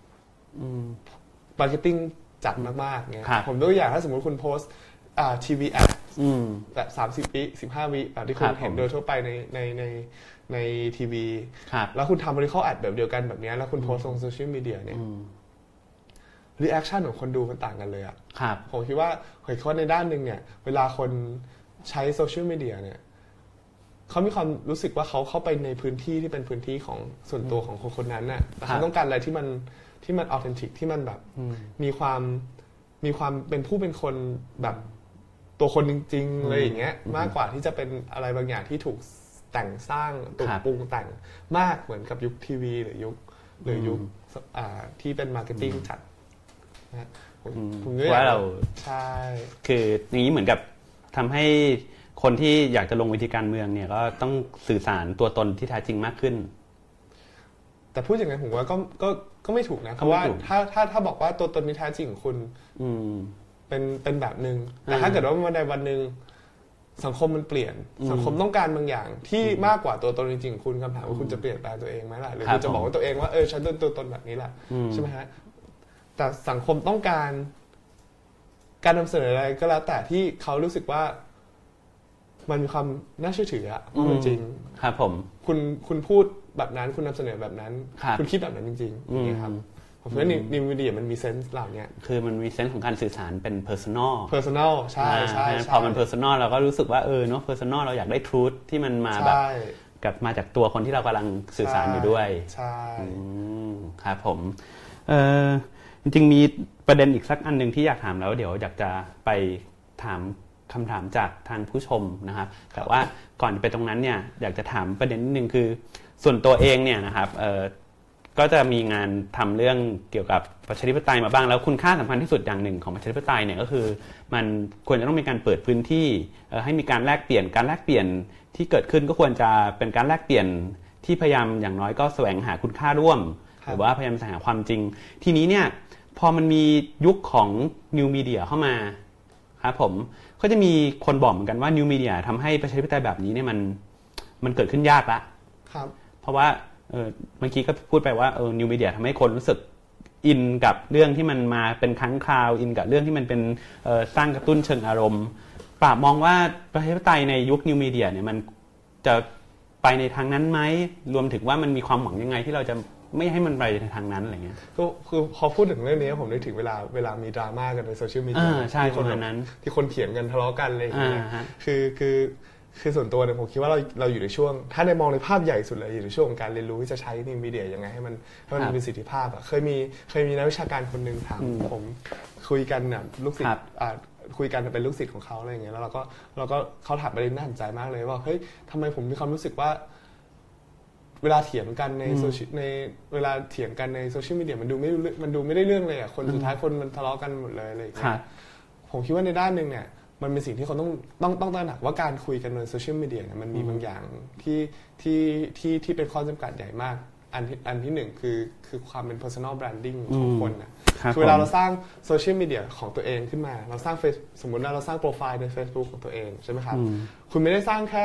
มาร์เก็ตติ้งจัดมากๆเนี่ยผมตัวอย่างถ้าสมมติคุณโพสต์ทีวีแอดแบบ30 วิ15 วิแบบที่คุณเห็นโดยทั่วไปในทีวีแล้วคุณทำ vertical ad แบบเดียวกันแบบนี้แล้วคุณโพสต์ลงโซเชียลมีเดียเนี่ยรีแอคชั่นของคนดูมันต่างกันเลยอ่ะผมคิดว่าในด้านหนึ่งเนี่ยเวลาคนใช้โซเชียลมีเดียเนี่ยเขามีความรู้สึกว่าเขาเข้าไปในพื้นที่ที่เป็นพื้นที่ของส่วนตัวของคนนั้นน่ะแต่เขาต้องการอะไรที่มันออเทนติกที่มันแบบมีความเป็นผู้เป็นคนแบบตัวคนจริงๆอะไรอย่างเงี้ยมากกว่าที่จะเป็นอะไรบางอย่างที่ถูกแต่งสร้างถูกปรุงแต่งมากเหมือนกับยุคทีวีหรือยุคที่เป็นมาร์เก็ตติ้งจัดนะผมว่าเราใช่คืออย่างนี้เหมือนกับทำให้คนที่อยากจะลงเวทีการเมืองเนี่ยก็ต้องสื่อสารตัวตนที่แท้จริงมากขึ้นแต่พูดอย่างนั้นผมว่าก็ไม่ถูกนะเพราะว่าถ้าบอกว่าตัวตนที่แท้จริงของคุณเป็นแบบนึงแต่ถ้าเกิดว่าวันใดวันหนึ่งสังคมมันเปลี่ยนสังคมต้องการบางอย่างที่มากกว่าตัวตนจริงๆของคุณคำถามว่าคุณจะเปลี่ยนแปลงตัวเองไหมล่ะหรือคุณจะบอกว่าตัวเองว่าฉันเป็นตัวตนแบบนี้แหละใช่ไหมฮะแต่สังคมต้องการนำเสนออะไรก็แล้วแต่ที่เขารู้สึกว่ามันมีความน่าเชื่อถืออะจริงครับผมคุณพูดแบบนั้นคุณนำเสนอแบบนั้นคุณคิดแบบนั้นจริงๆนี่ครับผมว่านิวมีเดียมันมีเซนส์เหล่านี้คือมันมีเซนส์ของการสื่อสารเป็น personal ใช่พอมัน personal เราก็รู้สึกว่าเนาะ personal เราอยากได้ truth ที่มันมาแบบกับมาจากตัวคนที่เรากำลังสื่อสารอยู่ด้วยใช่ครับผมจริงๆมีประเด็นอีกสักอันนึงที่อยากถามแล้วเดี๋ยวอยากจะไปถามคำถามจากทางผู้ชมนะครับแต่ว่าก่อนไปตรงนั้นเนี่ยอยากจะถามประเด็นนิดนึงคือส่วนตัวเองเนี่ยนะครับก็จะมีงานทำเรื่องเกี่ยวกับประชาธิปไตยมาบ้างแล้วคุณค่าสำคัญที่สุดอย่างหนึ่งของประชาธิปไตยเนี่ยก็คือมันควรจะต้องมีการเปิดพื้นที่ให้มีการแลกเปลี่ยนที่เกิดขึ้นก็ควรจะเป็นการแลกเปลี่ยนที่พยายามอย่างน้อยก็แสวงหาคุณค่าร่วมหรือว่าพยายามแสวงหาความจริงทีนี้เนี่ยพอมันมียุคของ New Media เข้ามาครับผมก็จะมีคนบอกเหมือนกันว่า New Media ทำให้ประชาธิปไตยแบบนี้เนี่ยมันเกิดขึ้นยากละเพราะว่าเมื่อกี้ก็พูดไปว่าNew Media ทำให้คนรู้สึกอินกับเรื่องที่มันมาเป็นครั้งคราวอินกับเรื่องที่มันเป็นสร้างกระตุ้นเชิงอารมณ์ปราบมองว่าประชาธิปไตยในยุค New Media เนี่ยมันจะไปในทางนั้นไหมรวมถึงว่ามันมีความหวังยังไงที่เราจะไม่ให้มันไปในทางนั้นอะไรเงี้ยก็คือพอพูดถึงเรื่องนี้ผมนึกถึงเวลามีดราม่ากันในโซเชียลมีเดียใช่คนนั้นที่คนเถียงกันทะเลาะกันอะไรอย่างเงี้ยคือส่วนตัวเนี่ยผมคิดว่าเราอยู่ในช่วงถ้าในมองในภาพใหญ่สุดเลยอยู่ในช่วงของการเรียนรู้ที่จะใช้นิวมีเดียยังไงให้มันมีประสิทธิภาพอ่ะเคยมีนักวิชาการคนนึงถามผมคุยกันเนี่ยลูกศิษย์คุยกันเป็นลูกศิษย์ของเขาอะไรอย่างเงี้ยแล้วเราก็เขาถามประเด็นน่าสนใจมากเลยว่าเฮ้ยทำไมผมมีความรู้สึกว่าเวลาเถียงกันในโซเชียลมีเดียมันดูไม่ได้เรื่องเลยอ่ะคนสุดท้ายคนมันทะเลาะกันหมดเลยอะไรอย่างเงี้ยผมคิดว่าในด้านนึงเนี่ยมันเป็นสิ่งที่คนต้องตระหนักว่าการคุยกันบนโซเชียลมีเดียเนี่ยมันมีบางอย่างที่เป็นข้อจำกัดใหญ่มากอันที่หนึ่งคือความเป็น personal branding ของคนนะคือเวลาเราสร้างโซเชียลมีเดียของตัวเองขึ้นมาเราสร้างสมมติว่าเราสร้างโปรไฟล์ใน Facebook ของตัวเองใช่ไหมครับคุณไม่ได้แค่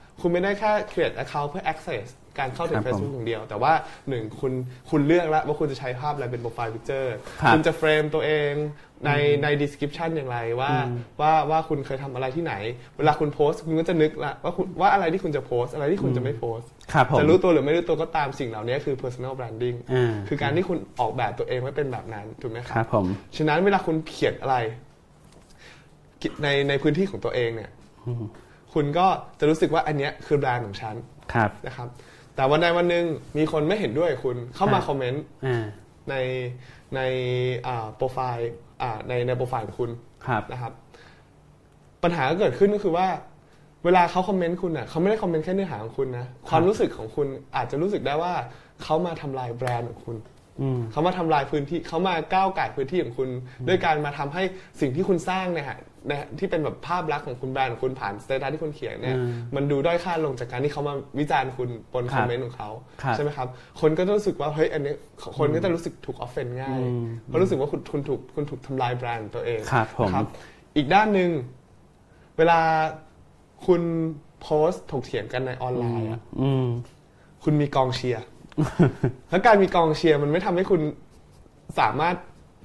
create account เพื่อ access การเข้าถึง Facebook อย่างเดียวแต่ว่า1คุณเลือกแล้วว่าคุณจะใช้ภาพอะไรเป็นโปรไฟล์พิกเจอร์คุณจะเฟรมตัวเองใน description อย่างไรว่าคุณเคยทำอะไรที่ไหนเวลาคุณโพสต์คุณก็จะนึกละว่าอะไรที่คุณจะโพสต์อะไรที่คุณจะไม่โพสต์จะรู้ตัวหรือไม่รู้ตัวก็ตามสิ่งเหล่านี้คือ personal branding คือการที่คุณออกแบบตัวเองไว้เป็นแบบนั้นถูกไหมครับฉะนั้นเวลาคุณเขียนอะไรในพื้นที่ของตัวเองเนี่ยคุณก็จะรู้สึกว่าอันเนี้ยคือแบรนด์ของฉันนะครับแต่วันใดวันหนึ่งมีคนไม่เห็นด้วยคุณเข้ามาคอมเมนต์ในโปรไฟล์ในโปรไฟล์ของคุณนะครับปัญหาก็เกิดขึ้นก็คือว่าเวลาเขาคอมเมนต์คุณอ่ะเขาไม่ได้คอมเมนต์แค่เนื้อหาของคุณนะความรู้สึกของคุณอาจจะรู้สึกได้ว่าเขามาทำลายแบรนด์ของคุณเขามาทำลายพื้นที่เขามาก้าวไก่พื้นที่ของคุณด้วยการมาทำให้สิ่งที่คุณสร้างเนี่ยที่เป็นแบบภาพลักษณ์ของคุณแบรนด์ของคุณผ่านสเตตัสที่คุณเขียนเนี่ยมันดูด้อยค่าลงจากการที่เขามาวิจารณ์คุณบนคอมเมนต์ของเขาใช่ไหมครับคนก็จะรู้สึกว่าเฮ้ยอันนี้คนก็จะรู้สึกถูกออฟเฟนง่ายเพราะรู้สึกว่าคุณถูกทำลายแบรนด์ตัวเองนะครับอีกด้านหนึ่งเวลาคุณโพสต์ถกเถียงกันในออนไลน์อ่ะคุณมีกองเชียร์แล้วการมีกองเชียร์มันไม่ทำให้คุณสามารถ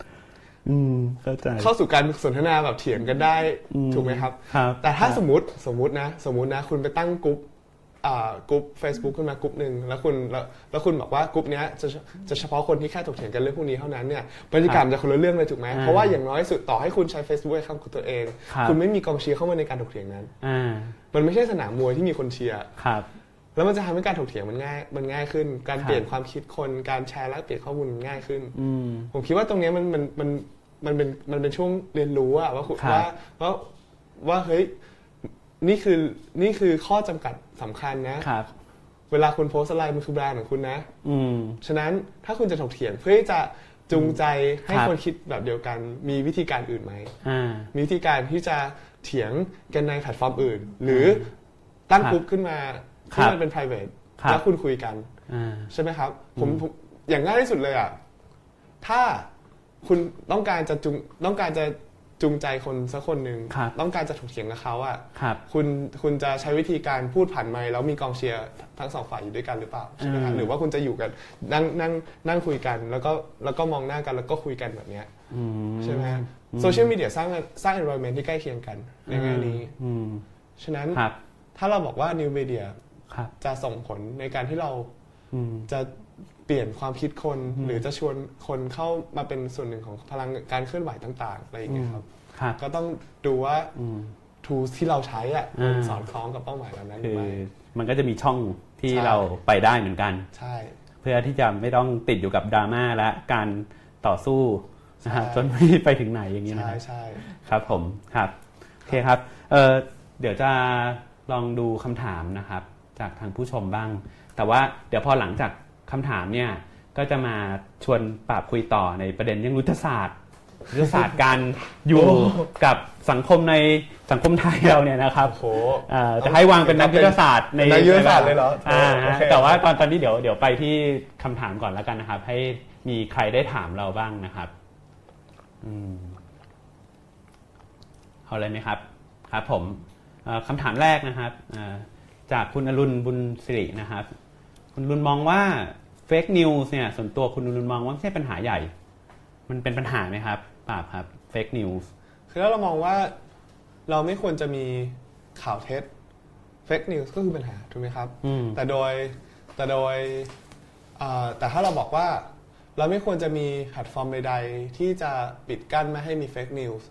เข้าสู่การสนทนาแบบเถียงกันได้ถูกไหมครับแต่ถ้าสมมตินะคุณไปตั้งกลุ่ม Facebook ขึ้นมากลุ่มหนึ่งแล้วคุณบอกว่ากลุ่มนี้จะเฉพาะคนที่แค่ถกเถียงกันเรื่องพวกนี้เท่านั้นเนี่ยบรรยากาศจะคนละเรื่องเลยถูกไหมเพราะว่าอย่างน้อยสุดต่อให้คุณใช้ Facebook ให้คำของตัวเองคุณไม่มีกองเชียร์เข้ามาในการถกเถียงนั้นมันไม่ใช่สนามมวยที่มีคนเชียร์แล้วมันจะทำให้การถกเถียงมันง่ายขึ้นการเปลี่ยนความคิดคนการแชร์และเปลี่ยนข้อมูลมันง่ายขึ้นผมคิดว่าตรงนี้มันเป็นช่วงเรียนรู้อะว่าเฮ้ยนี่คือข้อจำกัดสำคัญนะเวลาคุณโพสอะไรมันคือแบรนด์ของคุณนะฉะนั้นถ้าคุณจะถกเถียงเพื่อจะจูงใจให้คนคิดแบบเดียวกันมีวิธีการอื่นไหมมีวิธีการที่จะเถียงกันในแพลตฟอร์มอื่นหรือตั้งกลุ่มขึ้นมาที่มันเป็น private แล้วคุณคุยกันใช่ไหมครับผมอย่างง่ายที่สุดเลยอ่ะถ้าคุณต้องการจะจูงใจคนสักคนหนึ่งต้องการจะถกเถียงกับเขาอ่ะคุณจะใช้วิธีการพูดผ่านไมค์แล้วมีกองเชียร์ทั้งสองฝ่ายอยู่ด้วยกันหรือเปล่าใช่ไหมครับหรือว่าคุณจะอยู่กันนั่งคุยกันแล้วก็มองหน้ากันแล้วก็คุยกันแบบนี้ใช่ไหมโซเชียลมีเดียสร้าง environment ที่ใกล้เคียงกันในแง่นี้ฉะนั้นถ้าเราบอกว่า New Media จะส่งผลในการที่เราจะเปลี่ยนความคิดคนหรือจะชวนคนเข้ามาเป็นส่วนหนึ่งของพลังการเคลื่อนไหวต่างๆอะไรอย่างเงี้ยครับก็ต้องดูว่า tools ที่เราใช้อ่ะมันสอดคล้องกับเป้าหมายเรานั้นหรือไม่มันก็จะมีช่องที่เราไปได้เหมือนกันใช่เพื่อที่จะไม่ต้องติดอยู่กับดราม่าและการต่อสู้นะครับจนไม่ไปถึงไหนอย่างนี้นะครับใช่ครับผมครับโอเคครับเดี๋ยวจะลองดูคำถามนะครับจากทางผู้ชมบ้างแต่ว่าเดี๋ยวพอหลังจากคำถามเนี่ยก็จะมาชวนปราบคุยต่อในประเด็นเรื่องยุทธศาสตร์การอยู่กับสังคมในสังคมไทยเราเนี่ยนะครับจะให้วางเป็นนักยุทธศาสตร์ในยุทธศาสตร์เลยเหรอแต่ว่าตอนนี้เดี๋ยวไปที่คำถามก่อนแล้วกันนะครับให้มีใครได้ถามเราบ้างนะครับเอาเลยไหมครับครับผมคำถามแรกนะครับจากคุณอรุณบุญสิรินะครับคุณอรุณมองว่าเฟกนิวส์เนี่ยส่วนตัวคุณอรุณมองว่าไม่ใช่ปัญหาใหญ่มันเป็นปัญหาไหมครับปราบครับเฟกนิวส์คือถ้าเรามองว่าเราไม่ควรจะมีข่าวเท็จเฟกนิวส์ก็คือปัญหาถูกไหมครับแต่ถ้าเราบอกว่าเราไม่ควรจะมีแพลตฟอร์มใดๆที่จะปิดกั้นไม่ให้มีเฟกนิวส์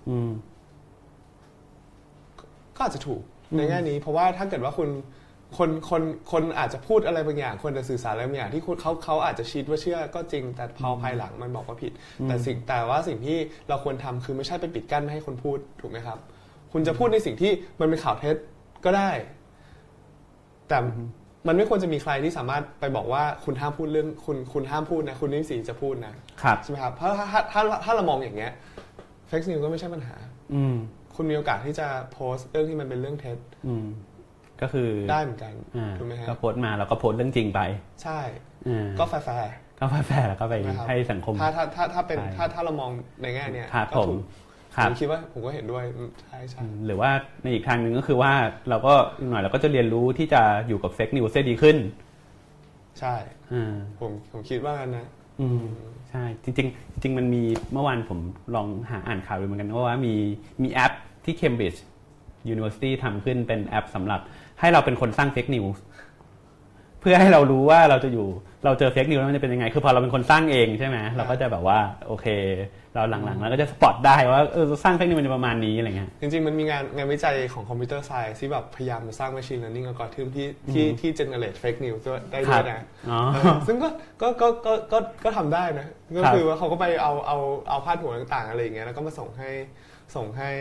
ก็อาจจะถูกในแง่นี้เพราะว่าถ้าเกิดว่าคนอาจจะพูดอะไรบางอย่างคนจะสื่อสารอะไรบางอย่างที่เขาอาจจะคิดว่าเชื่อก็จริงแต่พอภายหลังมันบอกว่าผิดแต่ว่าสิ่งที่เราควรทำคือไม่ใช่ไปปิดกั้นไม่ให้คนพูดถูกไหมครับคุณจะพูดในสิ่งที่มันเป็นข่าวเท็จก็ได้แต่มันไม่ควรจะมีใครที่สามารถไปบอกว่าคุณห้ามพูดเรื่องคุณห้ามพูดนะคุณไม่มีสิทธิ์จะพูดนะใช่ไหมครับเพราะถ้าเรามองอย่างเงี้ยเฟกนิวส์ก็ไม่ใช่ปัญหาคุณมีโอกาสที่จะโพสต์เรื่องที่มันเป็นเรื่องเท็จก็คือได้เหมือนกันถูกไหมฮะก็โพสต์มาแล้วก็โพสต์เรื่องจริงไปใช่ก็แฟร์แล้วก็ไปให้สังคมถ้าเรามองในแง่เนี้ยก็ถูกผมคิดว่าผมก็เห็นด้วยใช่หรือว่าในอีกทางหนึ่งก็คือว่าเราก็อีกหน่อยเราก็จะเรียนรู้ที่จะอยู่กับเฟกนิวส์ได้ดีขึ้นใช่ผมคิดว่างั้นนะใช่จริงมันมีเมื่อวานผมลองหาอ่านข่าวดูเหมือนกันว่ามีแอปที่ Cambridge University ทำขึ้นเป็นแอปสำหรับให้เราเป็นคนสร้างเฟกนิวส์เพื่อให้เรารู้ว่าเราเจอเฟกนิวส์แล้วมันจะเป็นยังไงคือพอเราเป็นคนสร้างเองใช่ไหมเราก็จะแบบว่าโอเคเราหลังๆแล้วก็จะสปอตได้ว่าสร้างเฟกนิวส์มันจะประมาณนี้อะไรเงี้ยจริงๆมันมีงานวิจัยของคอมพิวเตอร์ไซน์ที่แบบพยายามมาสร้าง machine learning algorithm ที่ generate fake news ได้ด้วยนะซึ่งก็ทำได้นะก็คือว่าเขาก็ไปเอาพาดหัวต่างๆอะไรอย่างเงี้ยแล้วก็มาส่งให้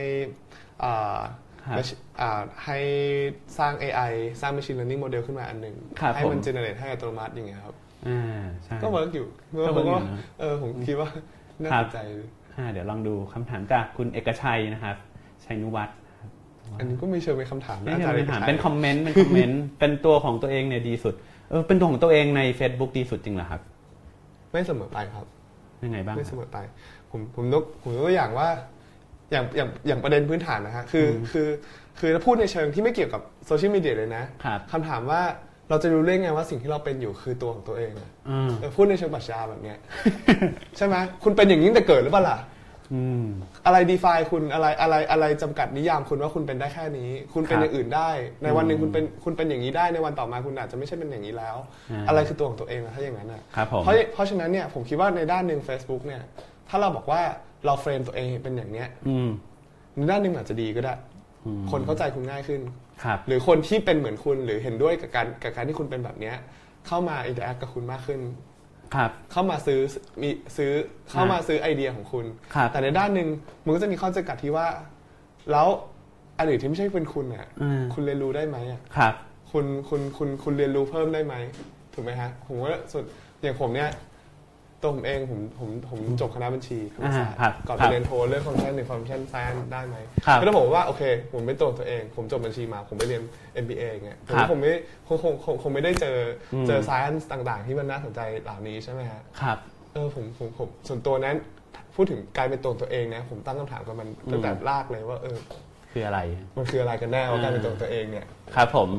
ให้สร้าง AI สร้าง machine learning model ขึ้นมาอันหนึ่งให้มัน generate ให้อัตโนมัติอย่างเงี้ยครับก็เวิร์กอยู่ผมคิดว่าน่าสนใจเดี๋ยวลองดูคำถามจากคุณเอกชัยนะครับชัยนุวัฒน์อันนี้ก็ไม่เชิงเป็นคำถามนะอาจารย์เป็นคอมเมนต์เป็นตัวของตัวเองเนี่ยดีสุดเป็นตัวของตัวเองใน Facebook ดีสุดจริงเหรอครับไม่เสมอไปครับยังไงบ้างไม่เสมอไปผมยกตัวอย่างว่าอย่างประเด็นพื้นฐานนะฮะคือถ้าพูดในเชิงที่ไม่เกี่ยวกับโซเชียลมีเดียเลยนะคำถามว่าเราจะรู้ได้ไงว่าสิ่งที่เราเป็นอยู่คือตัวของตัวเองพูดในเชิงปรัชญาแบบนี้ใช่ไหมคุณเป็นอย่างนี้แต่เกิดหรือเปล่าล่ะอะไร define คุณอะไรจำกัดนิยามคุณว่าคุณเป็นได้แค่นี้คุณเป็นอย่างอื่นได้ในวันหนึ่งคุณเป็นอย่างนี้ได้ในวันต่อมาคุณอาจจะไม่ใช่เป็นอย่างนี้แล้วอะไรคือตัวของตัวเองถ้าอย่างนั้นเพราะฉะนั้นเนี่ยผมคิดว่าในด้านหนึ่ง Facebook เนี่ยถ้าเราบอกว่าเราเฟรมตัวเองเป็นอย่างเนี้ยในด้านหนึ่งอาจจะดีก็ได้คนเข้าใจคุณง่ายขึ้นหรือคนที่เป็นเหมือนคุณหรือเห็นด้วยกับการที่คุณเป็นแบบนี้เข้ามาอินเตอร์แอคกับคุณมากขึ้นเข้ามาซื้อเข้ามาซื้อไอเดียของคุณแต่ในด้านหนึ่งมันก็จะมีข้อจำกัดที่ว่าแล้วอันอื่นที่ไม่ใช่เป็นคุณอ่ะคุณเรียนรู้ได้ไหมอ่ะคุณเรียนรู้เพิ่มได้ไหมถูกไหมฮะผมว่าส่วนอย่างผมเนี่ยตัวผมเองผมจบคณะบัญชีธรรมศาสตร์ก่อนไปเรียนโทเรื่อง Information Science ได้ไหมก็ต้องบอกว่าโอเคผมไม่ตัวเองผมจบบัญชีมาผมไปเรียน MBA อย่างเงี้ยผมไม่คงไม่ได้เจอ Science ต่างๆที่มันน่าสนใจเหล่านี้ใช่ไหมฮะผมส่วนตัวนั้นพูดถึงการเป็นตัวเองนะผมตั้งคำถามกับมันตั้งแต่แรกเลยว่าคืออะไรมันคืออะไรกันแน่ว่าการเป็นตัวเองเนี่ยครับผม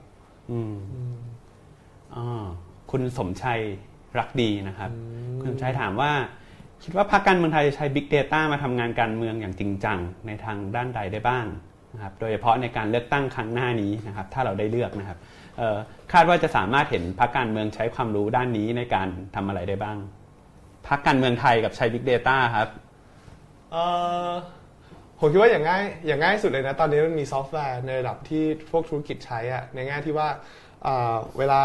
คุณสมชัยรักดีนะครับคุณชายถามว่าคิดว่าพรรคการเมืองไทยใช้ Big Data มาทำงานการเมืองอย่างจริงจังในทางด้านใดได้บ้างนะครับโดยเฉพาะในการเลือกตั้งครั้งหน้านี้นะครับถ้าเราได้เลือกนะครับคาดว่าจะสามารถเห็นพรรคการเมืองใช้ความรู้ด้านนี้ในการทำอะไรได้บ้างพรรคการเมืองไทยกับใช้ Big Data ครับผมคิดว่าอย่างง่ายสุดเลยนะตอนนี้มันมีซอฟต์แวร์ในระดับที่พวกธุรกิจใช้ในแง่ที่ว่าเวลา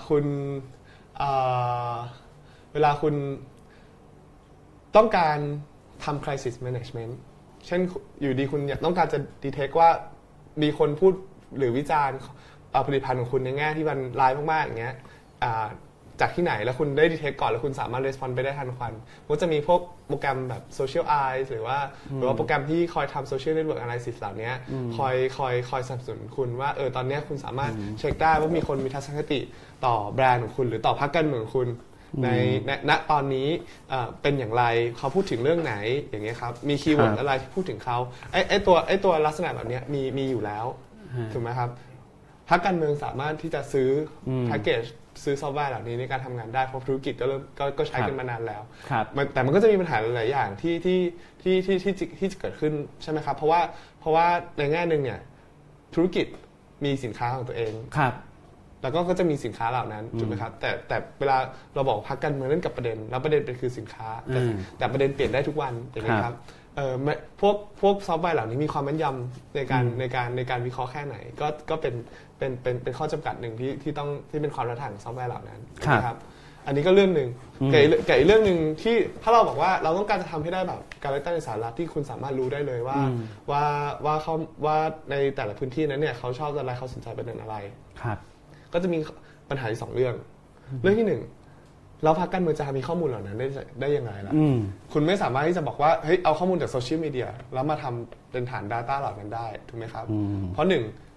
คุณต้องการทำ crisis management เช่นอยู่ดีคุณอยากต้องการจะ detect ว่ามีคนพูดหรือวิจารณ์ผลิตภัณฑ์ของคุณในแง่ที่มันร้ายมากๆอย่างเงี้ยจากที่ไหนแล้วคุณได้ detect ก่อนแล้วคุณสามารถ respond ไปได้ทันควันก็จะมีพวกโปรแกรมแบบ social eyes หรือว่าโปรแกรมที่คอยทำ social network analysis เหล่านี้คอยสนับสนุนคุณว่าตอนนี้คุณสามารถเช็คได้ว่ามีคนมีทัศนคติต่อแบรนด์ของคุณหรือต่อพรรคการเมืองของคุณในณตอนนี้เป็นอย่างไรเขาพูดถึงเรื่องไหนอย่างเงี้ยครับมีคีย์เวิร์ดอะไรที่พูดถึงเขาไอ้ตัวลักษณะแบบนี้มีอยู่แล้วถูกไหมครับพรรคการเมืองสามารถที่จะซื้อแพ็กเกจซื้อซอฟต์แวร์เหล่านี้ในการทำงานได้เพราะธุรกิจก็ใช้กันมานานแล้วแต่มันก็จะมีปัญหาหลายอย่างที่จะเกิดขึ้นใช่ไหมครับเพราะว่าในแง่หนึ่งเนี่ยธุรกิจมีสินค้าของตัวเองแล้วก็จะมีสินค้าเหล่านั้นถูกไหมครับแต่เวลาเราบอกพรรคการเมืองเล่นกับประเด็นแล้วประเด็นเป็นคือสินค้าแต่ประเด็นเปลี่ยนได้ทุกวันอย่างนี้ครับพวกซอฟต์แวร์เหล่านี้มีความแม่นยำในการวิเคราะห์แค่ไหนก็เป็นข้อจำกัดหนึ่งที่เป็นความท้าทายของซอฟต์แวร์เหล่านั้นนะครับอันนี้ก็เรื่องหนึ่งกับอีกเรื่องหนึ่งที่ถ้าเราบอกว่าเราต้องการจะทำให้ได้แบบการเลือกตั้งในสหรัฐที่คุณสามารถรู้ได้เลยว่าในแต่ละพื้นที่นั้นเนี่ยเขาชอบอะไรเขาสนใจประเด็นอะไรก็จะมีปัญหาที่2เรื่องที่1แล้วพรรคการเมืองจะมีข้อมูลเหล่านั้นได้ยังไงล่ะคุณไม่สามารถที่จะบอกว่าเฮ้ยเอาข้อมูลจากโซเชียลมีเดียแล้วมาทำเป็นฐาน Data เหล่านั้นได้ถูกไหมครับเพราะ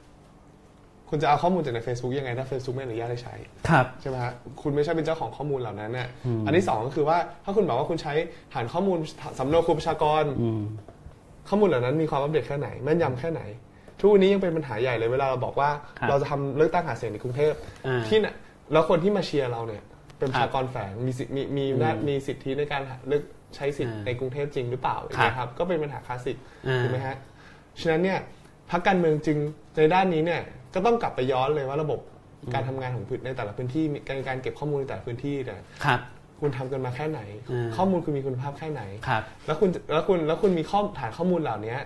1คุณจะเอาข้อมูลจากใน Facebook ยังไงถ้า Facebook ไม่อนุญาตให้ใช้ใช่ไหมฮะคุณไม่ใช่เป็นเจ้าของข้อมูลเหล่านั้นเนี่ยอันที่2ก็คือว่าถ้าคุณบอกว่าคุณใช้ฐานข้อมูลสำรวจคนประชากรข้อมูลเหล่านั้นมีความอัปเดตแค่ไหนแม่นยำแค่ไหนทุกวันนี้ยังเป็นปัญหาใหญ่เลยเวลาเราบอกว่าเราจะทำเลือกตั้งหาเสียงในกรุงเทพที่น่ะแล้วคนที่มาเชียร์เราเนี่ยเป็นประชากรแฝงมีสิทธิในการเลือกใช้สิทธิในกรุงเทพจริงหรือเปล่านะครับก็เป็นปัญหาคลาสสิกถูกไหมฮะฉะนั้นเนี่ยพรรคการเมืองจึงในด้านนี้เนี่ยก็ต้องกลับไปย้อนเลยว่าระบบการทำงานของในแต่ละพื้นที่การเก็บข้อมูลในแต่ละพื้นที่เนี่ยคุณทำกันมาแค่ไหนข้อมูลคุณมีคุณภาพแค่ไหนแล้วคุณมีฐานข้อมูลเหล่านี้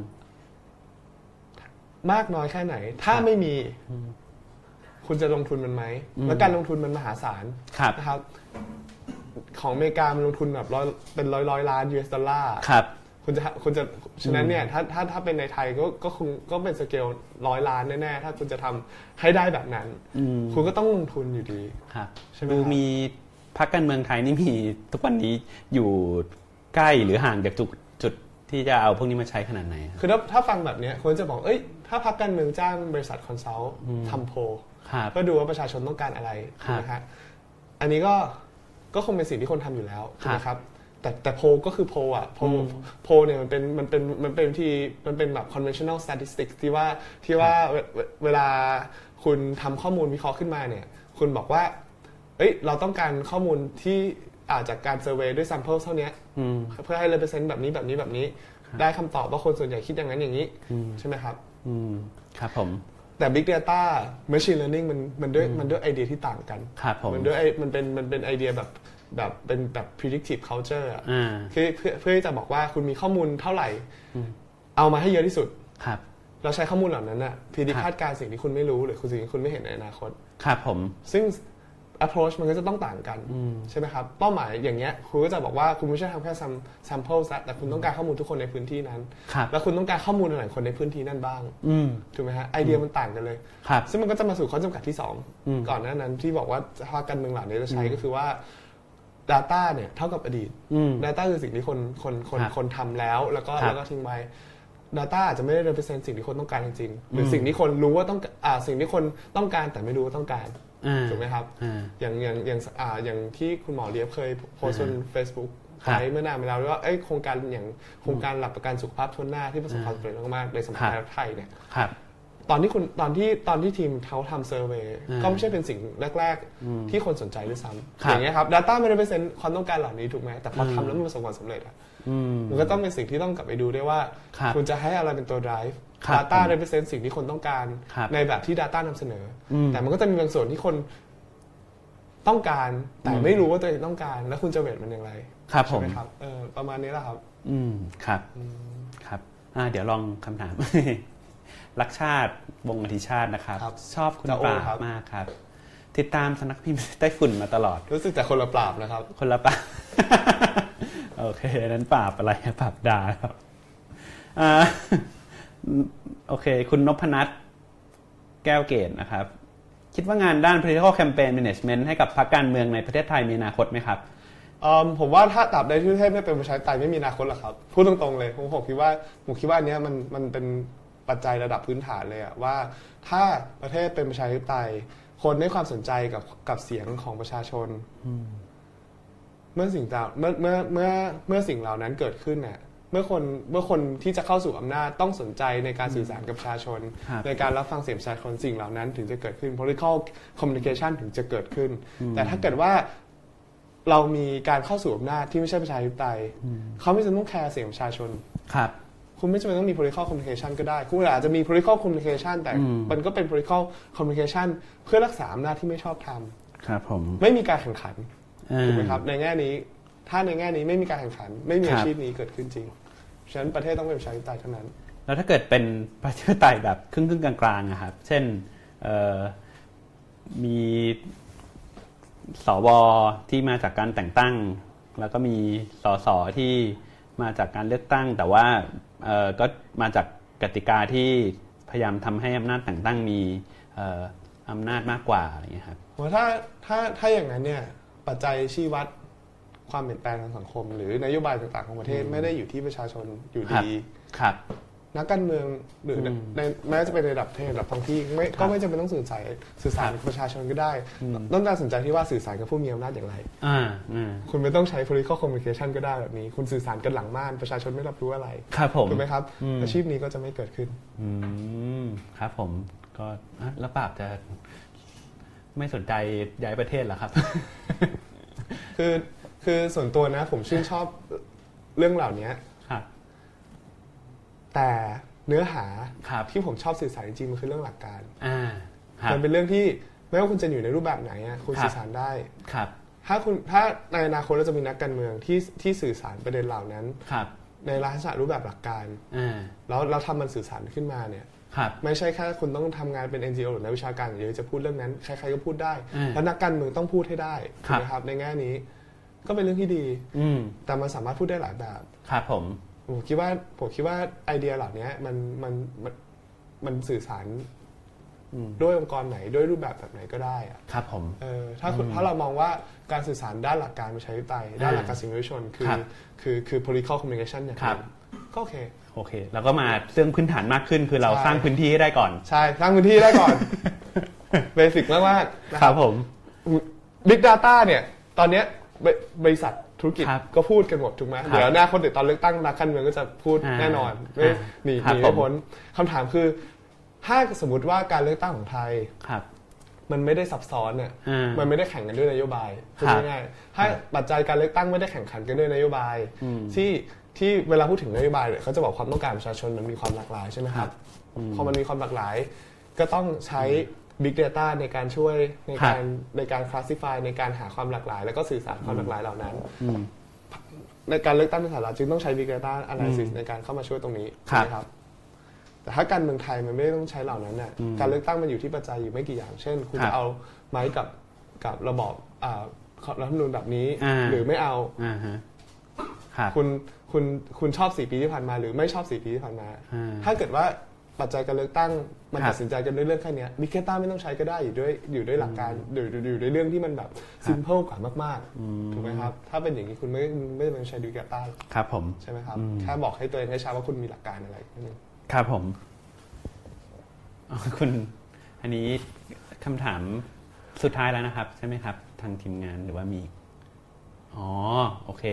มากน้อยแค่ไหนถ้าไม่มีคุณจะลงทุนมันไหมแล้วการลงทุนมันมหาศาลนะครับของอเมริกามันลงทุนแบบเป็นร้อยล้าน US ดอลลาร์คุณจะฉะนั้นเนี่ยถ้าเป็นในไทยก็เป็นสเกล100 ล้านแน่ๆถ้าคุณจะทำให้ได้แบบนั้นคุณก็ต้องลงทุนอยู่ดีใช่ไหมดูมีพรรคการเมืองไทยนี่มีทุกวันนี้อยู่ใกล้หรือห่างจากจุดที่จะเอาพวกนี้มาใช้ขนาดไหนคือถ้าฟังแบบนี้คนจะบอกถ้าพรรคการเมืองจ้างบริษัทคอนซัลท์ทำโพลเพื่อดูว่าประชาชนต้องการอะไรนะฮะอันนี้ก็คงเป็นสิ่งที่คนทำอยู่แล้วนะครับแต่โพลก็คือโพลอ่ะโพลเนี่ยมันเป็นแบบ conventional statistics ที่ว่าเวลาคุณทำข้อมูลวิเคราะห์ขึ้นมาเนี่ยคุณบอกว่าเราต้องการข้อมูลที่จากการเซอร์เวย์ด้วย sample เท่านี้เพื่อให้ represent แบบนี้ได้คำตอบว่าคนส่วนใหญ่คิดอย่างนั้นอย่างนี้ใช่ไหมครับครับผมแต่ Big Data Machine Learning มันด้วยไอเดียที่ต่างกันมันเป็นไอเดียแบบเป็นแบบ predictive culture อ่ะคือเพื่อจะบอกว่าคุณมีข้อมูลเท่าไหร่เอามาให้เยอะที่สุดเราใช้ข้อมูลเหล่านั้นน่ะพิจิตรคาดการสิ่งที่คุณไม่รู้หรือสิ่งที่คุณไม่เห็นในอนาคตครับผมซึ่ง approach มันก็จะต้องต่างกันใช่ไหมครับเป้าหมายอย่างเงี้ยคุณก็จะบอกว่าคุณไม่ใช่ทำแค่ sample แต่คุณต้องการข้อมูลทุกคนในพื้นที่นั้นแล้วคุณต้องการข้อมูลหลายคนในพื้นที่นั้นบ้างถูกไหมฮะไอเดียมันต่างกันเลยซึ่งมันก็จะมาสู่ข้อจำกัดที่2ก่อนหน้านั้นที่บอกว่าภาคการเมืองเหล่านี้จะใช้ก็คือว่าData เนี่ยเท่ากับอดีต Data คือสิ่งที่คนทำแล้วก็ทิ้งไว้ Data อาจจะไม่ได้ represent สิ่งที่คนต้องการจริงๆหรือสิ่งที่คนรู้ว่าสิ่งที่คนต้องการแต่ไม่รู้ว่าต้องการถูกไหมครับอย่างที่คุณหมอเลียบเคยโพสต์บน Facebook ไปเมื่อนานมาแล้วว่าโครงการอย่างโครงการหลักประกันสุขภาพทั่วหน้าที่ประสบความสำเร็จมากๆในสมัยไทยเนี่ยตอนที่ทีมเขาทำเซอร์เวย์ก็ไม่ใช่เป็นสิ่งแรกๆที่คนสนใจด้วยซ้ำอย่างเงี้ยครับ Data ไม่ได้เป็นความต้องการเหล่านี้ถูกไหมแต่พอทำแล้วมันประสบความสำเร็จมันก็ต้องเป็นสิ่งที่ต้องกลับไปดูด้วยว่าคุณจะให้อะไรเป็นตัว drive Data represent สิ่งที่คนต้องการในแบบที่ Data นำเสนอแต่มันก็จะมีบางส่วนที่คนต้องการแต่ไม่รู้ว่าตัวเองต้องการแล้วคุณจะเวทมันอย่างไรใช่ไหมครับประมาณนี้แหละครับครับเดี๋ยวลองคำถามรักชาติวงอธิชาตินะครับชอบคุณปราบมากครับติดตามสำนักพิมพ์ไต้ฝุ่นมาตลอดรู้สึกแต่คนละปราบนะครับคนละปราบโอเคนั้นปราบอะไรปราบด่าครับโอเคคุณนพนัทแก้วเกตนะครับคิดว่างานด้าน political campaign management ให้กับพรรคการเมืองในประเทศไทยมีอนาคตไหมครับผมว่าถ้าตราบใดที่ประเทศไม่เป็นประชาธิปไตยไม่มีอนาคตหรอกครับพูดตรงๆเลยผมคิดว่าอันนี้มันเป็นปัจจัยระดับพื้นฐานเลยว่าถ้าประเทศเป็นประชาธิปไตยคนให้ความสนใจกับเสียงของประชาชนเมื่อสิ่งเหล่านั้นเกิดขึ้นเนี่ยเมื่อคนที่จะเข้าสู่อำนาจต้องสนใจในการสื่อสารกับประชาชนในการรับฟังเสียงประชาชนสิ่งเหล่านั้นถึงจะเกิดขึ้น political communication ถึงจะเกิดขึ้นแต่ถ้าเกิดว่าเรามีการเข้าสู่อำนาจที่ไม่ใช่ประชาธิปไตยเขาไม่จำเป็นต้องแคร์เสียงประชาชนคุณไม่จำเป็นต้องมี political communication ก็ได้คุณอาจจะมี political communication แต่มันก็เป็น political communication เพื่อรักษาอำนาจที่ไม่ชอบธรรมครับผมไม่มีการแข่งขันถูกไหมครับในแง่นี้ถ้าในแง่นี้ไม่มีการแข่งขันไม่มีอาชีพนี้เกิดขึ้นจริงฉะนั้นประเทศต้องเป็นประชาธิปไตยเท่านั้นแล้วถ้าเกิดเป็นประชาธิปไตยแบบครึ่งๆกลางๆครับเช่นมีสวที่มาจากการแต่งตั้งแล้วก็มีสสที่มาจากการเลือกตั้งแต่ว่าก็มาจากกติกาที่พยายามทำให้อำนาจแต่งตั้งมีอำนาจมากกว่าอะไรอย่างเงี้ยครับถ้าอย่างนั้นเนี่ยปัจจัยชี้วัดความเปลี่ยนแปลงทางสังคมหรือนโยบายต่างๆของประเทศไม่ได้อยู่ที่ประชาชนอยู่ดีนักการเมืองหรือแม้จะเป็นระดับประเทศระดับท้องที่ก็ไม่จำเป็นต้องสื่อสารกับประชาชนก็ได้ต้องการสนใจที่ว่าสื่อสารกับผู้มีอำนาจอย่างไรคุณไม่ต้องใช้ political communication ก็ได้แบบนี้คุณสื่อสารกันหลังม่านประชาชนไม่รับรู้อะไรถูกไหมครับอาชีพนี้ก็จะไม่เกิดขึ้นครับผมก็แล้วปราบจะไม่สนใจย้ายประเทศเหรอครับคือส่วนตัวนะผมชื่นชอบเรื่องเหล่านี้แต่เนื้อหาที่ผมชอบสื่อสารจริงๆมันคือเรื่องหลักการมันเป็นเรื่องที่ไม่ว่าคุณจะอยู่ในรูปแบบไหนคุณสื่อสารได้ครับถ้าในอนาคตเราจะมีนักการเมืองที่สื่อสารประเด็นเหล่านั้นในลักษณะรูปแบบหลักการแล้วเราทำมันสื่อสารขึ้นมาเนี่ยไม่ใช่แค่คุณต้องทำงานเป็น NGO หรือนักวิชาการอย่างเดียวจะพูดเรื่องนั้นใครๆก็พูดได้แล้วนักการเมืองต้องพูดให้ได้ถูกไหมครับในแง่นี้ก็เป็นเรื่องที่ดีแต่มันสามารถพูดได้หลายแบบครับผมคิดว่าไอเดียเหล่านี้มันสื่อสารด้วยองค์กรไหนด้วยรูปแบบไหนก็ได้ครับผมถ้าเรามองว่าการสื่อสารด้านหลักการประชาธิปไตยด้านหลักการสิ่งมนุษยชนคือ political communication อย่างนี้ก็โอเคแล้วก็มาเรื่องพื้นฐานมากขึ้นคือเราสร้างพื้นที่ให้ได้ก่อนใช่สร้างพื้นที่ได้ก่อนเบสิกมากๆนะครับผม Big Data เนี่ยตอนนี้บริษัทธุรกิจก็พูดกันหมดถูกไหมเดี๋ยวหน้าคนติดตอนเลือกตั้งนักการเมืองก็จะพูดแน่นอนหนีไม่พ้นคำถามคือถ้าสมมติว่าการเลือกตั้งของไทยมันไม่ได้ซับซ้อนเนี่ยมันไม่ได้แข่งกันด้วยนโยบายพูดง่ายๆถ้าปัจจัยการเลือกตั้งไม่ได้แข่งขันกันด้วยนโยบายที่เวลาพูดถึงนโยบายเขาจะบอกความต้องการประชาชนมันมีความหลากหลายใช่ไหมครับพอมันมีความหลากหลายก็ต้องใช้ Big Data ในการช่วยในการ classify ในการหาความหลากหลายแล้วก็สื่อสารความหลากหลายเหล่านั้นในการเลือกตั้งในสหรัฐจึงต้องใช้ Big Data Analysis ในการเข้ามาช่วยตรงนี้ใช่ไหมครับแต่ถ้าการเมืองไทยมันไม่ต้องใช้เหล่านั้นน่ะการเลือกตั้งมันอยู่ที่ปัจจัยอยู่ไม่กี่อย่างเช่นคุณจะเอาไหมกับระบอบรัฐธรรมนูญแบบนี้หรือไม่เอาคุณชอบ4 ปีที่ผ่านมาหรือไม่ชอบ4 ปีที่ผ่านมาถ้าเกิดว่าปัจจัยการเลือกตั้งมันตัดสินใจกันด้วยเรื่องแค่นี้Big Dataไม่ต้องใช้ก็ได้อยู่ด้วยหลักการอยู่ด้วยเรื่องที่มันแบบ simple กว่ามากๆถูกไหมครับถ้าเป็นอย่างนี้คุณไม่จำเป็นใช้ Big Data ครับผมใช่ไหมครับแค่บอกให้ตัวเองให้ชัดว่าคุณมีหลักการอะไรนั่นครับผมคุณอันนี้คำถามสุดท้ายแล้วนะครับใช่ไหมครับทางทีมงานหรือว่ามีโอเค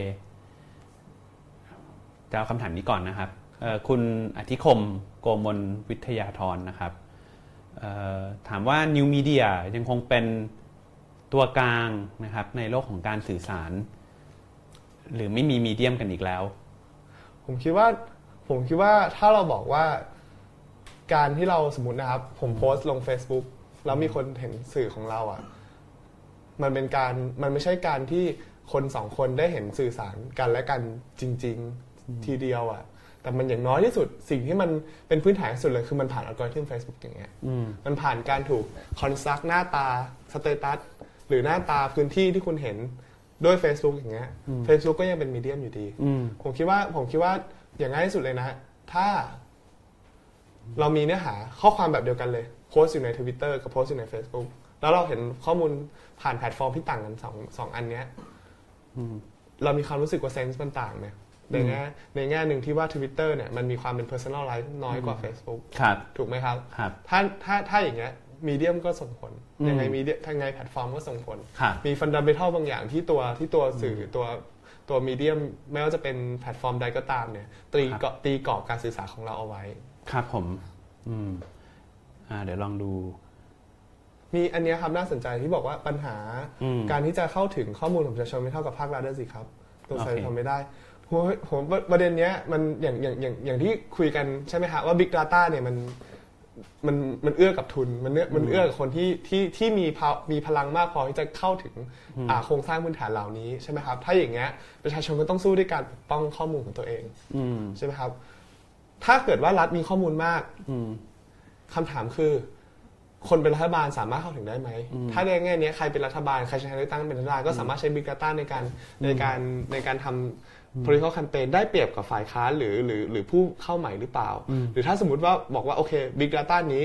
จะเอาคำถามนี้ก่อนนะครับคุณอธิคมโกมลวิทยาธรนะครับถามว่า New Media ยังคงเป็นตัวกลางนะครับในโลกของการสื่อสารหรือไม่มีมีเดียมกันอีกแล้วผมคิดว่าถ้าเราบอกว่าการที่เราสมมตินะครับผมโพสต์ลง Facebook แล้วมีคนเห็นสื่อของเรามันไม่ใช่การที่คน2 คนได้เห็นสื่อสารกันและกันจริงๆทีเดียวแต่มันอย่างน้อยที่สุดสิ่งที่มันเป็นพื้นฐานที่สุดเลยคือมันผ่านอัลกอริทึม Facebook อย่างเงี้ยมันผ่านการถูกคอนสตรักหน้าตาสเตตัสหรือหน้าตาพื้นที่ที่คุณเห็นด้วย Facebook อย่างเงี้ย Facebook ก็ยังเป็นมีเดียมอยู่ดีผมคิดว่าอย่างง่ายที่สุดเลยนะถ้าเรามีเนื้อหาข้อความแบบเดียวกันเลยโพสต์อยู่ใน Twitter กับโพสต์อยู่ใน Facebook แล้วเราเห็นข้อมูลผ่านแพลตฟอร์มที่ต่างกันสองอันเนี้ยเรามีความรู้สึกว่าเซนส์มันต่างไหมในแง่หนึ่งที่ว่า Twitter เนี่ยมันมีความเป็น personalize น้อยกว่า Facebook ถูกไหมครับถ้าอย่างเงี้ยมีเดียมก็ส่งผลยังไงมีเดียทางไงแพลตฟอร์มก็ส่งผลมี fundamental บางอย่างที่ตัวสื่อตัวมีเดียมไม่ว่าจะเป็นแพลตฟอร์มใดก็ตามเนี่ยตีกรอบการสื่อสารของเราเอาไว้ครับผมเดี๋ยวลองดูมีอันนี้ครับน่าสนใจที่บอกว่าปัญหาการที่จะเข้าถึงข้อมูลของประชาชนไม่เท่ากับภาครัฐได้สิครับตัวใส่ทำไม่ได้ผมประเด็นนี้มันอย่างที่คุยกันใช่ไหมฮะว่า Big Data เนี่ยมันเอื้อกับทุนมันเอื้อกับคนที่มีพลังมากพอที่จะเข้าถึงโครงสร้างพื้นฐานเหล่านี้ใช่ไหมครับถ้าอย่างเงี้ยประชาชนก็ต้องสู้ด้วยการปกป้องข้อมูลของตัวเองใช่ไหมครับถ้าเกิดว่ารัฐมีข้อมูลมากคำถามคือคนเป็นรัฐบาลสามารถเข้าถึงได้ไหมถ้าในแง่นี้ใครเป็นรัฐบาลใครใช้เลือกตั้งเป็นรัฐบาลก็สามารถใช้ Big Data ในการทำ political campaign ได้เปรียบกับฝ่ายค้านหรือผู้เข้าใหม่หรือเปล่าหรือถ้าสมมุติว่าบอกว่าโอเค Big Data นี้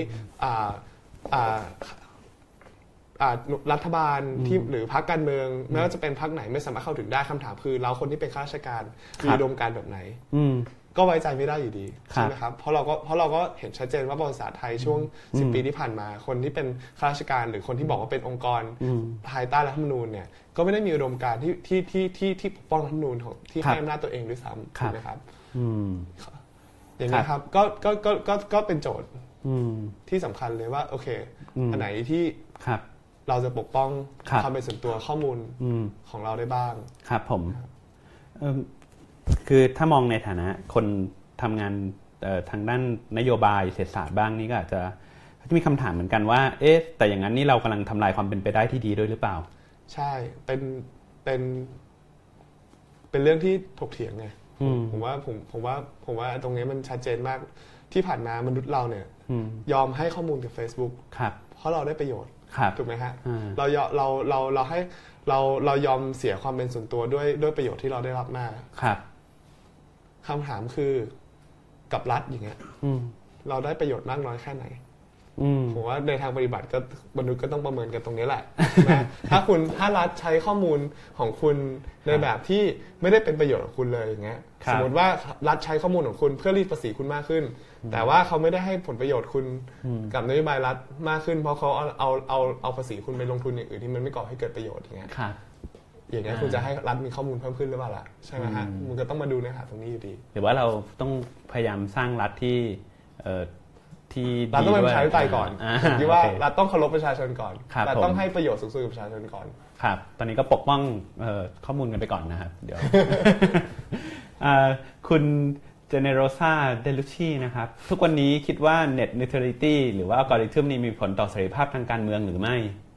รัฐบาลที่หรือพรรคการเมืองไม่ว่าจะเป็นพรรคไหนไม่สามารถเข้าถึงได้คำถามคือเราคนที่เป็นข้าราชการมีอุดมการณ์แบบไหนก็ไว้ใจไม่ได้อยู่ดีใช่ไหมครับเพราะเราก็เห็นชัดเจนว่าประวัติศาสตร์ไทยช่วง10 ปีที่ผ่านมาคนที่เป็นข้าราชการหรือคนที่บอกว่าเป็นองค์กรภายใต้รัฐธรรมนูญเนี่ยก็ไม่ได้มีอุดมการณ์ที่ปกป้องรัฐธรรมนูญของที่ให้อำนาจตัวเองด้วยซ้ำถูกไหมครับอย่างนี้ครับก็เป็นโจทย์ที่สำคัญเลยว่าโอเคอันไหนที่เราจะปกป้องความเป็นส่วนตัวข้อมูลของเราได้บ้างครับผมคือถ้ามองในฐานะคนทำงานทางด้านนโยบายเศรษฐศาสตร์บ้างนี่ก็อาจจะจะมีคำถามเหมือนกันว่าแต่อย่างนั้นนี่เรากำลังทำลายความเป็นไปได้ที่ดีด้วยหรือเปล่าใช่เป็นเรื่องที่ถกเถียงไงผมว่าตรงนี้มันชัดเจนมากที่ผ่านมามนุษย์เราเนี่ยยอมให้ข้อมูลกับ Facebook เพราะเราได้ประโยชน์ถูกไหมฮะเรายอมเสียความเป็นส่วนตัวด้วยประโยชน์ที่เราได้รับมาคำถามคือกับรัฐอย่างเงี้ยเราได้ประโยชน์มากน้อยแค่ไหนผมว่าในทางปฏิบัติก็มนุษย์ก็ต้องประเมินกันตรงนี้แหละนะถ้ารัฐใช้ข้อมูลของคุณในแบบที่ไม่ได้เป็นประโยชน์กับคุณเลยอย่างเงี้ยสมมติว่ารัฐใช้ข้อมูลของคุณเพื่อรีดภาษีคุณมากขึ้นแต่ว่าเขาไม่ได้ให้ผลประโยชน์คุณกับนโยบายรัฐมากขึ้นเพราะเขาเอาภาษีคุณไปลงทุนอย่างอื่นที่มันไม่ก่อให้เกิดประโยชน์อย่างเงี้ยอย่างนี้คุณจะให้รัฐมีข้อมูลเพิ่มขึ้นหรือเปล่าล่ะใช่ไหมฮะมันก็ต้องมาดูเนื้อหาตรงนี้อยู่ดีหรือว่าเราต้องพยายามสร้างรัฐที่รัฐต้องเป็นประชาธิปไตยก่อนผมคิดว่ารัฐต้องเคารพประชาชนก่อนแต่ต้องให้ประโยชน์สูงสุดกับประชาชนก่อนครับตอนนี้ก็ปกป้องข้อมูลกันไปก่อนนะครับเดี๋ยวคุณเจเนโรซาเดลุชีนะครับทุกวันนี้คิดว่า Net Neutrality หรือว่าอัลกอริทึมนี้มีผลต่อเสรีภาพทางการเมืองหรือไม่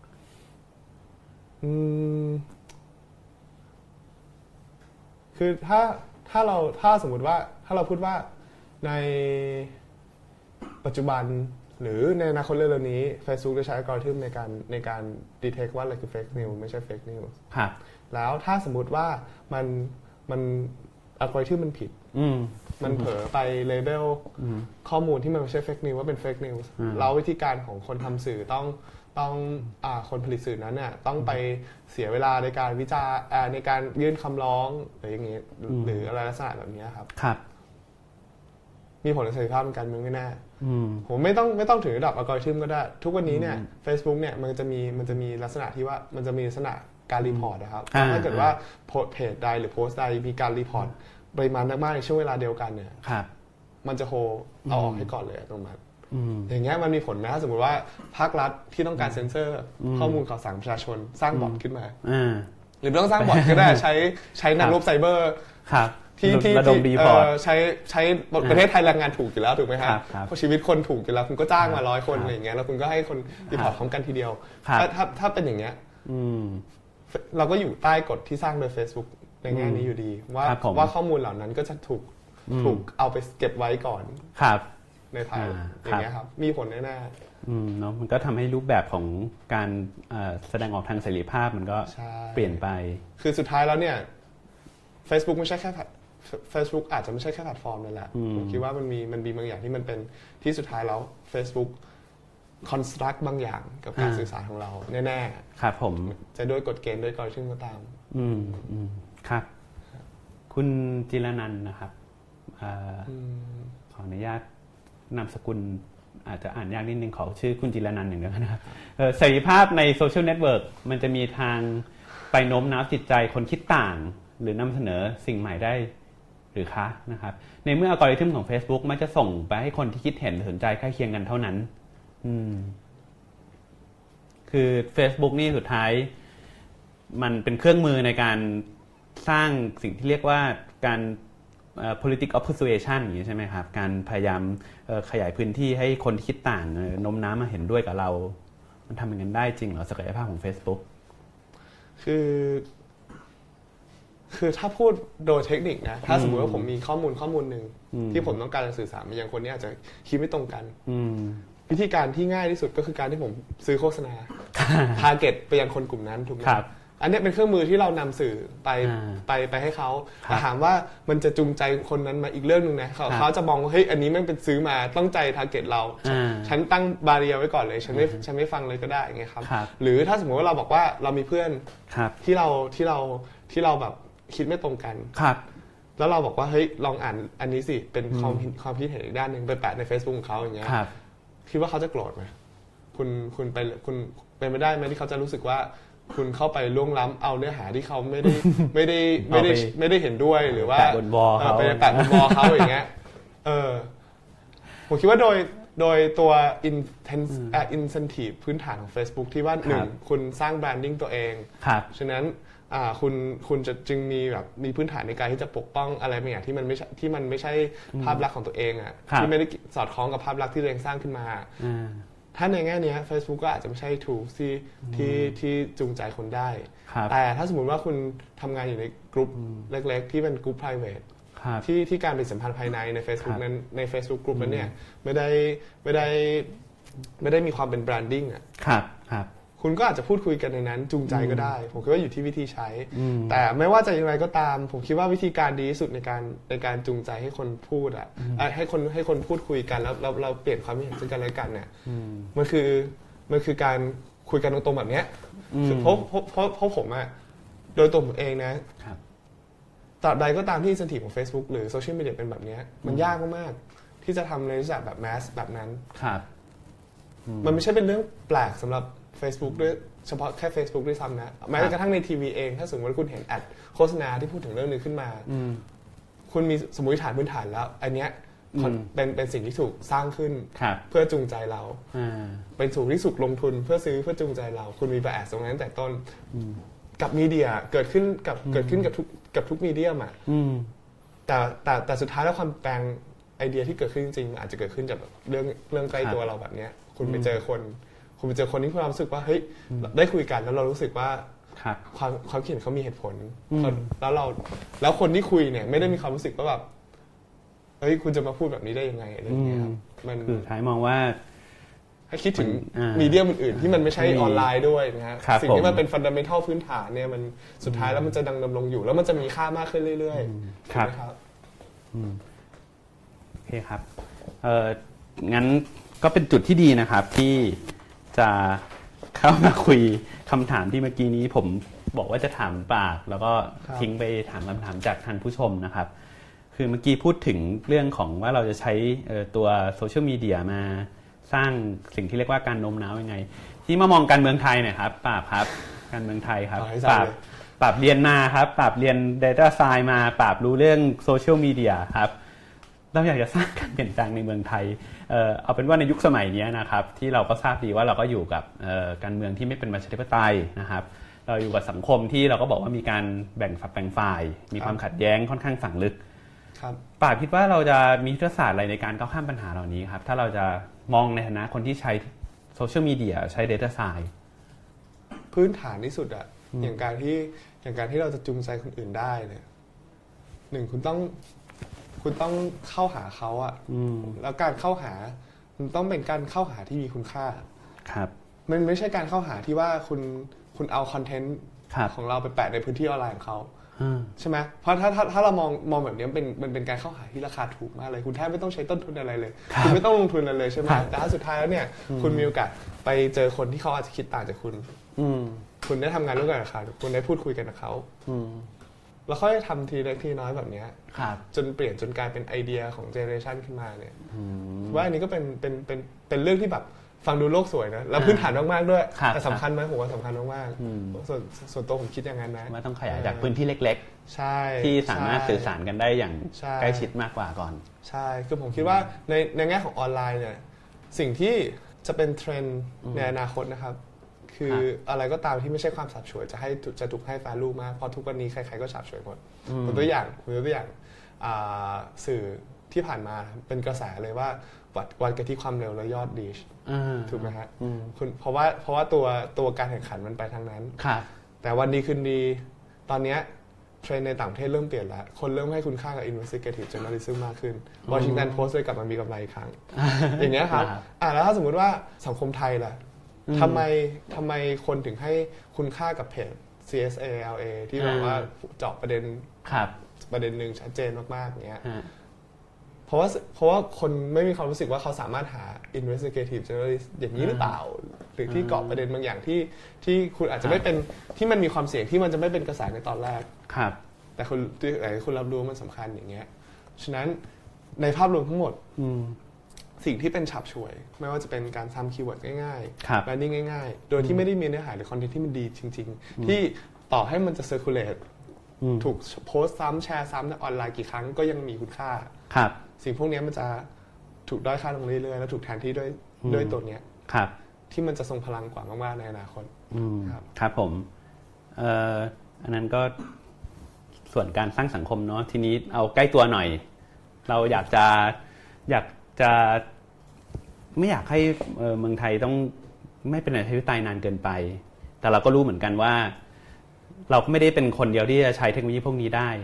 คือถ้าสมมติว่าถ้าเราพูดว่าในปัจจุบันหรือในอนาคตเร็วๆนี้ Facebook จะใช้อัลกอริทึมในการ detect ว่าอะไรคือ fake news ไม่ใช่ fake news แล้วถ้าสมมติว่ามันอัลกอริทึมมันผิดมันเผลอไปเลเบลข้อมูลที่มันไม่ใช่ fake news ว่าเป็น fake news แล้ววิธีการของคนทำสื่อต้องคนผลิตสื่อนั้นเนี่ยต้องไปเสียเวลาในการวิจารณ์ในการยื่นคำร้องหรืออย่างงี้หรืออะไรลักษณะแบบนี้ครับมีผลต่อเสรีภาพทางการเมืองไม่แน่ผมไม่ต้องถึงระดับอัลกอริทึมก็ได้ทุกวันนี้เนี่ย Facebook เนี่ยมันจะมีลักษณะที่ว่ามันจะมีลักษณะการรีพอร์ตนะครับถ้าเกิดว่าเพจใดหรือโพสต์ใดมีการรีพอร์ตปริมาณมากๆในช่วงเวลาเดียวกันเนี่ยมันจะโฮเอาออกให้ก่อนเลยตรงนั้นอย่างเงี้ยมันมีผลไหมถ้าสมมติว่าภาครัฐที่ต้องการเซ็นเซอร์ข้อมูลข่าวสารประชาชนสร้างบอทขึ้นมาหรือไม่ต้องสร้างบอทก็ได้ใช้นักรบไซเบอร์ที่ใช้ประเทศไทยแรงงานถูกอยู่แล้วถูกไหมครับเพราะชีวิตคนถูกอยู่แล้วคุณก็จ้างมา100 คนอะไรอย่างเงี้ยแล้วคุณก็ให้คนรีพอร์ตพร้อมกันทีเดียวถ้าเป็นอย่างเงี้ยเราก็อยู่ใต้กฎที่สร้างโดย Facebook ในแง่นี้อยู่ดีว่าข้อมูลเหล่านั้นก็จะถูกเอาไปเก็บไว้ก่อนในไทยอย่างเงี้ยครับมีผลแน่ๆเนาะมันก็ทำให้รูปแบบของการแสดงออกทางเสรีภาพมันก็เปลี่ยนไปคือสุดท้ายแล้วเนี่ย Facebook ไม่ใช่แค่ Facebook อาจจะไม่ใช่แค่แพลตฟอร์มนั่นแหละผมคิดว่ามันมีบางอย่างที่มันเป็นที่สุดท้ายแล้ว Facebook construct บางอย่างกับการสื่อสารของเราแน่ๆครับผมจะด้วยกฎเกณฑ์ด้วยกฎชื่อก็ตามครับคุณจิรนันท์นะครับขออนุญาตนามสกุลอาจจะอ่านยากนิดนึงขอชื่อคุณจิรนันท์หนึ่งนะครับเสรีภาพในโซเชียลเน็ตเวิร์กมันจะมีทางไปโน้มน้าวจิตใจคนคิดต่างหรือนำเสนอสิ่งใหม่ได้หรือคะนะครับในเมื่ออัลกอริทึมของ Facebook มันจะส่งไปให้คนที่คิดเห็นสนใจใกล้เคียงกันเท่านั้นคือ Facebook นี่สุดท้ายมันเป็นเครื่องมือในการสร้างสิ่งที่เรียกว่าการpolitics of persuasion อย่างนี้ใช่ไหมครับการพยายามขยายพื้นที่ให้คนที่คิดต่างโน้มน้าวมาเห็นด้วยกับเรามันทำอย่างนั้นได้จริงเหรอศักยภาพของ Facebook คือถ้าพูดโดยเทคนิคนะถ้าสมมติว่าผมมีข้อมูลหนึ่งที่ผมต้องการจะสื่อสารมายังคนนี้อาจจะคิดไม่ตรงกันวิธีการที่ง่ายที่สุดก็คือการที่ผมซื้อโฆษณา target ไปยังคนกลุ่มนั้นถูกไหมอันนี้เป็นเครื่องมือที่เรานำสื่อไปให้เขาแต่ถามว่ามันจะจูงใจคนนั้นมาอีกเรื่องนึงนะเขาจะมองว่าเฮ้ยอันนี้มันเป็นซื้อมาต้องใจ target เราฉันตั้งบาเรียไว้ก่อนเลยฉันไม่ฟังเลยก็ได้อย่างเงี้ยครับหรือถ้าสมมติว่าเราบอกว่าเรามีเพื่อนที่เราแบบคิดไม่ตรงกันแล้วเราบอกว่าเฮ้ยลองอ่านอันนี้สิเป็นความคิดเห็นอีกด้านนึงไปแปะใน Facebook ของเขาอย่างเงี้ยคิดว่าเขาจะโกรธไหมคุณเป็นไม่ได้ไหมที่เขาจะรู้สึกว่าคุณเข้าไปล่วงล้ำเอาเนื้อหาที่เขาไม่ได้เห็นด้วยหรือว่าแปะบนบอเขาไปแปะบนบอเขาอย่างเงี้ยผมคิดว่าโดยตัว incentive พื้นฐานของ Facebook ที่ว่า1คุณสร้างแบรนดิ้งตัวเองฉะนั้นคุณจะจึงมีพื้นฐานในการที่จะปกป้องอะไรบางอย่างที่มันไม่ใช่ภาพลักษณ์ของตัวเองอ่ะที่ไม่ได้สอดคล้องกับภาพลักษณ์ที่ตัวเองสร้างขึ้นมาถ้าในแง่นี้ Facebook ก็อาจจะไม่ใช่ tool ที่จูงใจคนได้ครับแต่ถ้าสมมติว่าคุณทำงานอยู่ในกลุ่มเล็กๆที่เป็นกลุ่ม private ครับที่การเป็นสัมพันธ์ภายใน Facebook นั้นใน Facebook กลุ่มนั้นเนี่ยไม่ได้มีความเป็น branding อ่ะครับครับคุณก็อาจจะพูดคุยกันในนั้นจูงใจก็ได้ ผมคิดว่าอยู่ที่วิธีใช้ แต่ไม่ว่าจะอย่างไรก็ตาม ผมคิดว่าวิธีการดีที่สุดในการจูงใจให้คนพูดอ่ะให้คนพูดคุยกันแล้วเราเปลี่ยนความเห็นซึ่งกันและกันเนี่ยมันคือการคุยกันตรงๆแบบเนี้ยเพราะผมอ่ะโดยตัวผมเองนะตราบใดก็ตามที่อินเซนทีฟของ Facebook หรือโซเชียลมีเดียเป็นแบบนี้มันยากมากๆที่จะทำในรูปแบบแมสแบบนั้นมันไม่ใช่เป็นเรื่องแปลกสำหรับ Facebook ด้วยเฉพาะแค่ Facebook ด้วยซ้ำนะแม้กระทั่งในทีวีเองถ้าสมมติว่าคุณเห็นแอดโฆษณาที่พูดถึงเรื่องนึงขึ้นมาคุณมีสมมติฐานพื้นฐานแล้วอันเนี้ยเป็นสิ่งที่ถูกสร้างขึ้นเพื่อจูงใจเราเป็นสิ่งที่ถูกลงทุนเพื่อซื้อเพื่อจูงใจเราคุณมีแอดตรงนั้นแต่ต้นกับมีเดียเกิดขึ้นกับทุกมีเดียมอ่ะแต่สุดท้ายแล้วความแปลงไอเดียที่เกิดขึ้นจริงๆอาจจะเกิดขึ้นจากเรื่องใกล้ตัวเราแบบนี้คุณไปเจอคนที่คุณรู้สึกว่าเฮ้ยได้คุยกันแล้วเรารู้สึกว่าความคิดเห็นเขามีเหตุผลแล้วคนที่คุยเนี่ยไม่ได้มีความรู้สึกว่าแบบเฮ้ยคุณจะมาพูดแบบนี้ได้ยังไงอะไรอย่างเงี้ยครับมันคือท้ายมองว่าให้คิดถึงมีเดียอื่นๆที่มันไม่ใช่ออนไลน์ด้วยนะฮะสิ่งที่มันเป็นฟันดัมเมนทัลพื้นฐานเนี่ยมันสุดท้ายแล้วมันจะดำรงอยู่แล้วมันจะมีค่ามากขึ้นเรื่อยๆครับโอเคครับงั้นก็เป็นจุดที่ดีนะครับที่จะเข้ามาคุยคำถามที่เมื่อกี้นี้ผมบอกว่าจะถามปากแล้วก็ทิ้งไปถามคำถามจากท่านผู้ชมนะครับคือเมื่อกี้พูดถึงเรื่องของว่าเราจะใช้ตัวโซเชียลมีเดียมาสร้างสิ่งที่เรียกว่าการโน้มน้าวยังไงที่มามองการเมืองไทยหน่อยครับปราบครับการเมืองไทยครับปราบเรียนมาครับปราบเรียน Data Science มาปราบรู้เรื่องโซเชียลมีเดียครับเราอยากจะสร้างการเปลี่ยนแปลงในเมืองไทยเอาเป็นว่าในยุคสมัยนี้นะครับที่เราก็ทราบดีว่าเราก็อยู่กับการเมืองที่ไม่เป็นประชาธิปไตยนะครับเราอยู่กับสังคมที่เราก็บอกว่ามีการแบ่งฝักแบ่งฝ่ายมีความขัดแย้งค่อนข้างฝังลึกป่าคิดว่าเราจะมียุทธศาสตร์อะไรในการก้าวข้ามปัญหาเหล่านี้ครับถ้าเราจะมองในฐานะคนที่ใช้โซเชียลมีเดียใช้ Data Science พื้นฐานที่สุดอะอย่างการที่เราจะจูงใจคนอื่นได้เนี่ยหนึ่งคุณต้องเข้าหาเขาอะแล้วการเข้าหามันต้องเป็นการเข้าหาที่มีคุณค่าครับมันไม่ใช่การเข้าหาที่ว่าคุณเอาคอนเทนต์ของเราไปแปะในพื้นที่ออนไลน์ของเขาใช่ไหมเพราะถ้าเรามองแบบนี้มันเป็นการเข้าหาที่ราคาถูกมากเลยคุณแทบไม่ต้องใช้ต้นทุนอะไรเลยคุณไม่ต้องลงทุนอะไรเลยใช่ไหมแต่สุดท้ายแล้วเนี่ยคุณมีโอกาสไปเจอคนที่เขาอาจจะคิดต่างจากคุณได้ทำงานร่วมกันกับเขาคุณได้พูดคุยกันกับเขาแล้วค่อยทำทีเล็กทีน้อยแบบนี้จนเปลี่ยนจนกลายเป็นไอเดียของเจเนอเรชันขึ้นมาเนี่ยว่าอันนี้ก็เป็นเรื่องที่แบบฟังดูโลกสวยนะแล้วพื้นฐานมากๆด้วยแต่สำคัญไหมผมว่าสำคัญมากๆส่วนตัวผมคิดอย่างนั้นนะว่าต้องขยายจากพื้นที่เล็กๆใช่ที่สามารถสื่อสารกันได้อย่างใกล้ชิดมากกว่าก่อนใช่คือผมคิดว่าในแง่ของออนไลน์เนี่ยสิ่งที่จะเป็นเทรนด์ในอนาคตนะครับคืออะไรก็ตามที่ไม่ใช่ความฉาบฉวยจะถูกให้ value มากเพราะทุกวันนี้ใครๆก็ฉาบฉวยหมดตัวอย่างสื่อที่ผ่านมาเป็นกระแสเลยว่าวัดกันที่ความเร็วและยอดรีชถูกไหมฮะเพราะว่าตัวการแข่งขันมันไปทางนั้นแต่วันดีคืนดีตอนนี้เทรนด์ในต่างประเทศเริ่มเปลี่ยนแล้วคนเริ่มให้คุณค่ากับ investigative journalism มากขึ้น Washington Post เลยกลับมามีกำไรอีกครั้งอย่างเงี้ยครับแล้วถ้าสมมติว่าสังคมไทยล่ะทำไมคนถึงให้คุณค่ากับเพจ CSA LA ที่แบบว่าเจาะประเด็นหนึ่งชัดเจนมากๆอย่างเงี้ยเพราะว่าคนไม่มีความรู้สึกว่าเขาสามารถหา investigative journalist อย่างนี้หรือเปล่าหรือที่เกาะประเด็นบางอย่างที่คุณอาจจะไม่เป็นที่มันมีความเสี่ยงที่มันจะไม่เป็นกระแสในตอนแรกแต่คุณรับรู้มันสำคัญอย่างเงี้ยฉะนั้นในภาพรวมทั้งหมดสิ่งที่เป็นฉับฉวยไม่ว่าจะเป็นการทำคีย์เวิร์ดง่ายๆ branding ง่ายๆโดยที่ไม่ได้มีเนื้อหาหรือคอนเทนต์ที่มันดีจริงๆที่ต่อให้มันจะ circulate ถูกโพสต์ซ้ำแชร์ซ้ำในออนไลน์กี่ครั้งก็ยังมีคุณค่าสิ่งพวกนี้มันจะถูกด้อยค่าลงเรื่อยๆแล้วถูกแทนที่ด้วยตัวนี้ที่มันจะทรงพลังกว่ามากๆในอนาคตครับผมอันนั้นก็ส่วนการสร้างสังคมเนาะทีนี้เอาใกล้ตัวหน่อยเราอยากจะไม่อยากให้เมืองไทยต้องไม่เป็นประชาธิปไตยนานเกินไปแต่เราก็รู้เหมือนกันว่าเราก็ไม่ได้เป็นคนเดียวที่จะใช้เทคโนโลยีพวกนี้ได้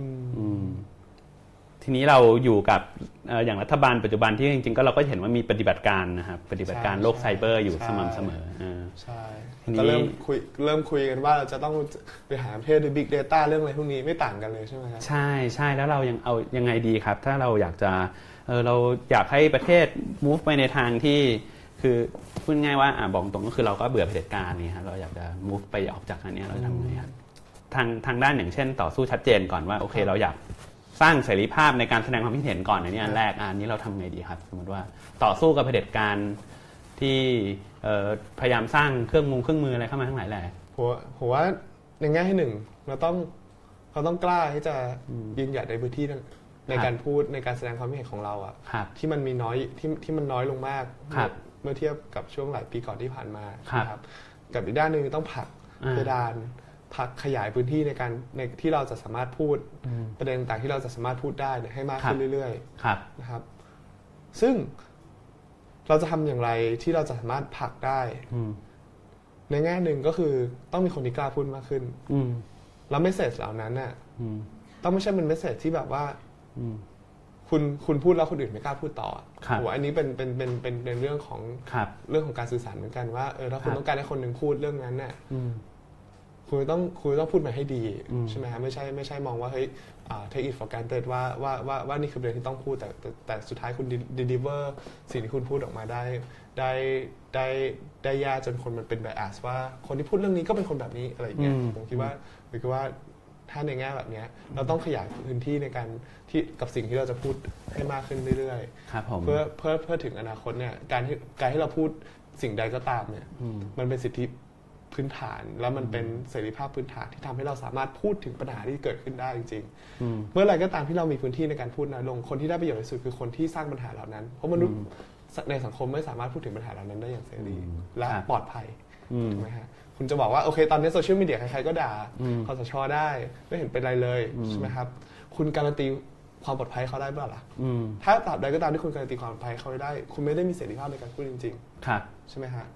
ทีนี้เราอยู่กับอย่างรัฐบาลปัจจุบันที่จริงๆก็เราก็เห็นว่ามีปฏิบัติการนะครับปฏิบัติการโลกไซเบอร์อยู่สม่ำเสมอใช่ก็เริ่มคุยกันว่าเราจะต้องไปหาประเภท Big Data เรื่องอะไรพวกนี้ไม่ต่างกันเลยใช่ไหมครับใช่แล้วเรายังเอายังไงดีครับถ้าเราอยากจะเราอยากให้ประเทศ move ไปในทางที่คือพูดง่ายว่าบอกตรงก็คือเราก็เบื่อเผด็จการนี่ฮะเราอยากจะ move ไปออกจากอันนี้เราทำไงครับทางด้านอย่างเช่นต่อสู้ชัดเจนก่อนว่าโอเคเราอยากสร้างเสรีภาพในการแสดงความคิดเห็นก่อนอันนี้อันแรกอันนี้เราทำไงดีครับสมมติว่าต่อสู้กับเผด็จการที่พยายามสร้างเครื่องมืออะไรเข้ามาทั้งหลายแหละผมว่าในแง่ที่หนึ่งเราต้องกล้าที่จะยืนหยัดในพื้นที่ในการพูดในการแสดงความคิดเห็นของเราอ่ะที่มันมีน้อยที่มันน้อยลงมากเมื่อเทียบกับช่วงหลายปีก่อนที่ผ่านมาครับกับอีกด้านหนึ่งต้องผลักเพดานพักขยายพื้นที่ในที่เราจะสามารถพูดประเด็นต่างๆที่เราจะสามารถพูดได้ให้มากขึ้นเรื่อยๆนะครับซึ่งเราจะทำอย่างไรที่เราจะสามารถผลักได้ในแง่หนึ่งก็คือต้องมีคนที่กล้าพูดมากขึ้นแล้วเมสเสจเหล่านั้นน่ะต้องไม่ใช่เป็นเมสเสจที่แบบว่าคุณพูดแล้วคนอื่นไม่กล้าพูดต่ออันนี้เป็นเรื่องของการสื่อสารเหมือนกันว่าถ้าคุณต้องการให้คนหนึ่งพูดเรื่องนั้นน่ะคุณต้องพูดมาให้ดีใช่ไหมครับไม่ใช่มองว่าเฮ้ยtake it for granted ว่านี่คือประเด็นที่ต้องพูดแต่สุดท้ายคุณ deliver สิ่งที่คุณพูดออกมาได้ยากจนคนมันเป็น bias ว่าคนที่พูดเรื่องนี้ก็เป็นคนแบบนี้อะไรอย่างเงี้ยผมคิดว่าถ้าในแง่แบบนี้เราต้องขยายพื้นที่ในการที่กับสิ่งที่เราจะพูดให้มากขึ้นเรื่อยๆเพื่อถึงอนาคตเนี่ยการที่เราพูดสิ่งใดก็ตามเนี่ยมันเป็นสิทธิพื้นฐานแล้วมันเป็นเสรีภาพพื้นฐานที่ทำให้เราสามารถพูดถึงปัญหาที่เกิดขึ้นได้จริงๆเมื่อไรก็ตามที่เรามีพื้นที่ในการพูดน้อยลงคนที่ได้ประโยชน์ที่สุดคือคนที่สร้างปัญหาเหล่านั้นเพราะมนุษย์ในสังคมไม่สามารถพูดถึงปัญหาเหล่านั้นได้อย่างเสรีและปลอดภัยถูกไหมฮะคุณจะบอกว่าโอเคตอนนี้โซเชียลมีเดียใครๆก็ด่าคสช.ได้ไม่เห็นเป็นไรเลยใช่ไหมครับคุณการันตีความปลอดภัยเขาได้เปล่าล่ะถ้าตราบใดก็ตามที่คุณการันตีความปลอดภัยเขาได้คุณไม่ได้มีเสรีภาพในการพูดจริงๆใช่ไหมฮะ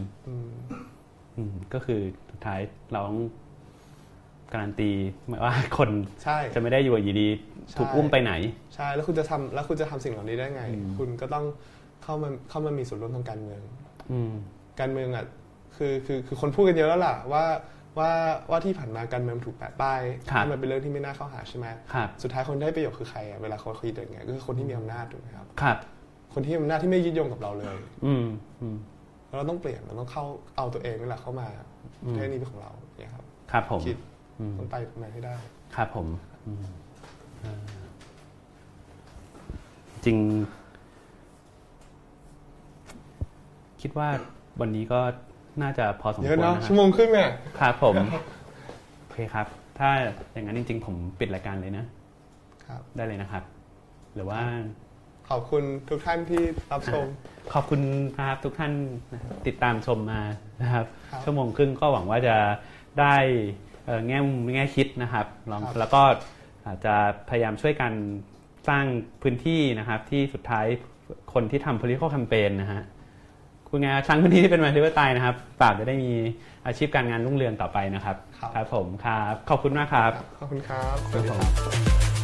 ก็คือสุดท้ายเราต้องการันตีว่าคนจะไม่ได้อยู่ดีถูกอุ้มไปไหนใช่แล้วคุณจะทำสิ่งเหล่านี้ได้ไงคุณก็ต้องเข้ามามีส่วนร่วมทางการเมืองการเมืองอ่ะคือคนพูดกันเยอะแล้วล่ะว่าที่ผ่านมาการเมืองถูกแปะป้ายให้มันเป็นเรื่องที่ไม่น่าเข้าหาใช่ไหมสุดท้ายคนได้ประโยชน์คือใครอ่ะเวลาเขาคิดอย่างเงี้ยก็คือคนที่มีอำนาจถูกไหมครับคนที่มีอำนาจที่ไม่ยึดโยงกับเราเลยเราต้องเปลี่ยนเราต้องเข้าเอาตัวเองนี่แหละเข้ามาให้นี่เป็นของเราเนี่ยครับครับผมคิดต้องไปตรงนั้นให้ได้ครับผมจริงคิดว่าวันนี้ก็น่าจะพอสมควรนะครับชั่วโมงครึ่งเนี่ยครับผมโอเคครับถ้าอย่างนั้นจริงๆผมปิดรายการเลยนะครับได้เลยนะครับหรือว่าขอบคุณทุกท่านที่รับชมขอบคุณครับทุกท่านติดตามชมมานะครับชั่วโมงครึ่งก็หวังว่าจะได้แง่คิดนะครับแล้วก็อาจจะพยายามช่วยกันสร้างพื้นที่นะครับที่สุดท้ายคนที่ทำ political campaign นะฮะคุณงานสร้างพื้นที่ที่เป็นประชาธิปไตยนะครับฝากจะได้มีอาชีพการงานรุ่งเรืองต่อไปนะครับครับผมครับขอบคุณมากครับขอบคุณครับสวัสดีครับ